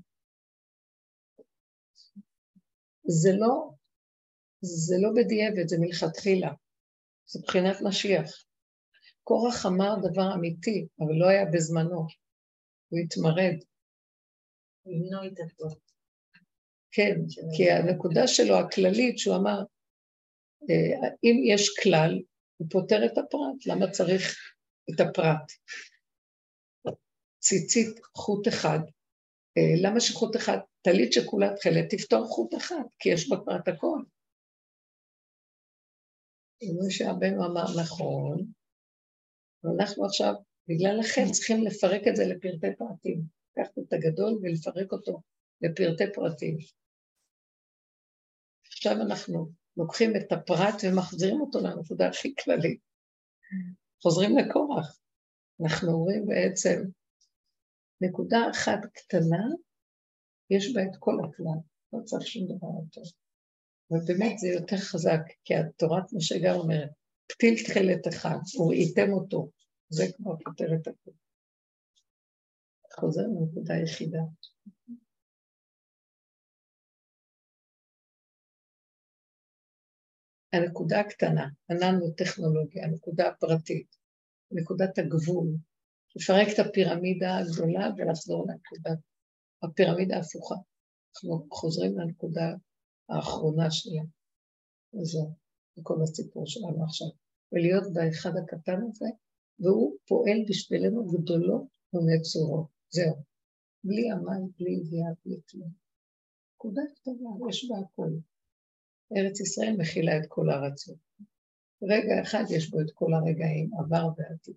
זה לא בדיעבד, זה מלכתחילה. זה בחינת משיח. קורח אמר דבר אמיתי, אבל לא היה בזמנו. הוא התמרד. למנוע התעטות. כן, כי הנקודה שלו הכללית, שהוא אמר, אם יש כלל, הוא פותר את הפרט. למה צריך את הפרט? ציצית חוט אחד. למה שחוט אחד? טלית שכולה תכלת, תפתור חוט אחד, כי יש בפרט הכל. כמו שהבנו אמר נכון, ואנחנו עכשיו, בגלל לכן, צריכים לפרק את זה לפרטי פרטים. לקחת את הגדול ולפרק אותו לפרטי פרטים. עכשיו אנחנו לוקחים את הפרט ומחזירים אותו לנקודה הכי כללית. חוזרים לקורח. אנחנו רואים בעצם נקודה אחת קטנה, יש בה את כל הכלל, לא צריך שום דבר יותר. ובאמת זה יותר חזק, כי התורת משה גם אומרת, פתיל תחילת אחד, וראיתם אותו, זה כבר פותר את הכל. חוזר לנקודה היחידה. הנקודה הקטנה, הננו-טכנולוגיה, הנקודה הפרטית, נקודת הגבול, לפרק את הפירמידה הגדולה ולחזור לנקודת הפירמידה ההפוכה. אנחנו חוזרים לנקודה האחרונה שלה. זה כל הסיפור שלנו עכשיו. ולהיות באחד הקטן הזה, והוא פועל בשבילנו גדולות ונצורות. זהו. בלי עמל, בלי הביאה, בלי כלום. נקודה קטנה, יש בה הכל. ארץ ישראל מכילה את כל הארצות. רגע אחד יש בו את כל הרגעים, עבר ועתיד.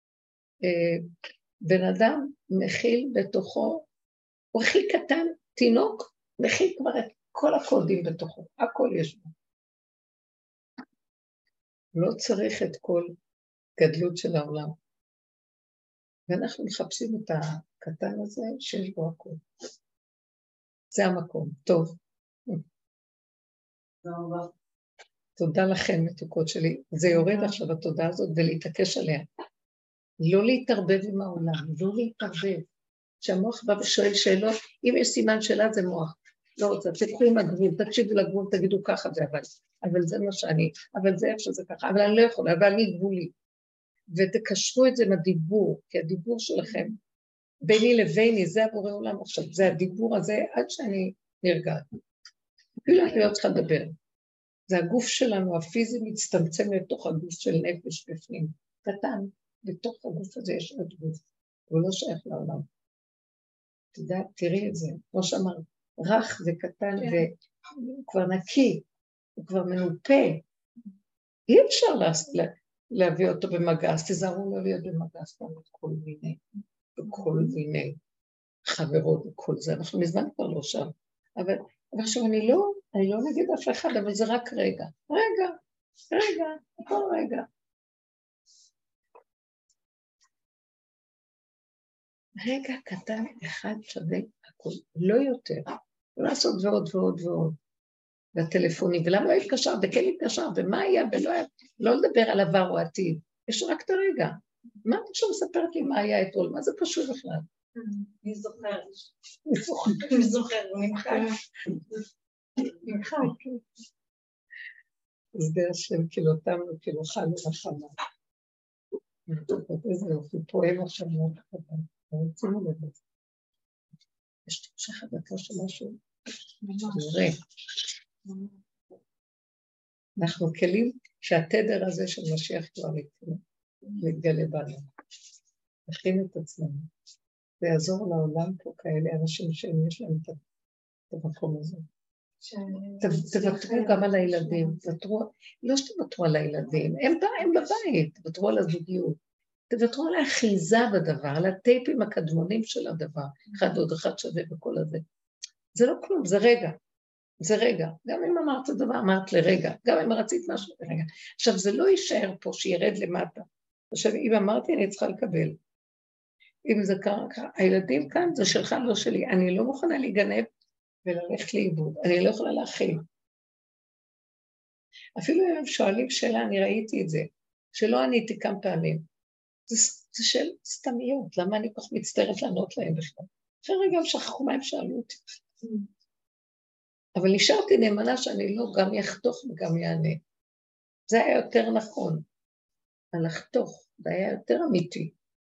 בן אדם מכיל בתוכו, הוא הכי קטן, תינוק, מכיל כבר את כל הקודים בתוכו, הכל יש בו. לא צריך את כל גדלות של העולם. ואנחנו מחפשים את הקטן הזה שיש בו הכל. זה המקום, טוב. תודה לכם, מתוקות שלי. זה יורד עכשיו התודה הזאת ולהתעקש עליה. לא להתערבב עם העולם, לא להתערבב. שהמוח בא ושואל שאלות, אם יש סימן שאלה זה מוח. לא רוצה, תלכו עם הגבול, תקשיבו לגבול, תגידו ככה זה אבל זה מה שאני, אבל זה איך שזה ככה, אבל אני לא יכולה, אבל אני גבולי. ותקשרו את זה עם הדיבור, כי הדיבור שלכם, ביני לביני, זה הבורא עולם עכשיו, זה הדיבור הזה עד שאני נרגעת. אפילו אני לא צריכה לדבר. זה הגוף שלנו, הפיזי מצטמצם לתוך הגוף של נפש בפנים. קטן, בתוך הגוף הזה יש עוד גוף, הוא לא שייך לעולם. תראי את זה, כמו שאמר, רך וקטן וכבר נקי, הוא כבר מנופה. אי אפשר להביא אותו במגע, אז תזהרו להביא אותו במגע, סתם את כל מיני חברות וכל זה, אנחנו מזמן כבר לא שם. אבל עכשיו אני לא נגד אף אחד, אבל זה רק רגע. כל רגע. רגע קטן אחד שווה הכל, לא יותר. לא לעשות ועוד. והטלפונים, ולמה לא התקשר, וכן התקשר, ומה היה ולא היה, לא לדבר על עבר או עתיד. יש רק את הרגע. מה אתה עכשיו מספרת לי מה היה אתמול? מה זה פשוט בכלל? מי זוכר? נמחק. אז די השם כילותם וכילוחנו נחמה. איזה יופי, פועם עכשיו מאוד חדש. שימו לב את זה. יש תחושה חדקה של משהו. נראה. אנחנו כלים שהתדר הזה של משיח כבר מתגלה בנו. נכין את עצמנו. זה יעזור לעולם פה כאלה אנשים שיש להם את המקום הזה. תוותרו גם על הילדים. לא שתוותרו על הילדים, הם בבית, תוותרו על הזוגיות. תוותרו על האחיזה בדבר, על הטייפים הקדמונים של הדבר. אחד ועוד אחד שווה בכל הזה. זה לא כלום, זה רגע. זה רגע. גם אם אמרת דבר, אמרת לרגע. גם אם רצית משהו לרגע. עכשיו, זה לא יישאר פה שירד למטה. עכשיו, אם אמרתי, אני צריכה לקבל. אם זה ככה, הילדים כאן, זה שלך, לא שלי. אני לא מוכנה להיגנב וללכת לאיבוד. אני לא יכולה להכיל. אפילו אם הם שואלים שאלה, אני ראיתי את זה, שלא עניתי כמה פעמים. זה של סתמיות, למה אני כל כך מצטערת לענות להם בכלל? אחרי רגע הם שכחו מה הם שאלו אותי. אבל נשארתי נאמנה שאני לא גם יחתוך וגם יענה. זה היה יותר נכון. הלחתוך, זה היה יותר אמיתי.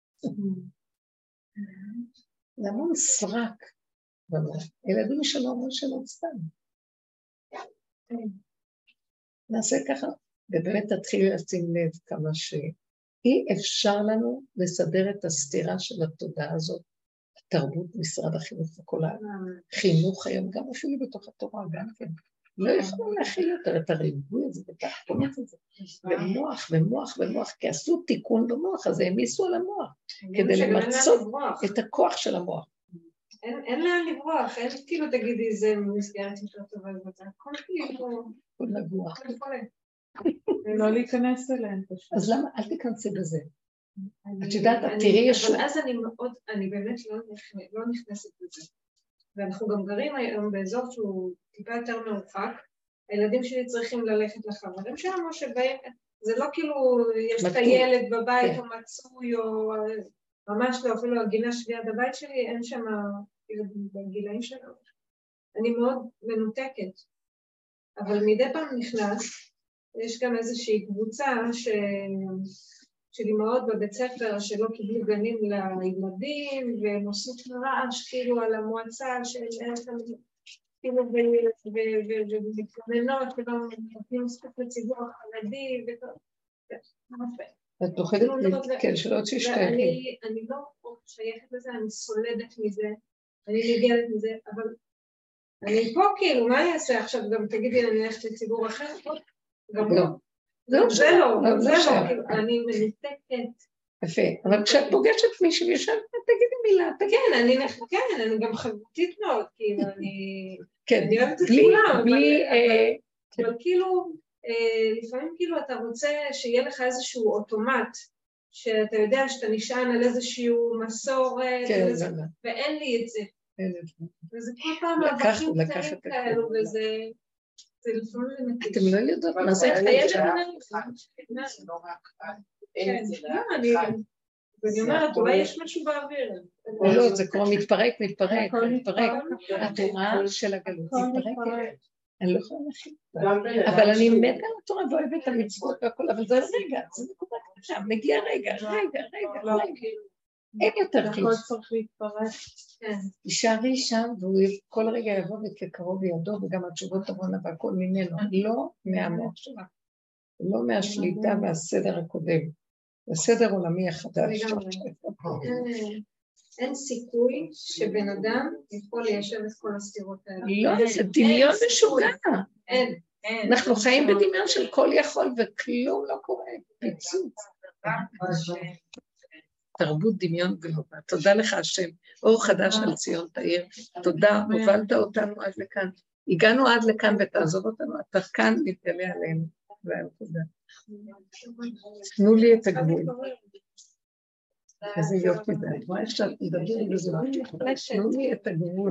זה המון סרק. הילדים שלו אמרו שלא סתם. נעשה ככה, ובאמת תתחיל לשים לב כמה שאי אפשר לנו לסדר את הסתירה של התודעה הזאת, התרבות, משרד החינוך וכל החינוך היום, גם אפילו בתוך התורה, גם כן. לא יכולנו להכיל יותר את הריבוי הזה, ומוח, כי עשו תיקון במוח, אז הם ניסו על המוח, כדי למצוא את הכוח של המוח. אין לאן לברוח, אין כאילו תגידי, זה מסגרת יותר טובה, הכל כאילו... הכל נגוע. לא להיכנס אליהם פשוט. אז למה? אל תיכנסי בזה. את יודעת, תראי ישו. אבל אז אני באמת לא נכנסת לזה. ואנחנו גם גרים היום באזור שהוא טיפה יותר מרוחק, הילדים שלי צריכים ללכת לחברים שלנו, שבהם זה לא כאילו יש את הילד בבית או מצוי או ממש לא, אפילו הגינה שלי עד הבית שלי, אין שם ילדים בגילאים שלנו. אני מאוד מנותקת, אבל מדי פעם נכנס, יש גם איזושהי קבוצה של אמהות בבית ספר שלא קיבלו גנים לילדים, והם עושות רעש כאילו על המועצה שאין שם כאילו ומתכוננות ולא נותנים מספיק לציבור החרדי את פוחדת כן, שלא תשתייכי. אני לא שייכת לזה, אני סולדת מזה, אני נגלת מזה, אבל אני פה כאילו, מה אני אעשה עכשיו? גם תגידי, אני הולכת לציבור אחר? גם לא. זה לא, אני מנתקת. יפה, אבל כשאת פוגשת מישהו יושבת, תגידי מילה. כן, אני גם חברותית מאוד, כאילו, אני אוהבת את כולם, אבל כאילו, לפעמים כאילו אתה רוצה שיהיה לך איזשהו אוטומט, שאתה יודע שאתה נשען על איזשהו מסורת, ואין לי את זה. וזה כל פעם מאבקים קטנים כאלו, וזה... אתם לא יודעות מה זה חייבת ואני אומרת, אולי יש משהו באוויר. לא, זה כמו מתפרק. התורה של הגלות מתפרקת. אני לא יכולה להכין. אבל אני מתה על התורה ואוהבת את המצוות והכל, אבל זה רגע, זה נקודה קטנה, מגיע רגע. אין יותר כלום. הכל צריך להתפרק. תישארי שם, והוא כל רגע יבוא וכקרוב בידו, וגם התשובות תבואנה והכל ממנו, לא מהמוח שלה, לא מהשליטה והסדר הקודם, הסדר עולמי החדש. אין סיכוי שבן אדם יכול ליישב את כל הסתירות האלה. לא, זה דמיון משוגע. אנחנו חיים בדמיון של כל יכול, וכלום לא קורה, פיצוץ. תרבות דמיון ולובה. תודה לך השם, אור חדש על ציון תאיר, תודה, הובלת אותנו עד לכאן, הגענו עד לכאן ותעזוב אותנו, אתה כאן מתגלה עלינו, תודה. תנו לי את הגבול. איזה יופי זה, מה אפשר לדבר בזה? תנו לי את הגבול.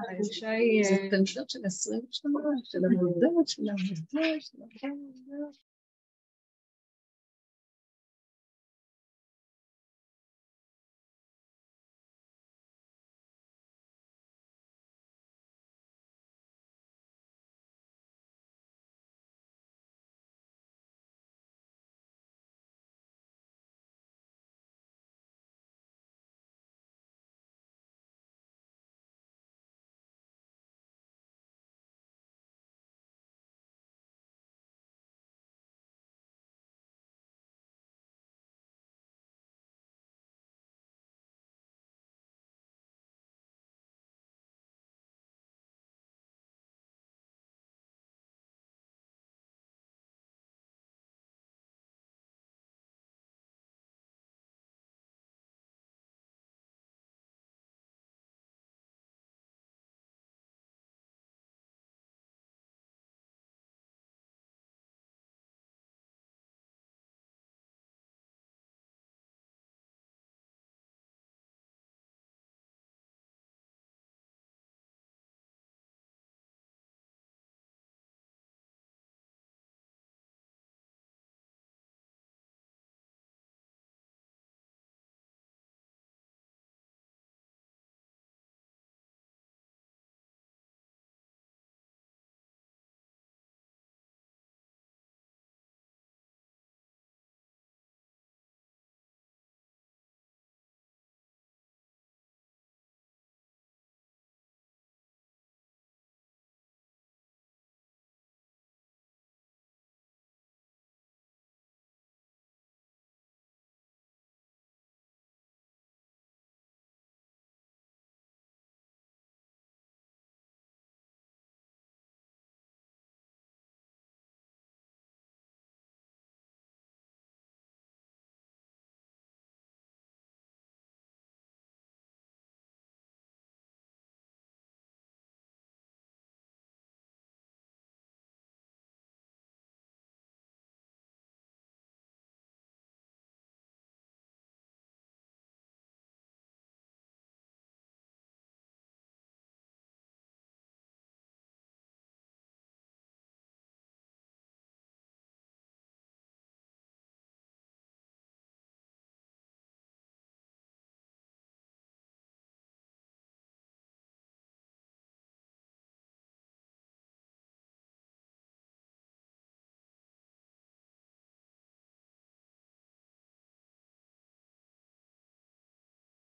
זה תנשות של 20 שנה, של המודעות, של המודעות,